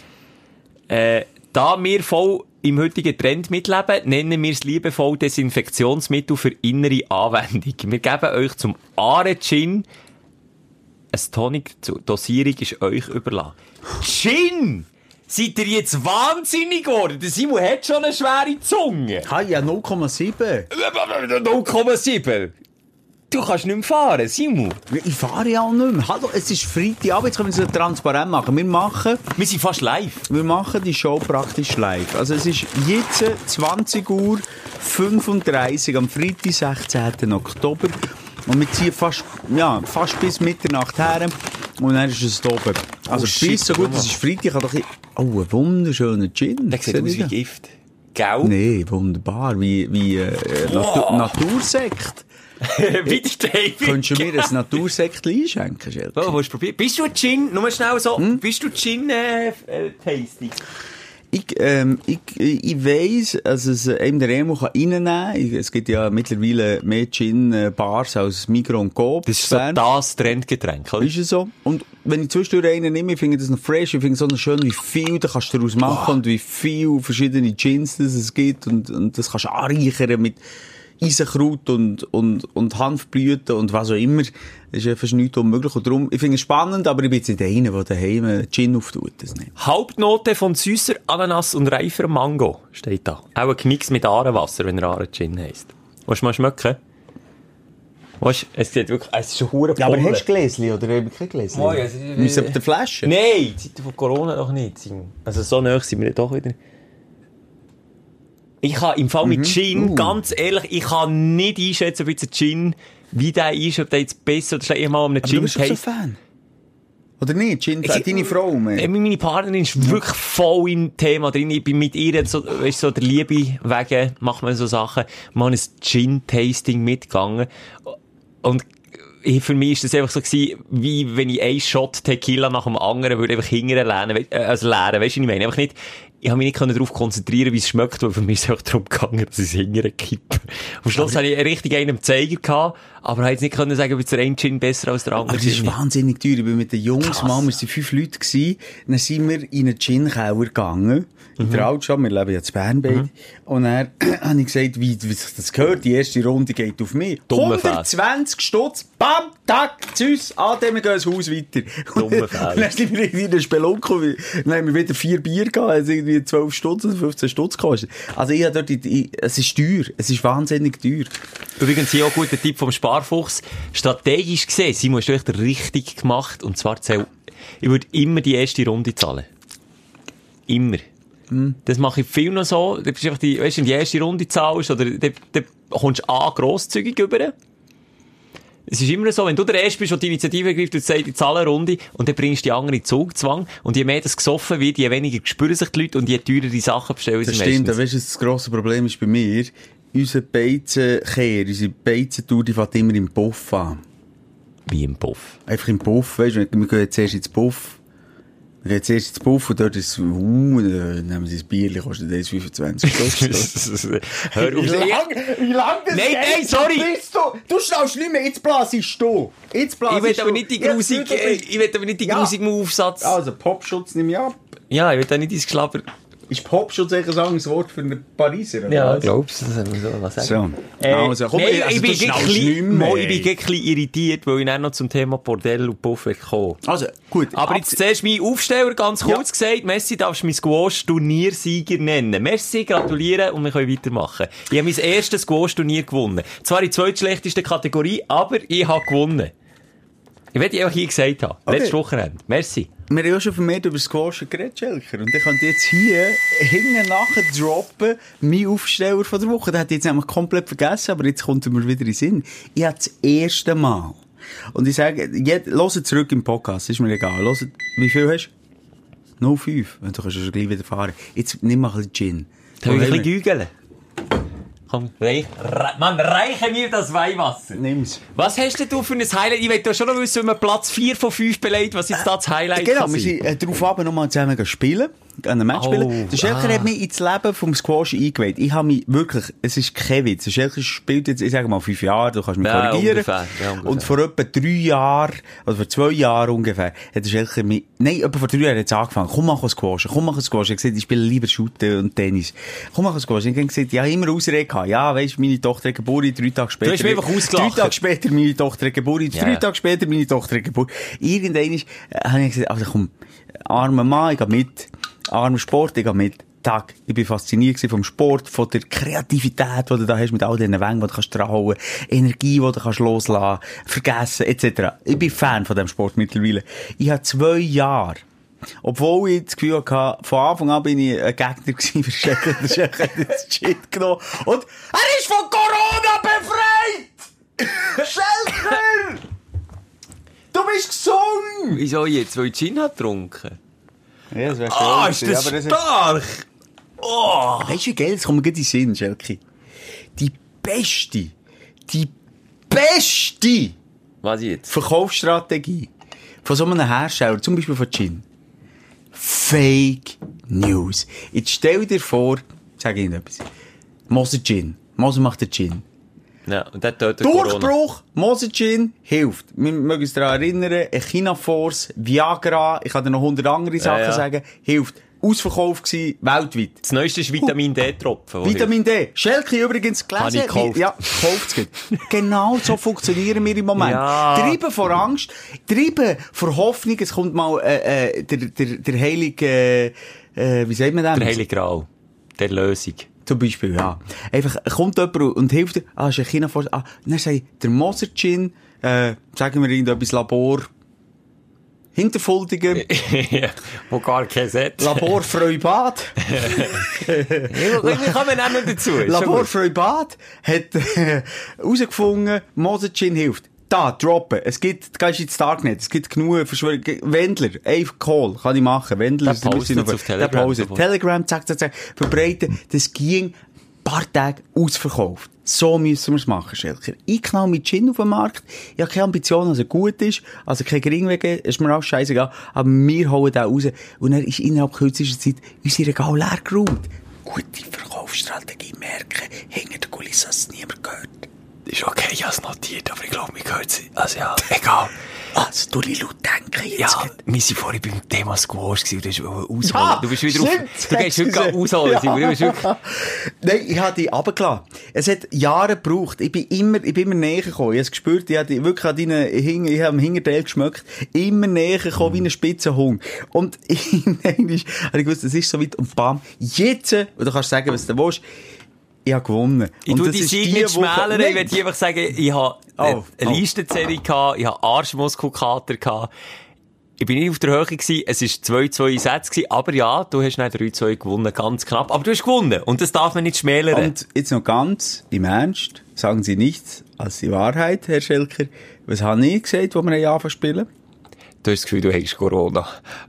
Äh, da wir voll im heutigen Trend mitleben, nennen wir es liebevoll Desinfektionsmittel für innere Anwendung. Wir geben euch zum Are Gin ein Tonic, die Dosierung ist euch überlassen. Gin! Seid ihr jetzt wahnsinnig geworden? Der Simon hat schon eine schwere Zunge. Ah, ja, null Komma sieben. null Komma sieben? Du kannst nicht mehr fahren, Simon. Ich fahre ja auch nicht mehr. Hallo, es ist Freitagabend, jetzt können wir es transparent machen. Wir machen... Wir sind fast live. Wir machen die Show praktisch live. Also es ist jetzt zwanzig Uhr fünfunddreißig am Freitag, sechzehnten Oktober. Und wir ziehen fast, ja, fast bis Mitternacht her. Und dann ist es oben. Also oh, bis so gut, es ist Freitag. Ich habe doch ein... Oh, ein wunderschöner Gin. Der sieht aus wie Gift. Gell? Nee, wunderbar. Wie, wie äh, Natur- Natursekt. Weiter, David. Könntest du mir ein Natursektchen einschenken, Schelke? Oh, willst du probieren? Bist du ein Gin? Nur schnell so. Hm? Bist du Gin äh, äh, tasty? Ich, ähm, ich, ich weiss, dass es eben der Remo reinnehmen kann. Es gibt ja mittlerweile mehr Gin-Bars als Migros und Coop. Das ist so das Trendgetränk, oder? Ist es so? Und wenn ich zwischendurch einen nehme, ich finde das noch fresh, ich finde es so schön, wie viel da kannst du daraus machen oh. und wie viele verschiedene Gins das es gibt und, und das kannst du anreichern mit Eisenkraut und, und, und Hanfblüten und was auch immer. Das ist ja fast nichts unmöglich. Und darum, ich finde es spannend, aber ich bin jetzt nicht einer, der daheim Gin auftut. Das nicht. Hauptnote von süßer Ananas und reifer Mango steht da. Auch ein Mix mit Ahrenwasser, wenn er Ahren-Gin heisst. Willst du mal schmecken? Weißt du, es sieht wirklich, es ist ein Hure. Ja, aber hast du Gläschen oder kein Gläschen? Oh, ja, wir müssen auf der Flasche? Nein, die Zeit von Corona doch nicht. Also so nahe sind wir doch wieder. Ich kann im Fall mit Gin, uh. ganz ehrlich, ich kann nicht einschätzen, ob jetzt ein Gin, wie der ist, ob der jetzt besser oder schlechter. Ich mal um einen Gin. Aber du bist so Fan? Oder nicht? Gin, ich, deine Frau, man. Meine Partnerin ist wirklich voll im Thema drin. Ich bin mit ihr, so, weißt, so der Liebe wegen, macht man so Sachen, mal ein Gin-Tasting mitgegangen. Und für mich ist das einfach so gewesen, wie wenn ich einen Shot Tequila nach dem anderen würde einfach hingern lernen, also lernen, weißt du, was ich meine? Einfach nicht, ich habe mich nicht darauf konzentrieren, wie es schmeckt, weil für mich ist es einfach darum gegangen, dass ich es hingern kippe. Am Schluss hatte ich richtig einen im Zeiger gehabt, aber habe jetzt nicht können sagen, ob der eine Gin besser als der andere. Aber das ist wahnsinnig teuer. Ich bin mit den Jungs, Mann, wir waren fünf Leute gewesen, dann sind wir in einen Gin-Keller gegangen, in der Altstadt, wir leben jetzt in Bern beide. Mhm. Und dann habe ich gesagt, wie, wie sich das gehört, die erste Runde geht auf mich. Dumme hundertzwanzig Stutz, bam, tack, tschüss, Adem, wir gehen ins Haus weiter. Dumme und dann sind wir in der Spelunko, dann haben wir wieder vier Bier gehabt, also irgendwie zwölf Stutz oder fünfzehn Stutz gekostet. Also ich habe dort, ich, es ist teuer, es ist wahnsinnig teuer. Übrigens hier auch ein guter Tipp vom Sparfuchs. Strategisch gesehen, Simon, hast du echt richtig gemacht, und zwar zähl, ich würde immer die erste Runde zahlen. Immer. Das mache ich viel noch so. Du bist einfach die, weißt du, in die erste Runde zahlst, oder da kommst du an grosszügig rüber. Es ist immer so, wenn du der Erste bist, der die Initiative ergreift und sagt, ich zahle eine Runde, und dann bringst du die anderen in Zugzwang, und je mehr das gesoffen wird, je weniger spüren sich die Leute, und je teurer die Sachen bestellen sie meistens. Das stimmt, aber weißt du, das grosse Problem ist bei mir, unser Beizenkehr, unsere Beizentour, die fängt immer im Puff an. Wie im Puff? Einfach im Puff, weißt du, wir gehen jetzt erst ins Puff. Wir gehen zuerst ins Puff und dort ist, uh, dann nehmen sie das Bier, kostet das fünfundzwanzig Stutz. Hör auf. Wie lang, wie lang das Nein, nein, sorry! Du, du schnallst nicht mehr, jetzt blasest du. Jetzt blasest ich will aber nicht die grusig, ich will aber nicht die ja. grusigen Aufsatz. Also, Popschutz nimm ich ab. Ja, ich will auch nicht dein Geschlabber. Ist Popschutz eigentlich ein anderes Wort für einen Pariser? Oder Ja, was? glaubst du, das haben wir so was sagen. So. Äh, also, komm, nein, also, ich, bin du schnallst bisschen, nicht mehr. mal, ich bin ein bisschen irritiert, weil ich dann noch zum Thema Bordell und Puff komme. Also, gut. Aber jetzt zuerst mein Aufsteller, ganz kurz Ja. gesagt. Messi, darfst du meinen Squash-Turniersieger nennen. Merci, gratulieren und wir können weitermachen. Ich habe mein erstes Squash-Turnier gewonnen. Zwar in der zweitschlechtesten Kategorie, aber ich habe gewonnen. Ich will dir auch hier gesagt haben. Okay. Letztes Wochenende. Merci. Wir haben ja schon vermehrt über Squash geredet, Schelker. Und ich kann jetzt hier hinten nachher droppen, mein Aufsteller von der Woche. Den hätte ich jetzt nämlich komplett vergessen, aber jetzt kommt er mir wieder in den Sinn. Ich habe das erste Mal. Und ich sage, jetzt, hört zurück im Podcast, ist mir egal. Hört, wie viel hast du? null Komma fünf. Du kannst ja schon gleich wieder fahren. Jetzt nimm mal ein bisschen Gin. Darf ich ein bisschen gügeln? Komm, reich, re Mann, reiche mir das Weihwasser. Nimm's. Was hast denn du für ein Highlight? Ich will schon noch wissen, wenn man Platz vier von fünf beleidigt, was jetzt da das Highlight Genau, kann wir sein. sind äh, darauf ab, nochmal zusammen spielen. An einem Match Oh, spielen. Der Schelker ah. hat mich ins Leben vom Squash eingeweiht. Ich habe mich wirklich, es ist kein Witz. Der Schelker spielt jetzt, ich sage mal, fünf Jahre, du kannst mich Ja, korrigieren. ungefähr, ja, ungefähr. Und vor etwa drei Jahren, oder vor zwei Jahren ungefähr, hat der Schelker mich, nein, etwa vor drei Jahren hat es angefangen. Komm, mach Squash, komm, mach Squash. Ich habe gesagt, ich spiele lieber Shooten und Tennis. Komm, mach Squash. Ich habe gesagt, ja, immer Ausrede gehabt. Ja, weisst, meine Tochter hat Geburt, drei Tage später. Du hast mich einfach ausgelacht. Drei Tage später meine Tochter hat Geburt, Ja. drei Tage später meine Tochter hat Geburt. Irgendwann ist, äh, habe ich gesagt, also komm, armer Mann, ich gehe mit. Armer Sport, ich gehe mit. Tag. Ich bin fasziniert vom Sport, von der Kreativität, die du da hast, mit all diesen Wängen, die du kannst trauen, Energie, die du kannst loslassen, vergessen, et cetera. Ich bin Fan von diesem Sport mittlerweile. Ich habe zwei Jahre, obwohl ich das Gefühl hatte, von Anfang an bin ich ein Gegner gewesen, für Schelker, der Schelker hat jetzt Shit genommen. Und er ist von Corona befreit! Schelker! Du bist gesund! Wieso jetzt? Weil ich Gin hat getrunken? Ja, das wäre Ah, ist das stark! Oh! Weißt du, wie geil? Das kommt mir gerade in den Sinn, Schelke. Die beste, die beste Was jetzt? Verkaufsstrategie von so einem Hersteller, zum Beispiel von Gin. Fake News. Jetzt stell dir vor, sag Ihnen etwas. Moser Gin. Moser macht den Gin. Ja, und der tötet Corona. Durchbruch, Moser Gin hilft. Wir mögen uns daran erinnern, Echina Force, Viagra, ich kann dir noch hundert andere Sachen ja. sagen, hilft. Ausverkauf gewesen, weltweit. Das neueste ist Vitamin D-Tropfen. Vitamin D. Schelke übrigens gelesen. Habe ich gekauft. Ja, kauft's gut. Genau so funktionieren wir im Moment. Ja. Treiben vor Angst, treiben vor Hoffnung, es kommt mal, äh, äh, der, der, der heilige, äh, äh, wie sagt man das? Der Heilige Gral. Der Lösung. Zum Beispiel, ja. Einfach, kommt jemand und hilft dir, ah, ist ein China vor, ah, dann sagt der Moser Gin, äh, sagen wir irgendetwas Labor, Hinterfuldigen, Ja, wo gar kein Set. Labor Freubad. Wie kann man auch noch dazu? Ist schon Labor gut. Freubad hat äh, herausgefunden, Moser Gin hilft. Da, droppen. Es gibt, du gehst ins Darknet, es gibt genug Verschwörung. Wendler, einfach Call, kann ich machen. Wendler Der postet's noch- auf Telegram Der postet. sofort. Telegram, zack, zack, zack. Verbreiten. Das ging ein paar Tage ausverkauft. So müssen wir es machen, Schelker. Ich knall mit Gin auf den Markt. Ich habe keine Ambition, dass er gut ist. Also kein Geringwege, ist mir auch scheißegal. Aber wir holen den raus. Und er ist innerhalb kürzester Zeit unser Regal leer geräumt. Gute Verkaufsstrategie merken. Hinter der Kulisse, dass es niemand gehört. Ist okay, ich habe es notiert, aber ich glaube, mir gehört es. Also ja, egal. Also, du li laut denken jetzt. Ja, wir waren vorhin beim Thema Squash gewesen, und du hast ausholen. Ja, du bist wieder stimmt. auf, du gehst heute gerade ausholen, Ja. Simon, du bist wirklich... Nein, ich habe die runtergelassen. Es hat Jahre gebraucht. Ich bin immer, ich bin immer näher gekommen. Ich habe es gespürt, ich habe wirklich an deinen Hing, ich habe am Hinterteil geschmeckt. Immer näher gekommen, wie ein Spitzenhung. Und irgendwann ist, habe ich gewusst, es ist so weit, und bam, jetzt, und du kannst sagen, was du willst, ich habe gewonnen. Ich und tue das die ist Sieg nicht Woche- schmälern, Nein. ich will dir einfach sagen, ich habe Oh, eine oh. Leistenserie gehabt, ich habe Arschmuskelkater gehabt. Ich bin nicht auf der Höhe gewesen, es war zwei zwei Sätze gewesen, aber ja, du hast nicht drei zwei gewonnen, ganz knapp. Aber du hast gewonnen, und das darf man nicht schmälern. Und jetzt noch ganz im Ernst, sagen Sie nichts als die Wahrheit, Herr Schelker. Was habe ich gesagt, wo wir ein Jahr spielen? Du hast das Gefühl, du hast Corona.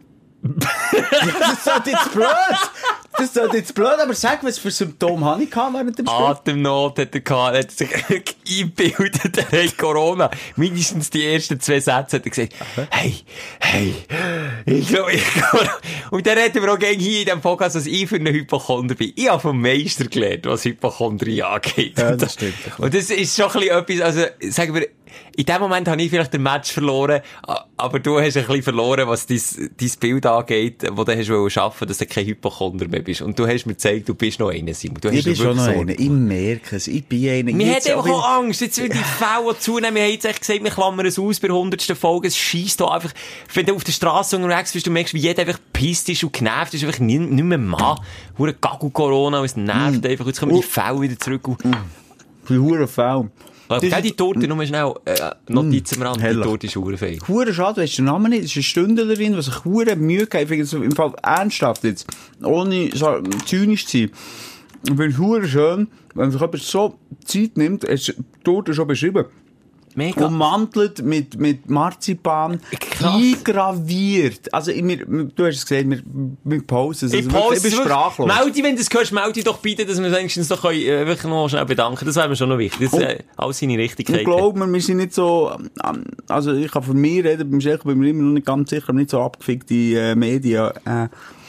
Das ist halt jetzt blöd. Das ist halt jetzt blöd, aber sag, was für Symptome habe ich gehabt während dem Spiel? Atemnot hat er gehabt, hat sich eingebildet, er hat Corona. Mindestens die ersten zwei Sätze hat er gesagt, hey, hey, ich glaube, ich glaube. Und dann hat er mir auch gegen hier in diesem Podcast, was ich für einen Hypochonder bin. Ich habe vom Meister gelernt, was Hypochondrie angeht. Ja, das stimmt. Und das ist schon ein bisschen etwas, also, sagen wir, in dem Moment habe ich vielleicht den Match verloren, aber du hast ein bisschen verloren, was dein, dein Bild angeht, wo du hast schaffen, dass du kein Hypochonder mehr bist. Und du hast mir gezeigt, du bist noch einer, Simon. Du ich hast bin schon noch so einer. Ich merke es. Ich bin einer. Wir haben einfach auch Angst. Jetzt will die Fälle zunehmen. Wir haben jetzt echt gesagt, wir klammern es aus bei der hundertsten Folge. Es scheisst da einfach, wenn du auf der Straße unterwegs bist, du merkst, wie jeder einfach pisst ist und genervt ist, einfach nicht, nicht mehr Mann. Hure Gagu-Corona, und es nervt mm. einfach. Jetzt kommen die Fälle wieder zurück. Und mm. Die hure Fälle. Aber die Torte, nur schnell, äh, Notizen am Rand, die Torte ist hure fein. Hure schade, weisst du den Namen nicht? Das ist eine Stündlerin, die sich hure Mühe gegeben hat. Ich finde es im Fall ernsthaft jetzt. Ohne so zynisch zu sein. Ich finde es hure schön, wenn sich jemand so Zeit nimmt, hast du die Torte schon beschrieben. Mega. Ummantelt mit, mit Marzipan, Krass. eingraviert. Also, ich, wir, du hast es gesehen, wir, wir pausen es. Also, ich pause ich bin sprachlos. Melde, wenn du es hörst, melde dich doch bitte, dass wir uns wenigstens noch, können, äh, wirklich noch schnell bedanken. Das wäre mir schon noch wichtig. Das ist äh, alles seine Richtigkeit. Ich glaube, wir sind nicht so, ähm, also ich kann von mir reden, beim Schelker bin ich mir immer noch nicht ganz sicher, nicht so abgefickte äh, Medien, äh,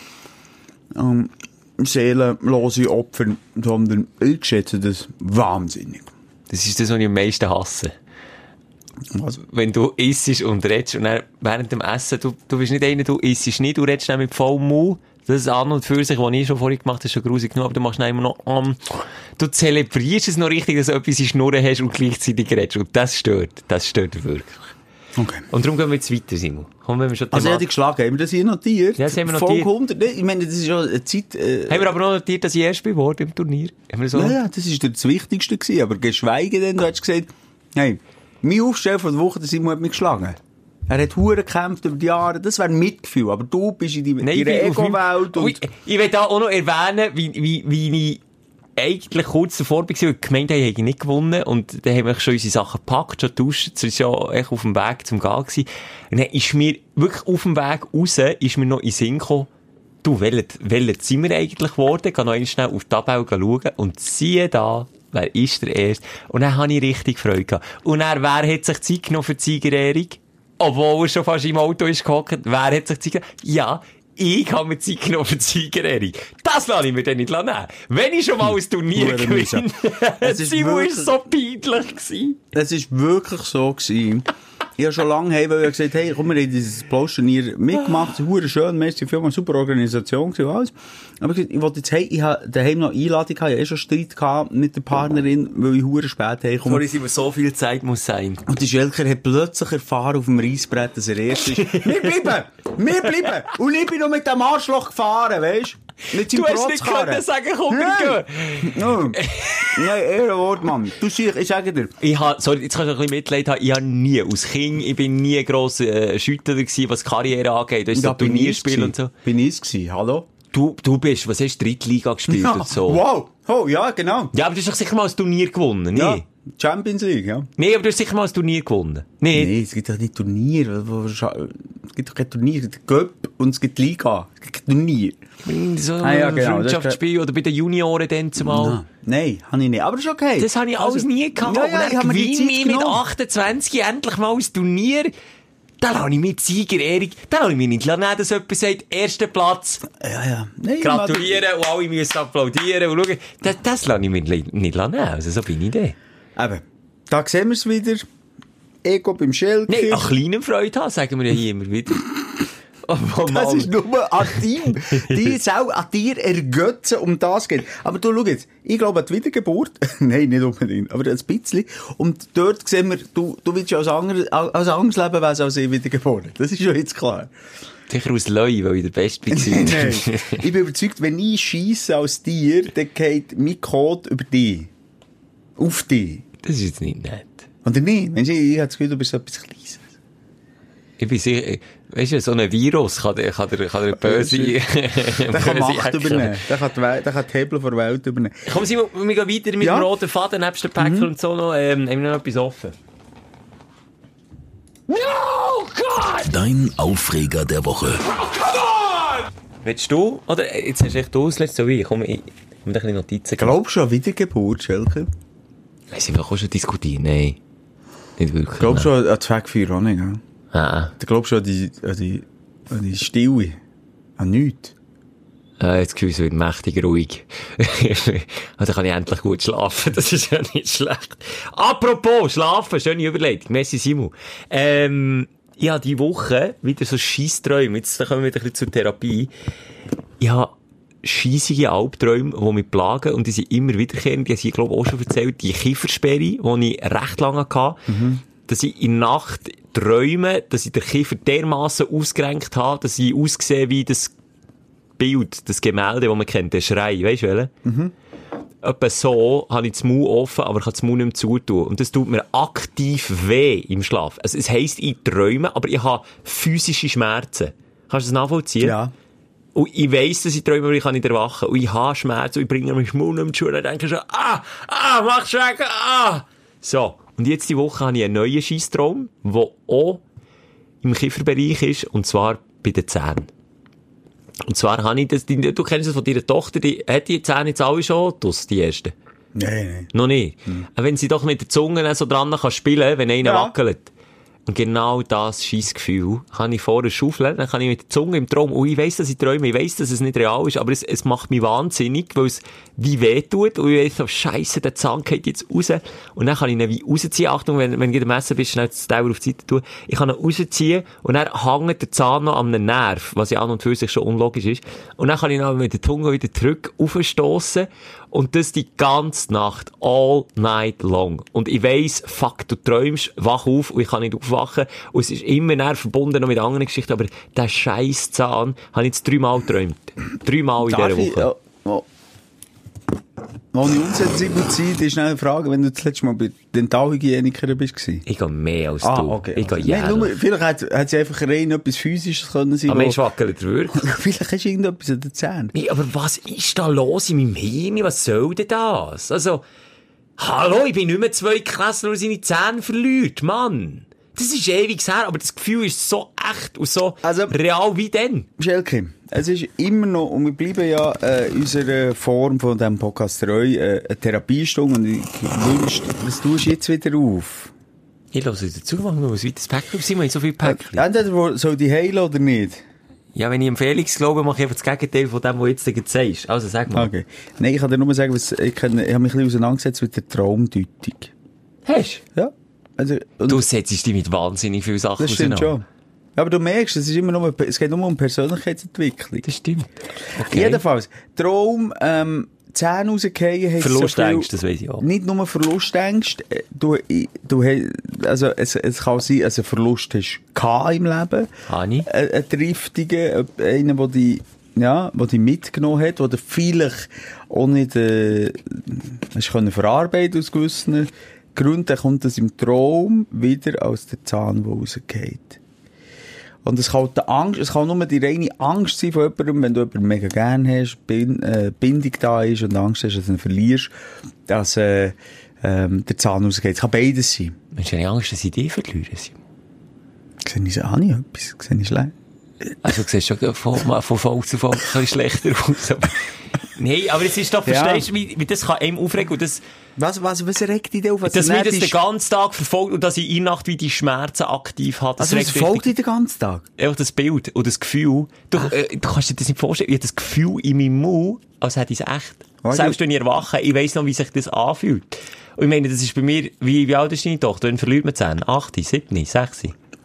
ähm, seelenlose Opfer, sondern ich schätze das wahnsinnig. Das ist das, was ich am meisten hasse. Was? Wenn du isst und redest und dann während dem Essen, du, du bist nicht einer, du isst nicht, du redest dann mit vollem Mund. Das ist an und für sich, was ich schon vorhin gemacht habe, ist schon grusig genug, aber du machst dann immer noch, um, du zelebrierst es noch richtig, dass du etwas in Schnurren hast und gleichzeitig redest. Und das stört, das stört wirklich. Okay. Und darum gehen wir jetzt weiter, Simon. Komm, wenn wir schon also, ich hätte geschlagen, haben wir das hier notiert? Ja, das haben wir Folge notiert. hundert, ne? Ich meine, das ist schon eine Zeit, äh... Haben wir aber noch notiert, dass ich erst bin worden im Turnier? Haben wir so? Ja, ja, das war das Wichtigste gewesen, aber geschweige denn, du hast gesagt, hey, mein Aufstell von der Woche, der Simon hat mich geschlagen. Er hat Huren gekämpft über die Jahre, das wäre ein Mitgefühl, aber du bist in deiner Ego-Welt und... Ich, ich will da auch noch erwähnen, wie, wie, wie ich eigentlich kurz davor war, und gemeint habe, ich hätte nicht gewonnen, und dann haben wir schon unsere Sachen gepackt, schon getauscht, es war ja echt auf dem Weg zum Gehen gewesen. Und dann ist mir wirklich auf dem Weg raus, ist mir noch in den Sinn gekommen, du, welches, welches sind wir eigentlich geworden? Ich kann noch einmal schnell auf die Tabelle schauen, und siehe da, wer ist der Erste? Und dann habe ich richtig Freude gehabt. Und dann, wer hat sich Zeit genommen für die Siegerehrung? Obwohl er schon fast im Auto ist gehockt. Wer hat sich Zeit genommen? Ja, ich habe mir Zeit genommen für die Siegerehrung. Das lasse ich mir dann nicht nehmen. Wenn ich schon mal ein Turnier gewinne. Simon war so peinlich gewesen. Es war wirklich so gewesen. Ich habe schon lange hey, weil ich gesagt hey, komm, wir haben dieses Bloß-Turnier mitgemacht. Es war schön, merci vielmal, super Organisation gewesen, alles. Aber ich, ich wollte jetzt, hey, ich habe daheim noch Einladung gehabt, ich habe eh schon Streit gehabt mit der Partnerin, weil ich hure spät heimkomme. Sorry, Simon, so viel Zeit muss sein. Und die Schelker hat plötzlich erfahren auf dem Reissbrett, dass er erst ist. Wir bleiben! Wir bleiben! Und ich bin noch mit dem Arschloch gefahren, weisst du? Mit seinem Du hast nicht können sagen, komm, wir gehen. Nein, nein, Ehrenwort, Mann. Du siehst, ich sage dir. Ich ha, sorry, jetzt kannst du ein bisschen Mitleid haben. Ich habe nie, als Kind, ich bin nie ein grosser äh, Schüttler gewesen, was Karriere angeht. Das ist so Turnierspiel und so. Bin ich gewesen, hallo? Du, du bist, was hast du, Drittliga gespielt ja, und so? Wow! Oh, ja, genau. Ja, aber du hast doch sicher mal ein Turnier gewonnen, ja. nee? Champions League, ja. Nee, aber du hast sicher mal ein Turnier gewonnen. Nee. Nee, es gibt doch nicht Turnier. Es gibt doch kein Turnier. Es gibt Cup und es gibt Liga. Es gibt kein Turnier. So ah, ja, genau. Freundschaftsspiel oder bei den Junioren dann zumal. No. Nein, habe ich nicht. Aber das ist okay. Das habe ich alles also, nie gehabt. Ja, ja, und ich habe mir die Zeit mit achtundzwanzig endlich mal ein Turnier. Da lasse ich mir die Siegerehrung, da lasse ich mir nicht nehmen, dass jemand sagt, erster Platz. Ja, ja. Nein, gratulieren und alle müssen applaudieren und schauen. Das, das lasse ich mir nicht nehmen. Also so bin ich da. Eben. Da sehen wir es wieder. Ego beim Schelker. Nein, an kleiner Freude haben, sagen wir ja hier immer wieder. Oh, das ist nur an dir. Die Sau an dir ergötzen, um das geht. Aber du, schau jetzt. Ich glaube an die Wiedergeburt. Nein, nicht unbedingt. Aber ein bisschen. Und dort sehen wir, du, du willst ja als anderes, als anderes Lebewesen als ich wiedergeboren. Das ist schon jetzt klar. Sicher aus Leu, weil ich der Beste bin. Nein. Ich bin überzeugt, wenn ich scheisse als Tier, dann geht mein Code über dich. Auf dich. Das ist jetzt nicht nett. Oder nicht? Mensch, ich, ich habe das Gefühl, du bist so etwas Kleines. Ich bin sicher, weißt du, so ein Virus kann der, kann der, kann der böse, der kann Macht übernehmen. Der kann, die, der kann die Hebel der Welt übernehmen. Komm, Simon, wir gehen weiter mit ja. dem roten Faden, nebst dem Päckchen mhm. und so noch, ähm, haben wir noch etwas offen. No, God! Dein Aufreger der Woche. Oh, come on! Willst du, oder, jetzt hast du echt ausgelöst, so wie ich, komm, ich, ich muss ein bisschen Notizen geben. Glaubst du an Wiedergeburt, Schelker? Weiss ich, wir können schon diskutieren, nein. Nicht wirklich. Glaubst du an die Zweckfeuer auch nicht, ja? Ah. Du glaubst du an die, an die, an die Stille? An nichts? Äh, jetzt Gefühl, es wird mächtig ruhig. Also kann ich endlich gut schlafen. Das ist ja nicht schlecht. Apropos schlafen, schöne Überleitung. Merci Simon. Ähm, ich habe diese Woche wieder so Scheissträume. Jetzt kommen wir wieder ein bisschen zur Therapie. Ich habe scheissige Albträume, die mich plagen, und die sind immer wiederkehrend. Die habe ich, glaube ich, auch schon erzählt. Die Kiefersperre, die ich recht lange hatte. Mhm. Dass ich in der Nacht träume, dass ich den Kiefer dermassen ausgerenkt habe, dass ich aussehe wie das Bild, das Gemälde, das man kennt, der Schrei, weisst du welchen? Mhm. Etwa so habe ich das Maul offen, aber ich kann das Maul nicht mehr zutun. Und das tut mir aktiv weh im Schlaf. Also es heisst, ich träume, aber ich habe physische Schmerzen. Kannst du das nachvollziehen? Ja. Und ich weiss, dass ich träume, aber ich kann nicht erwachen. Und ich habe Schmerzen und ich bringe mir das Maul nicht mehr zu und dann denke ich schon, ah, ah, mach Schrecken, ah. So. Und jetzt die Woche habe ich einen neuen Scheisstraum, der auch im Kieferbereich ist, und zwar bei den Zähnen. Und zwar habe ich das, du kennst das von deiner Tochter, die hat die Zähne jetzt alle schon aus, die ersten? Nein, nein. Noch nicht? Hm. Wenn sie doch mit der Zunge so dran kann spielen, wenn einer ja. wackelt. Und genau das Scheissgefühl kann ich vorher schaufeln, dann kann ich mit der Zunge im Traum, und ich weiss, dass ich träume, ich weiss, dass es nicht real ist, aber es, es macht mich wahnsinnig, weil es wie weh tut, und ich weiss so, scheisse, der Zahn geht jetzt raus, und dann kann ich ihn wie rausziehen, Achtung, wenn, wenn du am Essen bist, schnell das Dauer auf die Seite tun, ich kann ihn rausziehen, und dann hängt der Zahn noch an einem Nerv, was ja an und für sich schon unlogisch ist, und dann kann ich ihn mit der Zunge wieder zurück aufstossen, und das die ganze Nacht, all night long. Und ich weiss, fuck, du träumst, wach auf, und ich kann nicht aufwachen. Und es ist immer näher verbunden noch mit anderen Geschichten, aber der scheiß Zahn habe ich jetzt dreimal geträumt. Dreimal in dieser Woche. Ich, oh, oh. Ohne unsensibel zu sein, ist schnell eine Frage, wenn du das letzte Mal bei Dentalhygienikerin bist. Ich gehe mehr als ah, du. Okay. Ich gehe Nein, nur, vielleicht hat, hat sie einfach rein etwas Physisches können sein. Aber Mensch wackelt wirklich. Vielleicht hast du irgendetwas an den Zähnen. Nee, aber was ist da los in meinem Hirn? Was soll denn das? Also, hallo, ich bin nicht mehr zwei Klassen, der seine Zähne verliert, Mann. Das ist ewig her, aber das Gefühl ist so echt und so also, real wie denn. Schelke, es ist immer noch, und wir bleiben ja äh, in unserer Form von diesem Podcast treu, äh, eine Therapiestunde, und ich wünsche, was tust du jetzt wieder auf? Ich lasse es dazu, machen wir ein weiteres Päckchen, sind wir so viele Päckchen. Äh, entweder soll die heilen oder nicht? Ja, wenn ich dem Felix glaube, mache ich einfach das Gegenteil von dem, was du jetzt sagst. Also sag mal. Okay. Nein, ich kann dir nur sagen, was, ich, kann, ich habe mich ein bisschen auseinandergesetzt mit der Traumdeutung. Hast du? Ja. Also, du setzt dich mit wahnsinnig vielen Sachen das stimmt schon. Ja, aber du merkst, es, ist immer nur, es geht nur um Persönlichkeitsentwicklung. Das stimmt. Okay. Jedenfalls, Traum, ähm, Zähne rausgehen, Verlustängst, so das weiss ich auch. Nicht nur Verlustängst, du, du, also, es, es kann sein, also Verlust hast du im Leben. Hani? Ein, ein Triftiger, einer, der dich, ja, der dich mitgenommen hat, der du vielleicht auch nicht, äh, hast können verarbeiten aus gewissen Gründen, dann kommt das im Traum wieder aus der Zahn, der rausgeht. Und es kann, die Angst, es kann nur die reine Angst sein von jemandem, wenn du jemanden mega gern hast, Bin, äh, Bindung da ist und Angst hast, dass du ihn verlierst, dass äh, ähm, der Zahn rausgeht. Es kann beides sein. Hast du eine Angst, dass ich dich verliere? Sehe ich auch nicht etwas? Sehe ich schlecht? Also du siehst schon von, von Folge zu Folge ein bisschen schlechter aus. Aber nein, aber es ist doch, verstehst du, ja. wie, wie das kann einem aufregen und das... Was, was, was regt dich denn auf? Dass mich das den ganzen Tag verfolgt und dass ich in der Nacht wie die Schmerzen aktiv habe. Das also was verfolgt dich den ganzen Tag? Einfach das Bild und das Gefühl. Du, äh, du kannst dir das nicht vorstellen. Ich habe das Gefühl in meinem Mund, als hätte ich es echt. Okay. Selbst wenn ich erwache, ich weiss noch, wie sich das anfühlt. Und ich meine, das ist bei mir, wie, wie alt ist deine Tochter? Dann verliert man zehn, acht, sieben, sechs.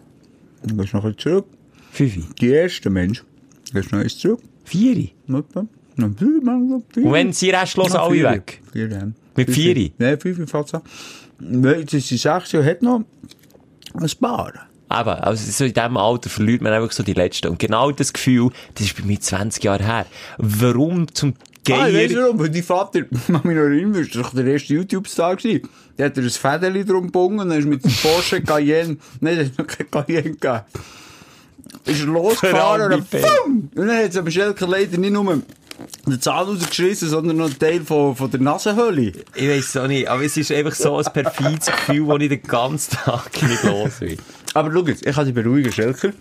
Du gehst noch ein zurück. Fünf. Die erste Mensch. Du gehst noch eins zurück. Vier. Und wenn sie restlos alle vier. Weg? Vier, ja. Mit vier? Nein, fünf fällt es an. Jetzt ist sie sechs und hat noch ein paar. Eben, also so in diesem Alter verliert man einfach so die Letzten. Und genau das Gefühl, das ist bei mir zwanzig Jahre her. Warum zum Geier... Ah, ich weiss warum, weil dein Vater, man mich noch erinnern, das war doch der erste YouTube-Star gewesen. Der hat er ein Fädeli drum gebunden und dann ist mit dem Porsche Cayenne, nein, das hat noch kein Cayenne gegeben. Ist er losgefahren und dann, und dann hat es aber Schelker leider nicht nur den Zahn rausgeschissen, sondern noch einen Teil von, von der Nasenhöhle. Ich weiss es auch nicht, aber es ist einfach so ein perfides Gefühl, das ich den ganzen Tag nicht los will. Aber schau jetzt, ich kann dich beruhigen, Schelker.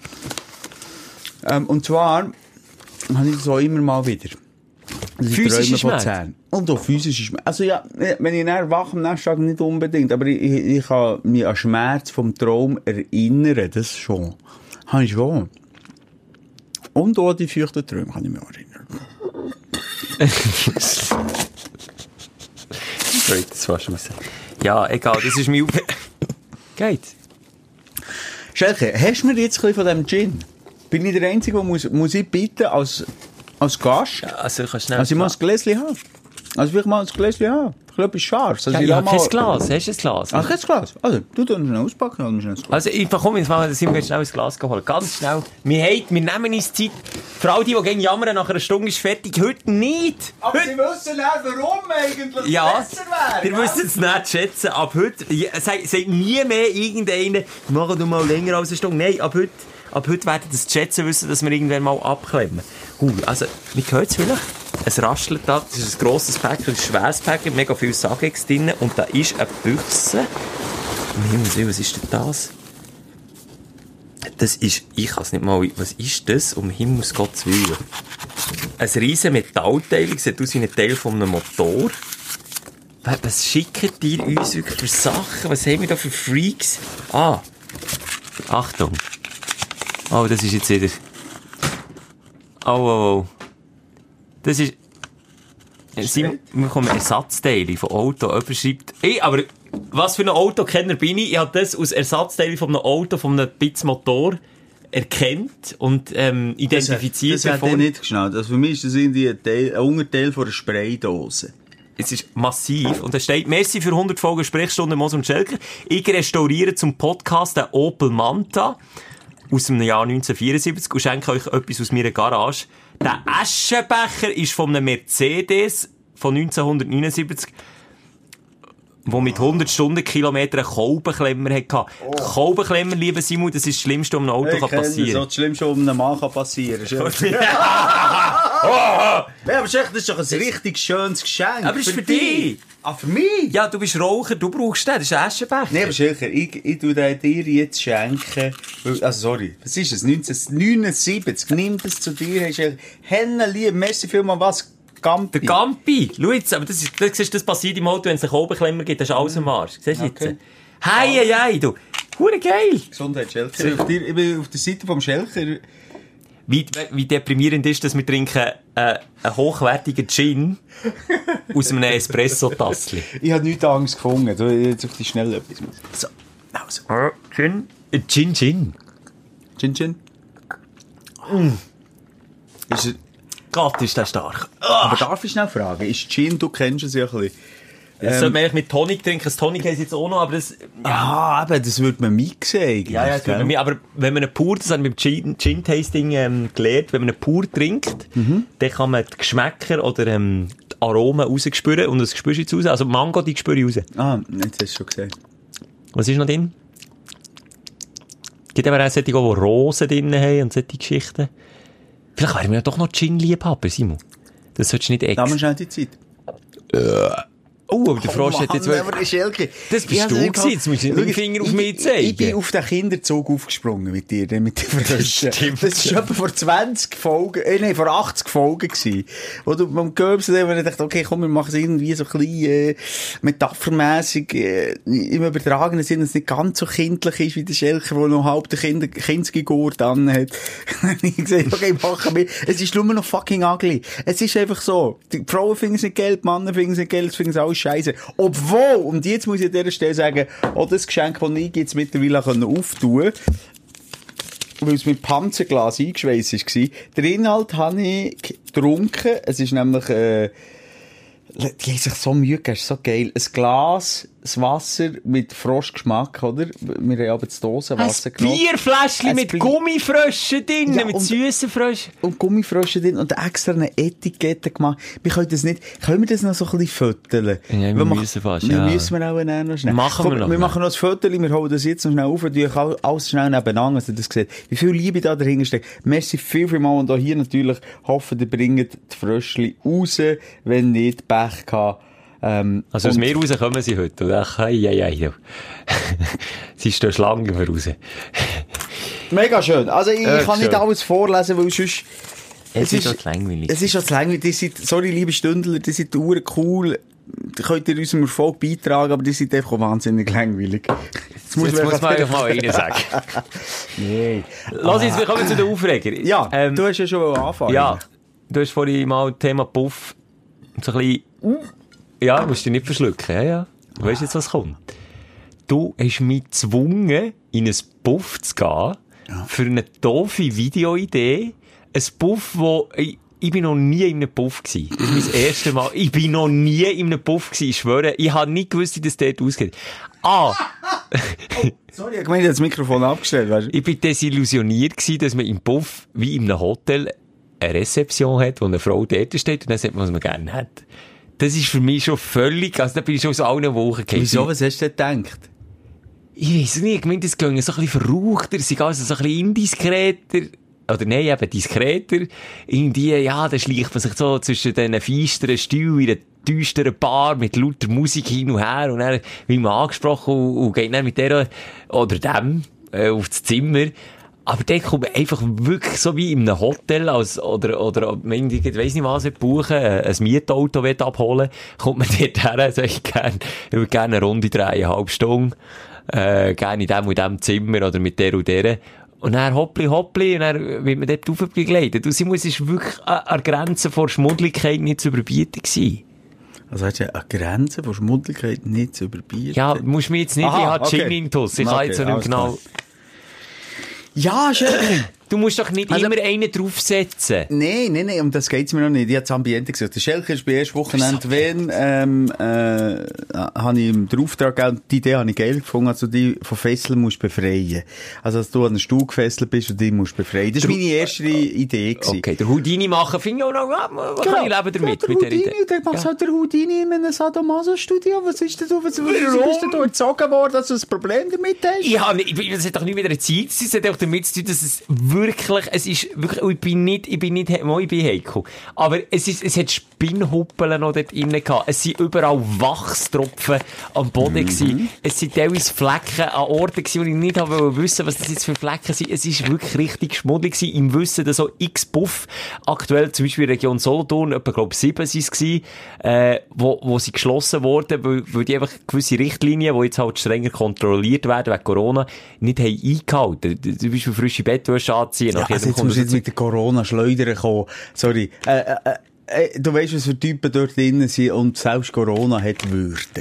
Ähm, und zwar habe ich das auch immer mal wieder. Physische Schmerzen? Und auch physische Schmerzen. Also ja, wenn ich dann wach am nächsten Tag nicht unbedingt, aber ich, ich, ich kann mich an Schmerz vom Traum erinnern, das schon. Habe ich schon. Und auch die feuchten Träume kann ich mich erinnern. Das fast raus. Ja, egal, das ist mein Auf... Geht. Schelke, hast du mir jetzt ein bisschen von diesem Gin? Bin ich der Einzige, der muss, muss ich bitten, als, als Gast? Ja, also ich kann schnell... Also ich muss ein Gläschen haben. Also vielleicht mal ein Gläschen haben. Ich glaube, es ist scharf. Also ja, ich ich habe mal... kein Glas. Hast du ein Glas? Ach, kein Glas? Also, du darfst schnell auspacken oder schnell ein Glas? Also ich komm, jetzt machen wir sind wir schnell ein Glas geholt. Ganz schnell. Wir, haben, wir nehmen uns Zeit. Für all die, die gegen jammern, nach einer Stunde ist fertig. Heute nicht. Aber heute... Sie wissen nicht, warum eigentlich ja, besser wäre. Wir müssen es nicht schätzen. Ab heute... Sagt nie mehr irgendeiner, machen wir mal länger als eine Stunde. Nein, ab heute... Ab heute werden das zu schätzen wissen, dass wir irgendwann mal abklemmen. Uh, also, wie hört es vielleicht? Es raschelt da, das ist ein grosses Päckchen, ein schweres Päckchen, mega viel Sagex drin und da ist eine Büchse. Um Himmels Willen, was ist denn das? Das ist, ich kann es nicht mal, was ist das? Um Himmels Gottes Willen. Ein riesen Metallteil, sieht aus wie ein Teil von einem Motor. Was schicken die uns wirklich für Sachen? Was haben wir da für Freaks? Ah, Achtung. Oh, das ist jetzt wieder... Oh, oh, oh. Das ist... Sie, wir bekommen Ersatzteile von Auto. Jemand schreibt... Ey, aber was für ein Autokenner bin ich? Ich habe das aus Ersatzteilen von einem Auto, von einem Bits Motor erkennt und ähm, identifiziert. Das, das hat er nicht geschnallt. Also für mich ist das irgendwie ein, Teil, ein Unterteil von einer Spraydose. Es ist massiv. Und da steht, merci für hundert Folgen Sprechstunde Moser und Schelker. Ich restauriere zum Podcast den Opel Manta aus dem Jahr neunzehnhundertvierundsiebzig und schenke euch etwas aus meiner Garage. Der Aschenbecher ist von einem Mercedes von neunzehnhundertneunundsiebzig, der mit hundert Stundenkilometern einen Kolbenklemmer hatte. Oh. Kolbenklemmer, lieber Simon, das ist das Schlimmste, was einem Auto ich kann passieren kann. Das, das Schlimmste, was einem Mann kann passieren kann. Ja, aber das ist doch ein richtig schönes Geschenk. Aber es ist für, für dich. Ah, für mich? Ja, du bist Raucher, du brauchst den, das ist ein Aschenbecher. Nein, aber Schilcher, ich, ich tue den dir jetzt schenken. Also, sorry, was ist es? neunzehnhundertneunundsiebzig. Nimm das zu dir, hast du Hennen lieb, merci vielmal was. Gampi. Der Gampi. Schau jetzt, aber das, ist, das, das, das passiert im Auto, wenn es einen Kolbenklemmer gibt, das ist alles am Arsch. Siehst du okay. jetzt? Hei, hei, hei, du. Hure geil. Gesundheit, Schelker. Ich bin auf der Seite vom Schelker. Wie, wie deprimierend ist das, wir trinken äh, einen hochwertigen Gin aus einem Espresso-Tassli. Ich habe nichts Angst gefunden. Du, jetzt auf die schnell etwas muss. So, also. Uh, Gin. Uh, Gin, Gin. Gin, Gin. Mm. Ist, Gott, ist der stark. Aber darf ich schnell fragen, ist Gin, du kennst es ja ein bisschen. Das ähm, sollte man eigentlich mit Tonic trinken. Das Tonic heisst jetzt auch noch, aber das... Ja, eben, das würde man mixen eigentlich. Ja, ja, das würde man, aber wenn man einen pur, das haben wir beim Gin-Tasting ähm, gelernt, wenn man einen pur trinkt, mhm. dann kann man die Geschmäcker oder ähm, die Aromen rausspüren und das spürst du jetzt raus. Also Mango, die spüre ich raus. Ah, jetzt hast du schon gesagt. Was ist noch drin? Es gibt aber auch solche, die Rosen drin haben und solche Geschichten. Vielleicht wären wir ja doch noch Gin-Liebhaber, Simon. Das solltest du nicht extra. Da haben wir schnell die Zeit. Äh... Oh, aber der Frosch oh hat jetzt wirklich... Das bist ja, du gewesen, jetzt musst du den Finger auf mich zeigen. Ich bin auf den Kinderzug aufgesprungen mit dir, mit den Fröschen. Das war schon etwa vor zwanzig Folgen, äh, nein, vor achtzig Folgen gewesen. Wo du beim Göbsen, wo ich dachte, okay, komm, wir machen es irgendwie so ein bisschen, äh, metaphermässig, äh, im übertragenen Sinne, dass es nicht ganz so kindlich ist wie der Schelker, der noch halb den Kinder, Kindsgegurt an hat. Ich gesagt, okay, machen wir. Es ist nur noch fucking ugly. Es ist einfach so. Die Frauen finden es nicht geil, die Männer finden es nicht geil, das finden es alles Scheiße. Obwohl, und jetzt muss ich an dieser Stelle sagen, auch das Geschenk, das ich jetzt mittlerweile auftun konnte, weil es mit Panzerglas eingeschweißt war, den Inhalt habe ich getrunken. Es ist nämlich, äh, die haben sich so Mühe gegeben, ist so geil. Ein Glas, das Wasser mit Froschgeschmack, oder? Wir haben aber das Dosenwasser genommen. Ein Bierfläschchen mit Bier. Gummifröschen drin, ja, mit süßen Fröschen. Und Gummifröschen drin und extra eine Etikette gemacht. Wir können das nicht, können wir das noch so ein bisschen föteln? Ja, wir, wir müssen fast, ja. Wir müssen wir auch noch schnell. Machen Komm, wir noch. Wir machen noch ein Föteli, wir holen das jetzt noch schnell auf und tun alles schnell nebeneinander, dass ihr das seht. Wie viel Liebe da dahinter steckt. Merci viel, viel mal und auch hier natürlich hoffen, ihr bringt die Fröschli raus, wenn nicht Pech gehabt. Ähm, also aus mir raus kommen sie heute, oder? Ach, ei, ei, ei. Sie stehen Schlangen raus. Mega schön. Also ich äh, kann schön. nicht alles vorlesen, weil sonst... Es, es ist schon zu langweilig. Es ist schon zu langweilig. Die sind, sorry, liebe Stündler, die sind verdammt cool. Die könnt ihr unserem Erfolg beitragen, aber die sind einfach wahnsinnig langweilig. Jetzt muss, Jetzt man, muss man einfach mal einen sagen. Nee. Lass uns, wir kommen zu den Aufregern. Ja, ähm, du hast ja schon angefangen. Ja, du hast vorhin mal Thema Puff Und so ein bisschen, ja, musst du dich nicht verschlucken, ja, ja. Du weißt jetzt, was kommt. Du hast mich gezwungen, in ein Puff zu gehen, ja. Für eine doofe Videoidee. Ein Puff, wo, ich, ich bin noch nie in einem Puff gewesen. Das ist mein erstes Mal. Ich bin noch nie in einem Puff gewesen, ich schwöre. Ich habe nicht gewusst, wie das dort ausgeht. Ah! Sorry, ich meine, ich habe das Mikrofon abgestellt, weißt du? Ich bin desillusioniert gewesen, dass man im Puff, wie in einem Hotel, eine Rezeption hat, wo eine Frau dort steht und dann sagt man, was man gerne hat. Das ist für mich schon völlig, also da bin ich schon aus allen Wochen gekommen. Wieso, was hast du denn gedacht? Ich weiss nicht, ich meine, das ging so ein bisschen verrauchter, sie gehen also so ein bisschen indiskreter. Oder nein, eben diskreter. Irgendwie, ja, da schleicht man sich so zwischen diesen feisteren Stühlen in einer düsteren Bar mit lauter Musik hin und her und dann wird man angesprochen und, und geht dann mit der oder dem äh, aufs Zimmer. Aber dann kommt man einfach wirklich so wie in einem Hotel als, oder, oder, wenn ich weiss nicht was buchen, ein Mietauto abholen, kommt man dort her, sag ich gerne, ich würde gerne eine Runde drehen, eine halbe Stunde, äh, gerne in dem und dem Zimmer oder mit der und der. Und dann hoppli hoppli, und dann wird man dort raufbegleitet. Und sie muss ist wirklich an der Grenze vor Schmuddeligkeit nicht zu überbieten gewesen. Also hast du ja eine Grenze von Schmuddeligkeit nicht zu überbieten? Ja, musst mir jetzt nicht, Aha, ich habe okay. Gin intus. Ich kann okay, jetzt nicht genau... Klar. Ja, schön. Du musst doch nicht also, immer einen draufsetzen. Nein, nein, nein, um das geht's mir noch nicht. Ich habe das Ambiente gesagt. Der Schelker ist bei erst Wochenende, wenn, ähm, äh, habe ich ihm den Auftrag gegeben, die Idee habe ich geil gefunden, also die von Fesseln musst befreien. Also, dass du an einen Stuhl gefesselt bist und die musst befreien. Das war meine erste Idee gewesen. Okay, der Houdini machen, finde ich auch noch, ja, man kann ich leben damit, ja, mit der Houdini, Idee. Dann machst du halt der Houdini in einem Sadomaso-Studio. Was ist denn du, was, was bist denn du erzogen worden, dass du ein Problem damit hast? Ich habe nicht, das hat doch nicht mit einer Zeit, es hat auch damit zu tun, dass es wirklich, es ist wirklich, ich bin nicht, ich bin nicht, mal, ich bin heikel. Aber es ist, es hat Spinnhuppeln noch dort innen gehabt. Es sind überall Wachstropfen am Boden mhm. gewesen. Es sind teilweise Flecken an Orten gewesen, wo ich nicht habe wissen, was das jetzt für Flecken sind. Es ist wirklich richtig schmuddelig gewesen, im Wissen, dass so x Puff, aktuell zum Beispiel Region Solothurn, etwa, glaub, sieben sind es gewesen, äh, wo, wo sie geschlossen wurden, weil, weil die einfach gewisse Richtlinien, die jetzt halt strenger kontrolliert werden wegen Corona, nicht haben eingehalten. Zum Beispiel frische Bettwäsche anziehen. Ja, also jetzt musst du jetzt mit der Corona-Schleudern kommen. Sorry. Äh, äh, äh, du weißt, was für Typen dort drinnen sind und selbst Corona hat Würde.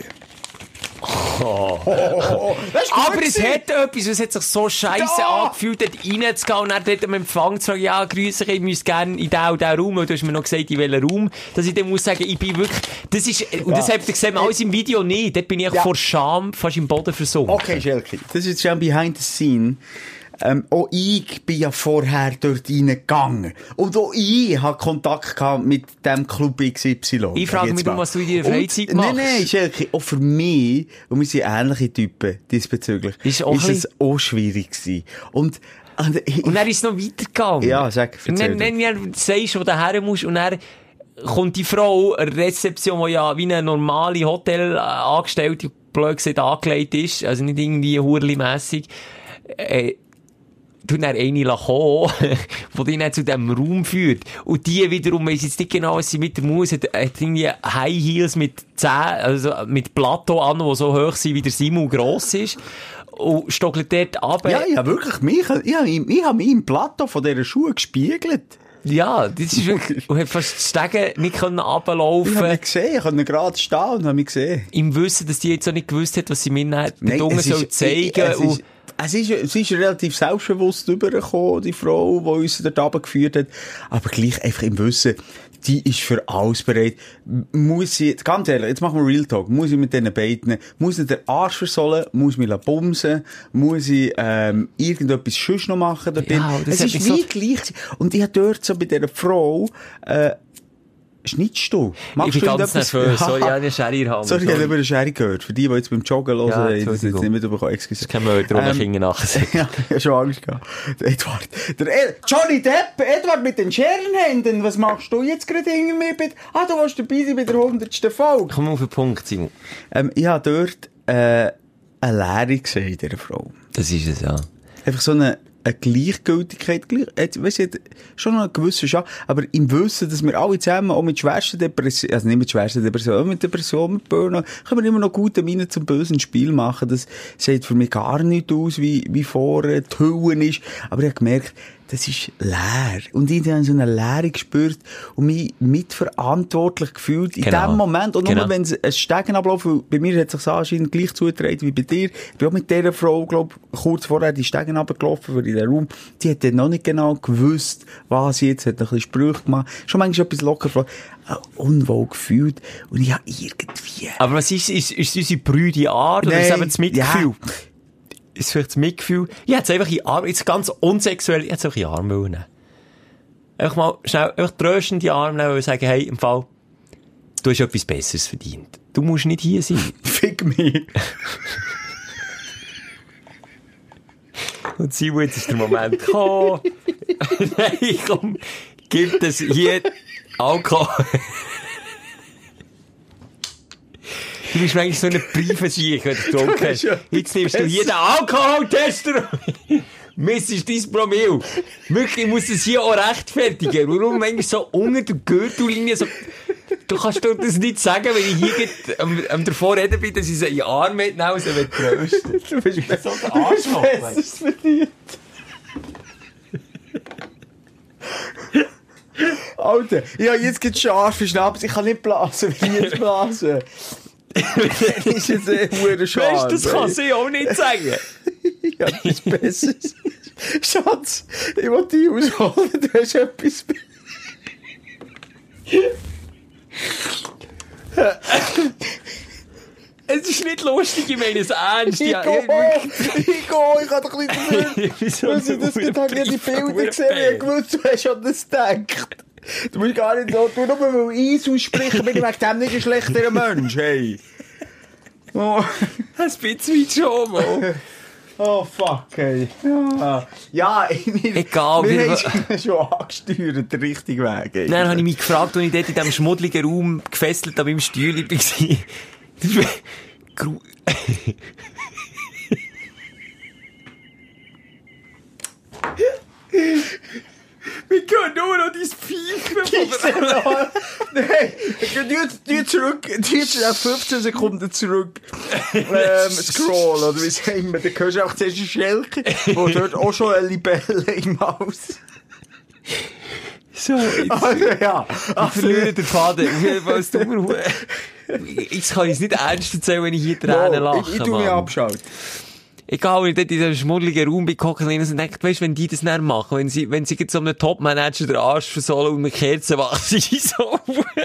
Oh. Oh, oh, oh. Aber es hat etwas, es hat sich so scheisse angefühlt, dort reinzugehen und dann dort am Empfang zu sagen, ja, grüße ich, ich müsste gerne in den und den Raum, und du hast mir noch gesagt, in welchen Raum, dass ich dann muss sagen, ich bin wirklich, das ist, und ja. Das habt ihr gesehen, alles im Video nicht, dort bin ich ja. vor Scham fast im Boden versunken. Okay, Schelke, das ist schon behind the scene. Ähm, auch ich bin ja vorher dort reingegangen. Und auch ich hatte Kontakt gehabt mit dem Club X Y. Ich frage mich nur, was du in deiner Freizeit machst. Nein, nein, Schelke, auch für mich, und wir sind ähnliche Typen diesbezüglich, ist, auch ist es auch schwierig gewesen. Und, und, ich, und dann ist es noch weitergegangen. Ja, sag, erzähl. Und dann, dann sagst du, wo du her musst, und dann kommt die Frau, eine Rezeption, die ja wie eine normale Hotelangestellte, blöd gesagt, angelegt ist, also nicht irgendwie hurli-mässig, äh, du dann eine kommen, die dich dann zu diesem Raum führt. Und die wiederum, weiss jetzt nicht genau, was sie mit der Maus hat, hat irgendwie High Heels mit zehn, also mit Plateau an, die so hoch sind, wie der Simon gross ist. Und stockelt dort runter. Ja, ja, wirklich, mich, ich habe ich hab mich im Plateau von dieser Schuhe gespiegelt. Ja, das ist wirklich, und hat fast die Stege nicht runterlaufen. Ich habe mich gesehen, ich konnte gerade stehen und habe mich gesehen. Im Wissen, dass die jetzt auch nicht gewusst hat, was sie mir dann den Jungen soll zeigen soll. Es ist, es ist relativ selbstbewusst rübergekommen, die Frau, die uns dort runtergeführt hat. Aber gleich einfach im Wissen, die ist für alles bereit. Muss sie, ganz ehrlich, jetzt machen wir Real Talk, muss ich mit diesen beiden, muss ich den Arsch versollen, muss ich mich bumsen, muss ich, ähm, irgendetwas sonst noch machen dort. Ja, es ist wie so gleich. Und ich habe dort so bei dieser Frau, äh, schnittst du? Machst ich bin ganz nervös. Sorry, ich habe eine Schere in der Hand. Sorry, ich habe über eine Schere gehört. Für die, die jetzt beim Joggen hören, ja, das jetzt nicht mitbekommen. Excuse. Das können wir heute ähm, Kinder nachsehen. Ja, ich habe schon Angst gehabt. Edward. Der El Johnny Depp, Edward mit den Scherenhänden. Was machst du jetzt gerade hinter mir? Ah, du warst dabei sein bei der hundertsten Folge. Komm auf den Punkt, Simon. Ähm, ich habe dort, äh, eine Lehre gesehen in dieser Frau. Das ist es, ja. Einfach so eine, eine Gleichgültigkeit, gleich, jetzt, weißt du, schon noch einen gewissen Scham, aber im Wissen, dass wir alle zusammen auch mit schwersten Depressionen, also nicht mit schwersten Depressionen, aber mit Depressionen, mit Burnout, können wir immer noch gute Miene zum bösen Spiel machen. Das sieht für mich gar nicht aus, wie, wie vorher die Hülle ist. Aber ich habe gemerkt, das ist leer. Und ich habe so eine Leere gespürt und mich mitverantwortlich gefühlt in Genau. dem Moment. Und Genau. nur wenn es ein Stegen abläuft, weil bei mir hat es sich anscheinend gleich zugetragen wie bei dir. Ich bin auch mit dieser Frau, glaube kurz vorher die Stegen abgelaufen für in den Raum. Die hat dann noch nicht genau gewusst, was sie jetzt hat, ein bisschen Sprüche gemacht. Schon manchmal etwas locker gefragt. Äh, unwohl gefühlt. Und ich habe irgendwie... Aber was ist, ist, ist unsere brüde Art oder Nein, ist es eben das Mitgefühl? ja. Ist vielleicht das Mitgefühl? Ich hätte es einfach in die Arme, jetzt ganz unsexuell, ich hätte es einfach in die Arme nehmen. Einfach mal schnell, einfach tröstend in die Arme nehmen und sagen, hey, im Fall, du hast etwas Besseres verdient. Du musst nicht hier sein. Fick mich. Und Simon, jetzt ist der Moment gekommen. Nein, komm, gibt es hier Alkohol. Du bist eigentlich so eine Briefensieg, wenn du getrunken hast. Jetzt nimmst du hier den Alkoholtester. Missest dein Promille. Wirklich, ich muss das hier auch rechtfertigen. Warum manchmal so unter der Gürtellinie so... Du kannst doch das nicht sagen, wenn ich hier am, am davor reden bin, dass ich sie in die Arme mitnehme und sie trösten. Du bist so ein Arschloch. Besseres verdient. Alter, ja, jetzt gibt's scharfe Schnaps. Ich kann nicht blasen, wie ich jetzt blasen. Das ist jetzt eh hure schade. Weißt du, das kann sie auch nicht sagen. Ja, das ist besser. Schatz, ich will dich ausholen. Du hast etwas... Es ist nicht lustig, ich meine es ernst. Ich Ja, gehe, ja, ich gehe, ich kann doch nicht dafür. Wieso Weil sie das gedacht, ich habe die Bilder gesehen, ich habe gewusst, du hast an das gedacht. Du musst gar nicht so tun, nur weil ich es ausspreche, bin ich wegen dem nicht ein schlechterer Mensch, hey. Oh, ein bisschen weit schon, Mo. oh fuck, hey. Ja, ja wir, Egal, wir wir- haben es schon angesteuert, den richtigen Weg. Ey. Dann habe ich mich gefragt, als ich dort in diesem schmuddeligen Raum gefesselt an meinem Stühle war. Das ist gru- Wir können nur noch dein Pfeifen von Nein, die, die zurück, die jetzt auf fünfzehn Sekunden zurück, ähm, scrollen, oder wie sagen wir, dann hörst du auch zuerst eine Schelke, wo dort auch schon eine Libelle im Haus. So, jetzt, Also, ja. ich verliere den Faden. Auf jeden Fall, es tut mir hu- Jetzt kann ich es nicht ernst erzählen, wenn ich hier Tränen lache. ich, ich tu mich Mann. abschalten. Egal, wenn ich dort in diesem schmuddeligen Raum bin, gehockt und ich denke, weißt, wenn die das nicht machen, wenn sie, wenn sie jetzt so einem Top-Manager den Arsch versohlen und mit Kerzen wachsen, so,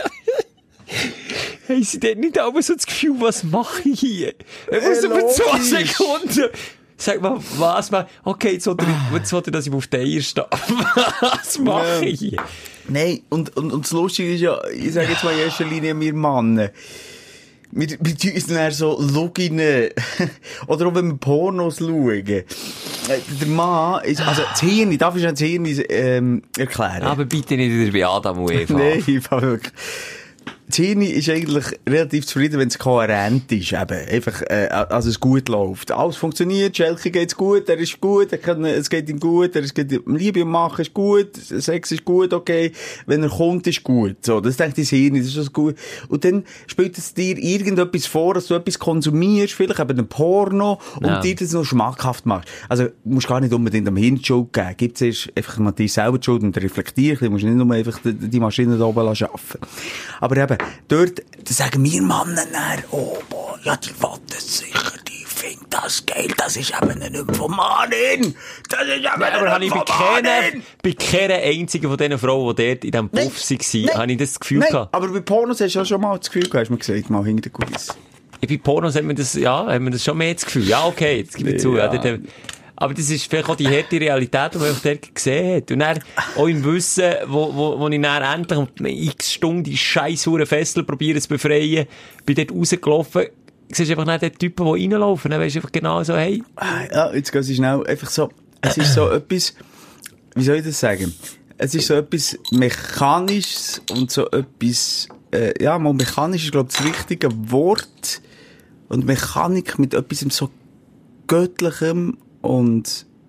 haben sie dort nicht aber so das Gefühl, was mache ich hier? Ich muss Äh, über zwei logisch. Sekunden, sag mal, was mal, okay, jetzt wollte ich, jetzt wollte ich, dass ich auf der Eier stehe. Was mache ich hier? Nein, und, und, und das Lustige ist ja, ich sage jetzt mal in erster Linie, wir Männer, wir, wir tun uns dann so Loginen, oder auch wenn wir Pornos schauen. Äh, Der Mann ist, also das Hirn, darf ich das Hirn ähm, erklären? Aber bitte nicht wieder bei Adam und Eva. Nein, ich war wirklich. Das Hirn ist eigentlich relativ zufrieden, wenn es kohärent ist, eben. Einfach, äh, also es gut läuft. Alles funktioniert, Schelke geht's gut, er ist gut, er kann, es geht ihm gut, er ist, Liebe machen ist gut, Sex ist gut, okay. Wenn er kommt, ist gut. So, das denkt das Hirn, das ist das gut. Und dann spielt es dir irgendetwas vor, dass du etwas konsumierst, vielleicht eben ein Porno, und Ja. dir das noch schmackhaft machst. Also, du musst gar nicht unbedingt am Hirn die Schuld geben. Gibt's erst einfach mal dir selber die Schuld und reflektieren. Du musst nicht nur einfach die, die Maschine da oben lassen arbeiten. Aber eben, dort, da sagen wir Männer dann, oh, boah, ja, die warten sicher, die finden das geil, das ist eben eine Nymphomanin. Das ist eben Ja, aber eine habe ich bei keiner, Nymphomanin. bei keiner einzigen von diesen Frauen, die dort in diesem Nein, Puff waren, nein, habe ich das Gefühl Nein, gehabt. aber bei Pornos hast du ja schon mal das Gefühl gehabt, hast du mir gesagt, mal hinter der Kulisse. Bei Pornos hat man das, ja, hat man das schon mehr das Gefühl. Ja, okay, jetzt gebe ich zu. Ja. Ja. dort, aber das ist vielleicht auch die harte Realität, die man auch dort gesehen hat. Und dann auch im Wissen, wo, wo, wo ich dann endlich um x Stunden die scheiß hure Fessel probiere zu befreien, bin dort rausgelaufen, siehst du einfach nicht den Typen, die reinlaufen. Dann weisst du einfach genau so, hey. Ja, jetzt gehen sie schnell, einfach so, es ist so etwas, wie soll ich das sagen? Es ist so etwas Mechanisches und so etwas, äh, ja, mal mechanisch ist, glaube ich, das richtige Wort. Und Mechanik mit etwas so Göttlichem und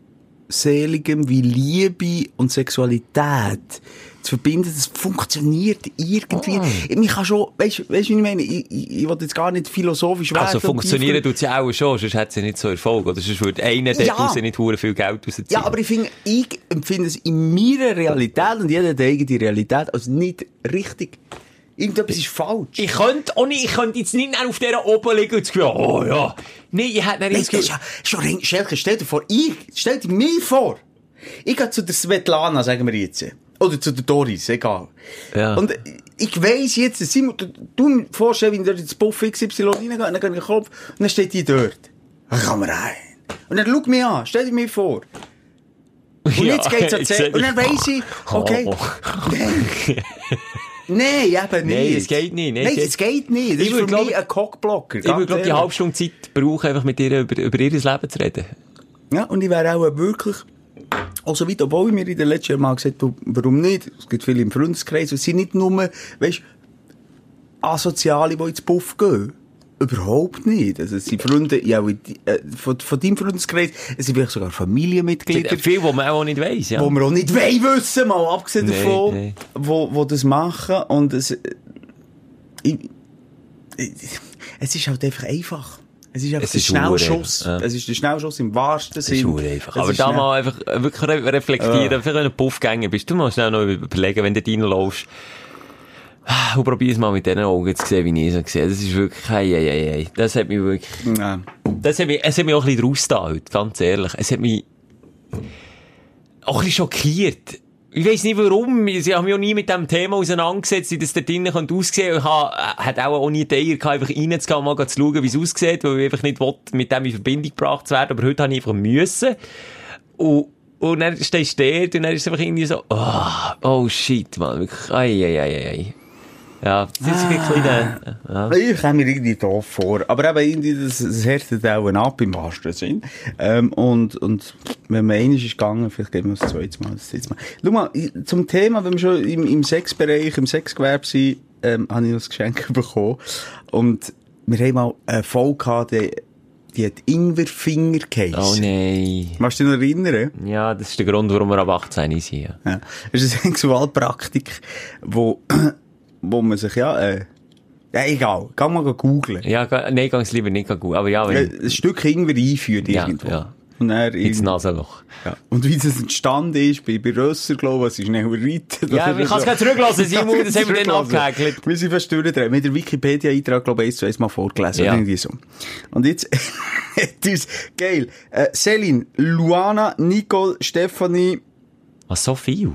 Unseligem wie Liebe und Sexualität zu verbinden, das funktioniert irgendwie. Oh. Ich kann schon, weißt du, weißt, wie ich meine, ich, ich, ich will jetzt gar nicht philosophisch werden. Also funktionieren tut sie auch schon, sonst hat sie nicht so Erfolg, oder sonst würde einer dort ja. raus nicht hure viel Geld rausziehen. Ja, aber ich finde, ich empfinde es in meiner Realität, und jeder hat eine eigene Realität, als nicht richtig. Irgendetwas ist falsch. Ich könnte, oh nee, ich könnte jetzt nicht auf dieser oben liegen und das Gefühl, oh ja. Nee, ich hätte nicht das Gefühl. Schon, Schelke, stell dir vor, ich, stell dir mir vor, ich gehe zu der Svetlana, sagen wir jetzt. Oder zu der Doris, egal. Ja. Und ich weiss jetzt, Simon, du, du mir vorstellen, wenn du ins Buff X Y reingehst, dann gehe ich den Kopf, und dann steht die dort. Dann kann man rein. Und dann schau mich an, stell dir mir vor. Und ja, jetzt geht's an zehn. Und dann weiss ich, okay. Oh. Nein. Nein, eben nicht. Nein, es geht nicht. Nein, Nein es geht nicht. Das ich ist für glaub, mich ein Cockblocker. Ich würde, glaube ich, die halbe Stunde Zeit brauchen, einfach mit ihr über, über ihr Leben zu reden. Ja, und ich wäre auch wirklich, also weit, obwohl ich mir in den letzten Jahren mal gesagt habe, warum nicht? Es gibt viele im Freundeskreis, es sind nicht nur, weißt, Asoziale, die ins Puff gehen. Überhaupt nicht. Also, es sind Freunde, ja, äh, von, von deinem Freundeskreis, es sind vielleicht sogar Familienmitglieder. Viel, die man auch nicht weiss, ja. Wo man auch nicht weiss, wissen, mal abgesehen nee, davon, nee. Wo, wo das machen. Und es, ich, ich, es ist halt einfach einfach. Es ist einfach es ist ein Schnellschuss. Ja. Es ist der Schnellschuss im wahrsten Sinn. Es ist einfach. Aber da mal einfach wirklich reflektieren, ja. Vielleicht wenn du Puffgänger bist, du musst auch noch überlegen, wenn du reinläufst. Und probier es mal mit diesen Augen zu sehen, wie ich es sehe. Das ist wirklich, hey, hey, hey, hey. Das hat mich wirklich, ja. das hat mich, es hat mich auch ein bisschen draus da heute, ganz ehrlich. Es hat mich auch ein bisschen schockiert. Ich weiss nicht warum. Ich habe mich auch nie mit diesem Thema auseinandergesetzt, wie das da drinnen aussehen könnte. Ich hatte auch nie die Eier gehabt, einfach reinzugehen und mal zu schauen, wie es aussieht, weil ich einfach nicht wollte, mit dem in Verbindung gebracht zu werden. Aber heute habe ich einfach müssen. Und, und dann stehst du dort und dann ist es einfach irgendwie so, oh, oh shit, man, wirklich, ei, ei, ei, ei. Ja, das ist ein kleiner, ja. Ich komme mir irgendwie doof vor. Aber eben, irgendwie, das, das härtet auch ab im wahrsten Sinn. Ähm, und, und, wenn man einiges ist gegangen, vielleicht geben wir das zweites Mal, das dritte Mal. Schau mal, zum Thema, wenn wir schon im, im Sexbereich, im Sexgewerbe sind, ähm, habe ich noch ein Geschenk bekommen. Und wir haben mal eine Folge gehabt, die, die hat Ingwerfinger geheissen. Oh nein. Magst du dich noch erinnern? Ja, das ist der Grund, warum wir ab achtzehn sind, ja. Ja. Das ist eine Sexualpraktik, wo, wo man sich, ja, äh, ja, egal. Geh mal googeln. Ja, nein, geh es lieber nicht googeln. Aber ja, wenn... Ein Stück Ingwer einführt ja, irgendwo. Ja. Und dann ins Nasenloch. Ja. Und wie das entstanden ist, bei, bei Rösser, glaube ich, was ist schnell reiten. Ja, ich kann es gar zurücklassen, Simon, das haben wir dann abgehäkelt. Wir sind fast durchgedreht. Mit der Wikipedia-Eintrag, glaube ich, eins zu eins mal vorgelesen. Ja. Irgendwie so. Und jetzt, das ist geil. Äh, Céline, Luana, Nicole, Stefanie. Was, so viel?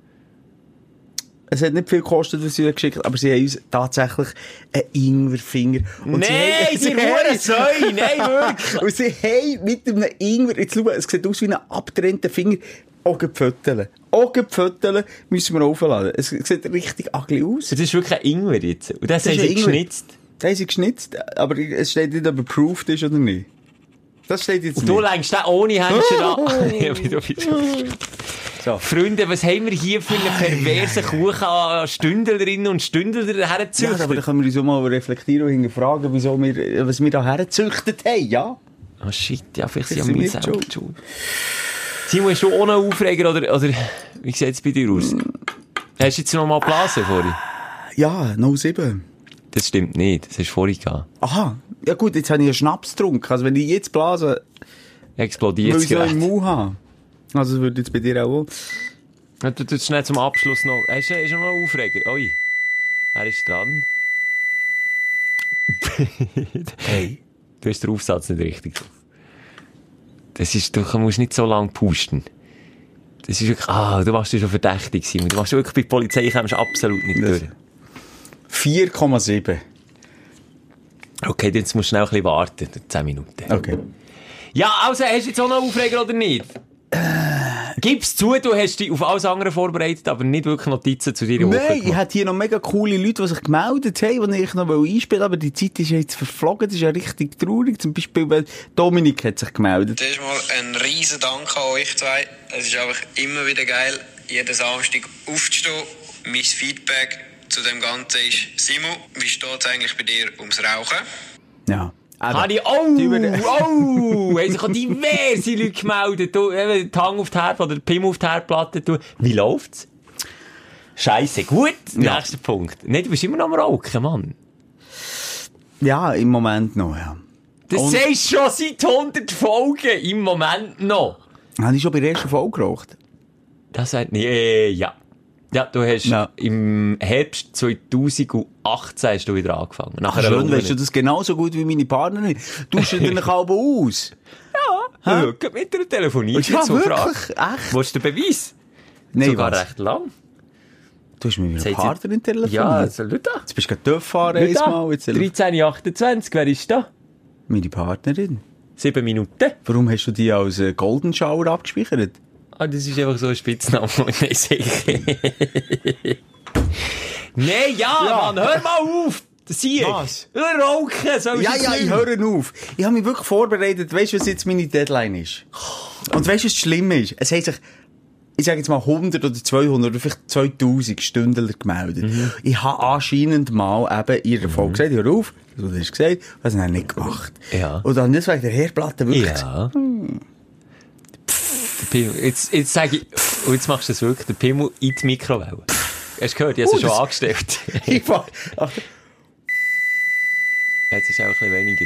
Es hat nicht viel gekostet, was sie geschickt haben, aber sie haben uns tatsächlich einen Ingwerfinger. Und nein, sie haben Säu, nein, wirklich. Und sie haben mit einem Ingwer, jetzt schau, es sieht aus wie ein abgetrennter Finger, Augenpfötteln. Augenpfötteln müssen wir aufladen. Es sieht richtig ugly aus. Das ist wirklich ein Ingwer jetzt. Und das, das haben sie geschnitzt. Das haben sie geschnitzt, aber es steht nicht, ob er approved ist oder nicht. Das steht jetzt und nicht. Und du längst den ohne Händchen an. So. Freunde, was haben wir hier für einen perversen Kuchen an Stündlerinnen und Stündler herzüchten? Ja, aber da können wir uns auch mal reflektieren und hinterfragen, wieso wir, was wir da herzüchtet haben, ja? Oh shit, ja, vielleicht sind wir selber schuld. Simon, hast du ohne Aufreger, oder, oder, wie sieht es bei dir aus? Hast du jetzt noch mal geblasen vorhin? Ja, null sieben. Das stimmt nicht, das hast du vorhin gehabt. Aha, ja gut, jetzt habe ich einen Schnaps getrunken, also wenn ich jetzt blase, explodiert es gerät. Weil ich noch im Mund habe. Also, das würde jetzt bei dir auch. Ja, du tust schnell zum Abschluss noch. Hast du, hast du noch einen Aufreger? Ui. Wer ist dran? Hey. Du hast den Aufsatz nicht richtig drauf. Das ist, du musst nicht so lange pusten. Das ist wirklich, ah, du warst ja schon verdächtig gewesen. Du warst wirklich bei der Polizei, kommst absolut nicht durch. vier Komma sieben. Okay, jetzt musst du schnell ein bisschen warten. zehn Minuten. Okay. Ja, also, hast du jetzt auch noch einen Aufreger oder nicht? Gib's zu, du hast dich auf alles andere vorbereitet, aber nicht wirklich Notizen zu dir. Nein, ich hatte hier noch mega coole Leute, die sich gemeldet haben, die ich noch einspielen wollte, aber die Zeit ist jetzt verflogen, das ist ja richtig traurig. Zum Beispiel, weil Dominik hat sich gemeldet. Das ist mal ein riesen Dank an euch zwei. Es ist einfach immer wieder geil, jeden Samstag aufzustehen. Mein Feedback zu dem Ganzen ist, Simon, wie steht es eigentlich bei dir ums Rauchen? Ja. Habe ich, oh, oh, haben sich auch diverse Leute gemeldet, du, eben, die Hang auf die Herd oder Pimmel auf die Herdplatte, du. Wie läuft's? Scheisse, gut. Ja. Nächster Punkt. Nee, du bist immer noch am Rauchen, Mann. Ja, im Moment noch, ja. Das Und sagst du schon seit hundert Folgen, im Moment noch. Habe ich schon bei der ersten Folge geraucht? Das sagt, nee, ja. Ja, du hast ja. im Herbst zweitausendachtzehn hast du wieder angefangen. Ach, schön, weißt du das genauso gut wie meine Partnerin? Du schüttelst dich aber aus. Ja, ja, ich mit ihr telefoniert. Ja, so wirklich? Frage. Echt? Willst du den Beweis? Nein, sogar was? recht lang. Du hast mit meiner Partnerin telefoniert? Ja, also Leute. Jetzt bist du gerade fahren einmal. dreizehn achtundzwanzig, wer ist da? Meine Partnerin. Sieben Minuten. Warum hast du die als äh, Golden Shower abgespeichert? Ah, das ist einfach so ein Spitzname, den ich sicher. Nee, ja, ja, Mann, hör mal auf! Sieh! Was? Rauchen, soll Ja, ja, ich höre auf. Ich habe mich wirklich vorbereitet. Weißt du, was jetzt meine Deadline ist? Und weißt du, was das Schlimme ist? Es haben sich, ich sage jetzt mal hundert oder zweihundert oder vielleicht zweitausend Stündler gemeldet. Mhm. Ich habe anscheinend mal eben in ihrer Folge mhm. gesagt, hör auf, du hast gesagt, was habe ich nicht gemacht. Ja. Und dann ist wegen der Herdplatte wirklich... Ja. Hm. Jetzt, jetzt sage ich, und jetzt machst du das wirklich, der Pimmel in die Mikrowelle. Hast du gehört, ich habe es uh, schon angestellt. Ich war, ach. Jetzt ist es auch ein bisschen weniger.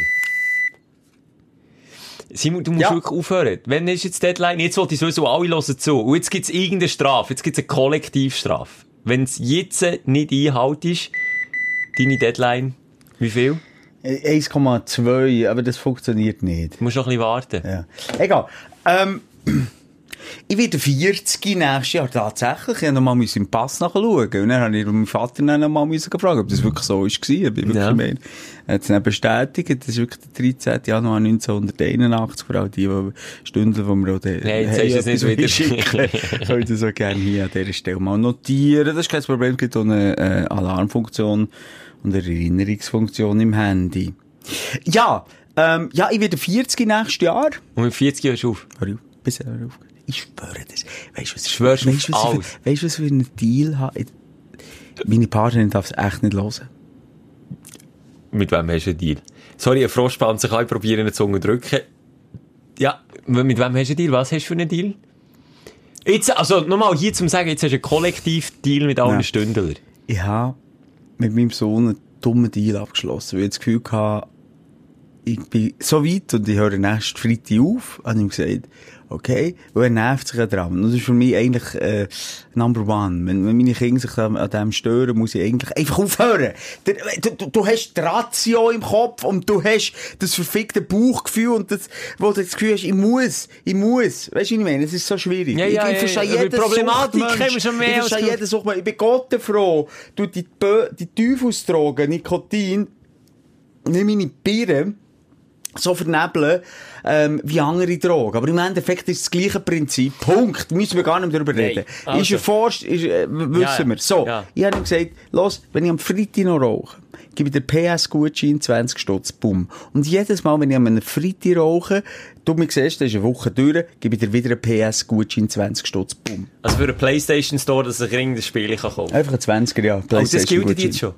Simon, du musst ja. wirklich aufhören. Wenn ist jetzt die Deadline? Jetzt wollte ich sowieso alle hören zu. Und jetzt gibt es irgendeine Strafe. Jetzt gibt es eine Kollektivstrafe. Wenn es jetzt nicht einhaltest, deine Deadline, wie viel? eins Komma zwei, aber das funktioniert nicht. Du musst noch ein bisschen warten. Ja. Egal. Ähm, ich werde vierzig nächstes Jahr tatsächlich. Ich musste noch mal im Pass nachschauen. Und dann habe ich meinen Vater noch mal gefragt, ob das wirklich so war. Ich bin wirklich ja. mehr. Er hat es dann bestätigt. Das ist wirklich der dreizehnten Januar neunzehnhunderteinundachtzig. Vor allem die, die Stunden, die wir auch da Nein, jetzt hey, hast du es nicht wieder schicken. Ich würde so gerne hier an dieser Stelle mal notieren. Das ist kein Problem. Es gibt auch eine äh, Alarmfunktion und eine Erinnerungsfunktion im Handy. Ja, ähm, ja, ich werde vierzig nächstes Jahr. Und mit vierzig hörst du auf? Hör auf. Bis hör auf. Ich schwöre das. Weißt du, was, Schwörst weißt, was, alles. Ich, weißt, was für einen Deal habe? Meine Partnerin darf es echt nicht hören. Mit wem hast du einen Deal? Sorry, ein Frostpanzer kann ich probieren, eine Zunge drücken. Ja, mit wem hast du einen Deal? Was hast du für einen Deal? Jetzt, also, nochmal hier zum Sagen, jetzt hast du einen Kollektiv-Deal mit allen ja. Stündlern. Ich habe mit meinem Sohn einen dummen Deal abgeschlossen, weil ich das Gefühl hatte, ich bin so weit und ich höre nächsten Freitag auf, habe ihm gesagt, okay, weil er nervt sich ja dran. Und das ist für mich eigentlich äh, Number One. Wenn, wenn meine Kinder sich an, an dem stören, muss ich eigentlich einfach aufhören. Du, du, du hast die Ratio im Kopf und du hast das verfickte Bauchgefühl und das, wo du das Gefühl hast, ich muss, ich muss. Weißt du, was ich meine? Es ist so schwierig. Ja, ja, ich, ich verstehe ja, jeden Problematik kennen wir schon mehr. Ich verstehe jeden Suchtmensch. Ich bin Gott froh. Du, die, die Teufelsdrogen, Nikotin, nicht meine Birnen, so vernebeln, ähm, wie andere Drogen. Aber im Endeffekt ist das gleiche Prinzip. Punkt. Müssen wir gar nicht darüber reden. Also. Ist erforscht, ist, äh, wissen ja, wir. So. Ja. Ich habe ihm gesagt, los, wenn ich am Freitag noch rauche, gebe ich dir P S-Gutschein zwanzig Stutz, bumm. Und jedes Mal, wenn ich an einem Freitag rauche, du mir siehst, das ist eine Woche durch, gebe ich dir wieder einen P S-Gutschein zwanzig Stutz, bumm. Also für einen PlayStation Store, dass ich ein Spiel kann kaufen. Einfach ein zwanziger, ja. Oh, das gilt jetzt schon?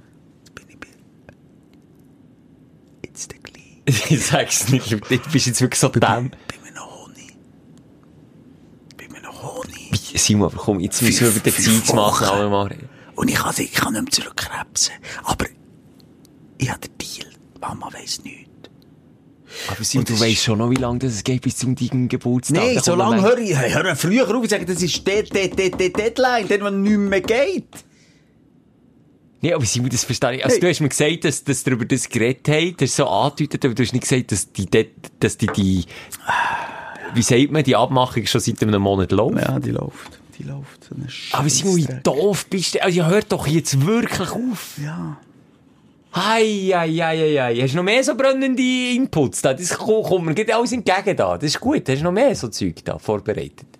Ich sag's nicht, du bist jetzt wirklich so dämm. Bei mir noch Honig. Bei mir noch Honig. Simon, aber komm, jetzt müssen wir über den Zeit machen, alle mal. Und ich kann, ich kann nicht mehr zurückkrebsen. Aber ich habe den Deal. Mama weiss nichts. Aber Simon, du weisst schon noch, wie lange das geht bis zum deinen Geburtstag. Nein, so lange höre ich, hör früher auf. Ich sage, das ist die, die, die, die Deadline, der man nicht mehr geht. Nee, aber Simon, das verstehe ich. Also, hey. Du hast mir gesagt, dass, dass du über das geredet hast. Du hast so angedeutet, aber du hast nicht gesagt, dass die, dass die, die, wie sagt man, die Abmachung schon seit einem Monat läuft. Ja, die läuft. Die läuft. So aber Simon, wie doof bist du? Also, hör doch jetzt wirklich auf. Ja. Hei, hei, hei, hei. Hast du noch mehr so brennende Inputs da? Das kommt mir geht alles entgegen da. Das ist gut. Hast du noch mehr so Zeug da vorbereitet?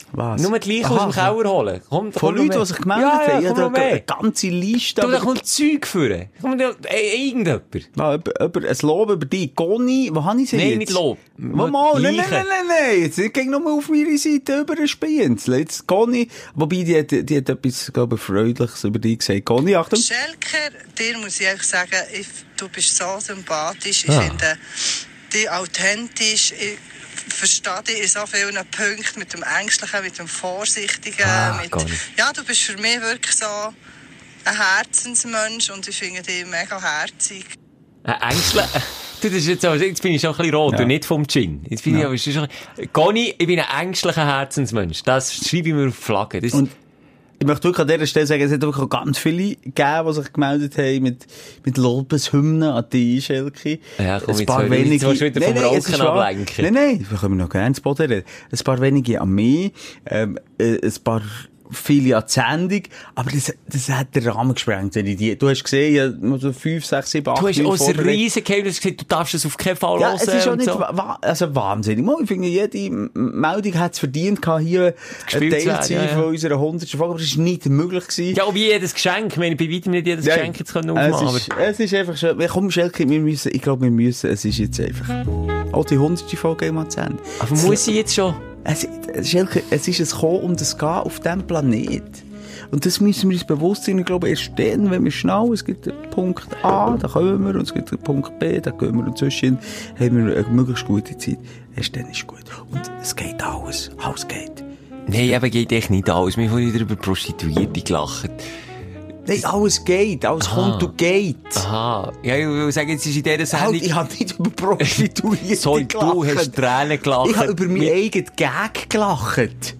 Was? Nur die Leichen aus dem Keller holen. Komm, von Leuten, die sich gemeldet ja, haben. Ja, ich habe eine ganze Liste. Du, da kommt Zeug führen. Kommt da irgendjemand. Ja, über, über, ein Lob über dich. Conny, wo habe ich sie Nein, jetzt? nicht Lob. Wo mal? Nein, nein, nein, nein, nein. Jetzt ging nur auf meine Seite über ein Spienzl. Jetzt Conny, wobei die hat, die hat etwas, glaube ich, Freundliches über dich gesagt. Conny, Achtung. Schelker, dir muss ich einfach sagen, ich, du bist so sympathisch. Ich ah. finde dich authentisch. Ich verstehe dich in so vielen Punkten mit dem Ängstlichen, mit dem Vorsichtigen. Ah, mit, ja, du bist für mich wirklich so ein Herzensmensch und ich finde dich mega herzig. Ein Ängstler? Du, das ist jetzt, also, jetzt bin ich schon ein bisschen rot ja. und nicht vom Gin. Jetzt bin ja. ich aber schon... Conny, ich bin ein ängstlicher Herzensmensch. Das schreibe ich mir auf die Flagge. Das und ich möchte wirklich an dieser Stelle sagen, es hat wirklich auch ganz viele gegeben, die sich gemeldet haben mit, mit Lobeshymnen an die Schelke. Ja, komm, ein paar jetzt wenige. Jetzt wieder vom Rauchen ablenken. Nein, nein, wir können noch gerne ins Boden reden. Ein paar wenige an mich, ähm, äh, ein paar viele an die Sendung, aber das, das hat den Rahmen gesprengt. Du hast gesehen, ich so fünf, sechs, sieben, acht, Du hast auch ein riesen Geheimnis gesagt, du darfst das auf keinen Fall ja, hören. Es ist auch nicht so. wa- also wahnsinnig. Ich finde, jede Meldung hat es verdient, hier ein Teil zu sein ja, ja. von unserer hundertsten Folge, aber das war nicht möglich gewesen. Ja, und wie jedes Geschenk. Ich meine, bei weitem nicht jedes ja, Geschenk jetzt können aufmachen. Es ist, es ist einfach schon, komm, Schelke, wir müssen, ich glaube, wir müssen, es ist jetzt einfach, auch die hundertste Folge mal zu Ende. Aber muss ich jetzt schon? Es, Schelke, es ist ein Kommen und ein Gehen auf diesem Planet. Und das müssen wir uns bewusst sein. Ich glaube, erst dann, wenn wir schnell, es gibt den Punkt A, da kommen wir, und es gibt den Punkt B, da gehen wir, und zwischen haben wir eine möglichst gute Zeit. Erst dann ist es gut. Und es geht alles. Alles geht. Nein, eben geht echt nicht alles. Wir haben wieder über Prostituierte gelacht. Nein, alles geht. Alles Aha. kommt und geht. Aha. Ja, ich will sagen, jetzt ist in dieser Sendung... Halt, ich habe nicht über Prostituierte Sorry, gelacht. du hast Tränen gelacht. Ich habe über meinen eigenen Gag gelacht.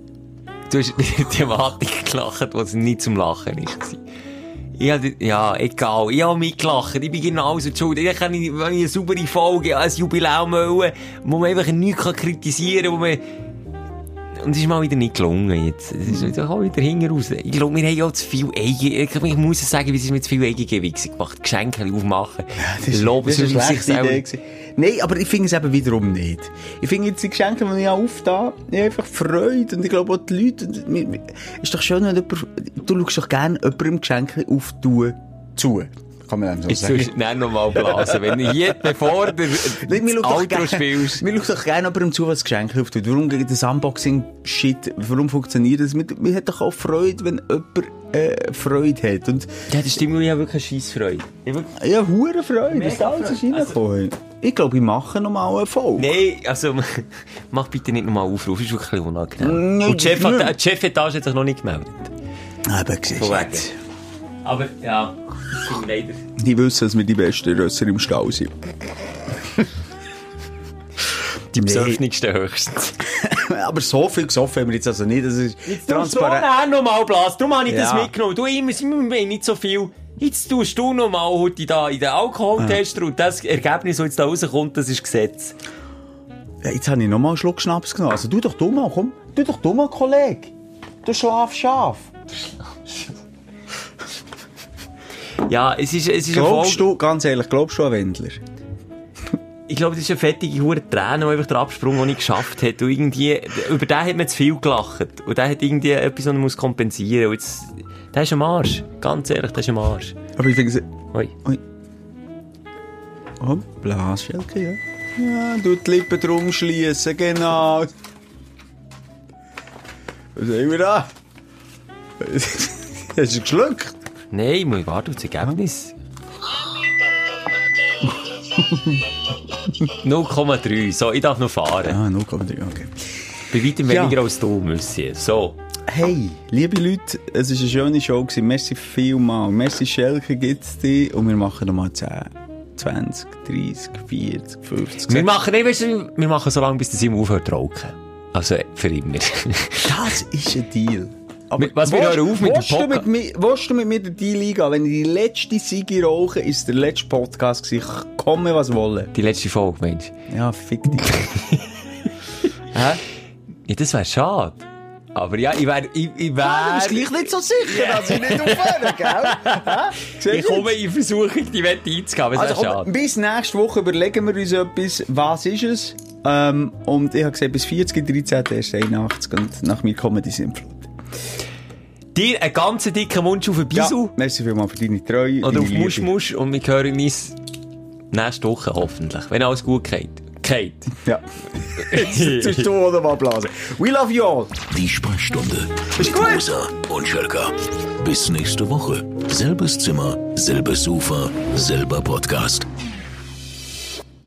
Du hast die Thematik gelacht, die nicht zum Lachen war. Ich hab, ja, egal. Ich habe mitgelacht. Ich bin genau so schuld. Ich kann nicht, wenn ich eine saubere Folge, ein Jubiläum wollen, wo man einfach nichts kritisieren kann, wo man... Und es ist mal wieder nicht gelungen jetzt. Es ist wieder, wieder hinten raus. Ich glaube, wir haben ja zu viel Eigen... Ich, ich muss es sagen, wie sie mit zu viel Eigengewichse gemacht. Geschenke aufmachen. Ja, das, Loben das ist eine schlechte Idee gewesen. Nein, aber ich finde es eben wiederum nicht. Ich finde jetzt die Geschenke, die ich aufgetan habe, ich habe einfach Freude. Und ich glaube auch die Leute... Es ist doch schön, wenn jemand... Du schaust doch gerne jemandem Geschenke auftun zu. Kann man dann so sagen. Ich soll nochmal blasen. Wenn ich hier, bevor du das Outro spielst. Wir schauen doch gerne jemandem zu, was das Geschenk auftut. Warum gegen das Unboxing-Shit, warum funktioniert das? Man hat doch auch Freude, wenn jemand äh, Freude hat. Und ja, das stimmt, ich habe wirklich eine Scheissfreude. Ja, hure Freude, dass da alles ist reingekommen. Also, ich glaube, ich mache nochmal eine Folge. Nein, also, mach bitte nicht nochmal Aufruf, das ist wirklich unangenehm. Und die Chefetage hat sich noch nicht gemeldet. Aber siehst Aber, ja, das sind leider. Die wissen, dass wir die besten Rösser im Stall sind. Die besoffenigsten höchstens. Aber so viel gesoffen haben wir jetzt also nicht. Das ist jetzt transparent. Jetzt tust du nochmal blasen. Darum habe ich ja. das mitgenommen. Du, immer sind wir nicht so viel. Jetzt tust du nochmal heute da in den Alkoholtester ja. und das Ergebnis, das jetzt da rauskommt, das ist Gesetz. Ja, jetzt habe ich nochmal einen Schluck Schnaps genommen. Also du doch du mal, komm. Du doch du mal, Kollege. Du schlafst scharf. Ja, es ist, es ist glaubst du, ganz ehrlich, glaubst du an Wendler? Ich glaube, das ist eine fettige Hure Träne, die einfach den Absprung noch nicht geschafft hat. Und irgendwie, über den hat man zu viel gelacht. Und der hat irgendwie etwas, was man muss kompensieren muss. Der ist am Arsch. Ganz ehrlich, der ist am Arsch. Aber ich finde es... Oi. Oi. Oh, Blasschelke, ja. Ja, du die Lippen drum schliessen, genau. Was haben wir da? Hast du geschluckt? Nein, ich muss warten auf das Ergebnis. null Komma drei. So, ich darf noch fahren. Ah, null Komma drei, okay. Bei weitem weniger ja. als du, Monsieur. So. Hey, liebe Leute, es war eine schöne Show gewesen. Merci vielmal. Merci Schelke gibt's dich. Und wir machen nochmal zehn, zwanzig, dreissig, vierzig, fünfzig. Wir machen nicht, weißt du, wir machen so lange, bis der Simon aufhört zu rauchen. Also, für immer. Das ist ein Deal. Aber was wir hören auf mit dem Podcast? Willst du mit mir den Deal eingehen? Wenn ich die letzte Sigi rauche, ist der letzte Podcast gewesen. Komme, was wollen. Die letzte Folge, meinst du? Ja, fick dich. Hä? Ja, das wäre schade. Aber ja, ich wäre, ich, ich wäre... Ah, du bist gleich nicht so sicher, dass ich nicht aufhöre, gell? Ich komme in Versuchung, die Wette einzugehen, aber es also, ist schade. komm, bis nächste Woche überlegen wir uns etwas, was ist es? Ähm, und ich habe gesagt, bis vierzig, dreizehn, erst einundachtzig und nach mir kommen die Sintflut. Dir einen ganz dicken Wunsch auf ein Bisu. Ja, merci vielmals für deine Treue. Oder auf Liebe. Musch Musch und wir hören uns nächste Woche hoffentlich, wenn alles gut geht. Geht. Ja. Jetzt tust du oder mal blasen. We love you all. Die Sprechstunde Ist mit gut. Moser und Schelka. Bis nächste Woche. Selbes Zimmer, selbes Sofa, selber Podcast.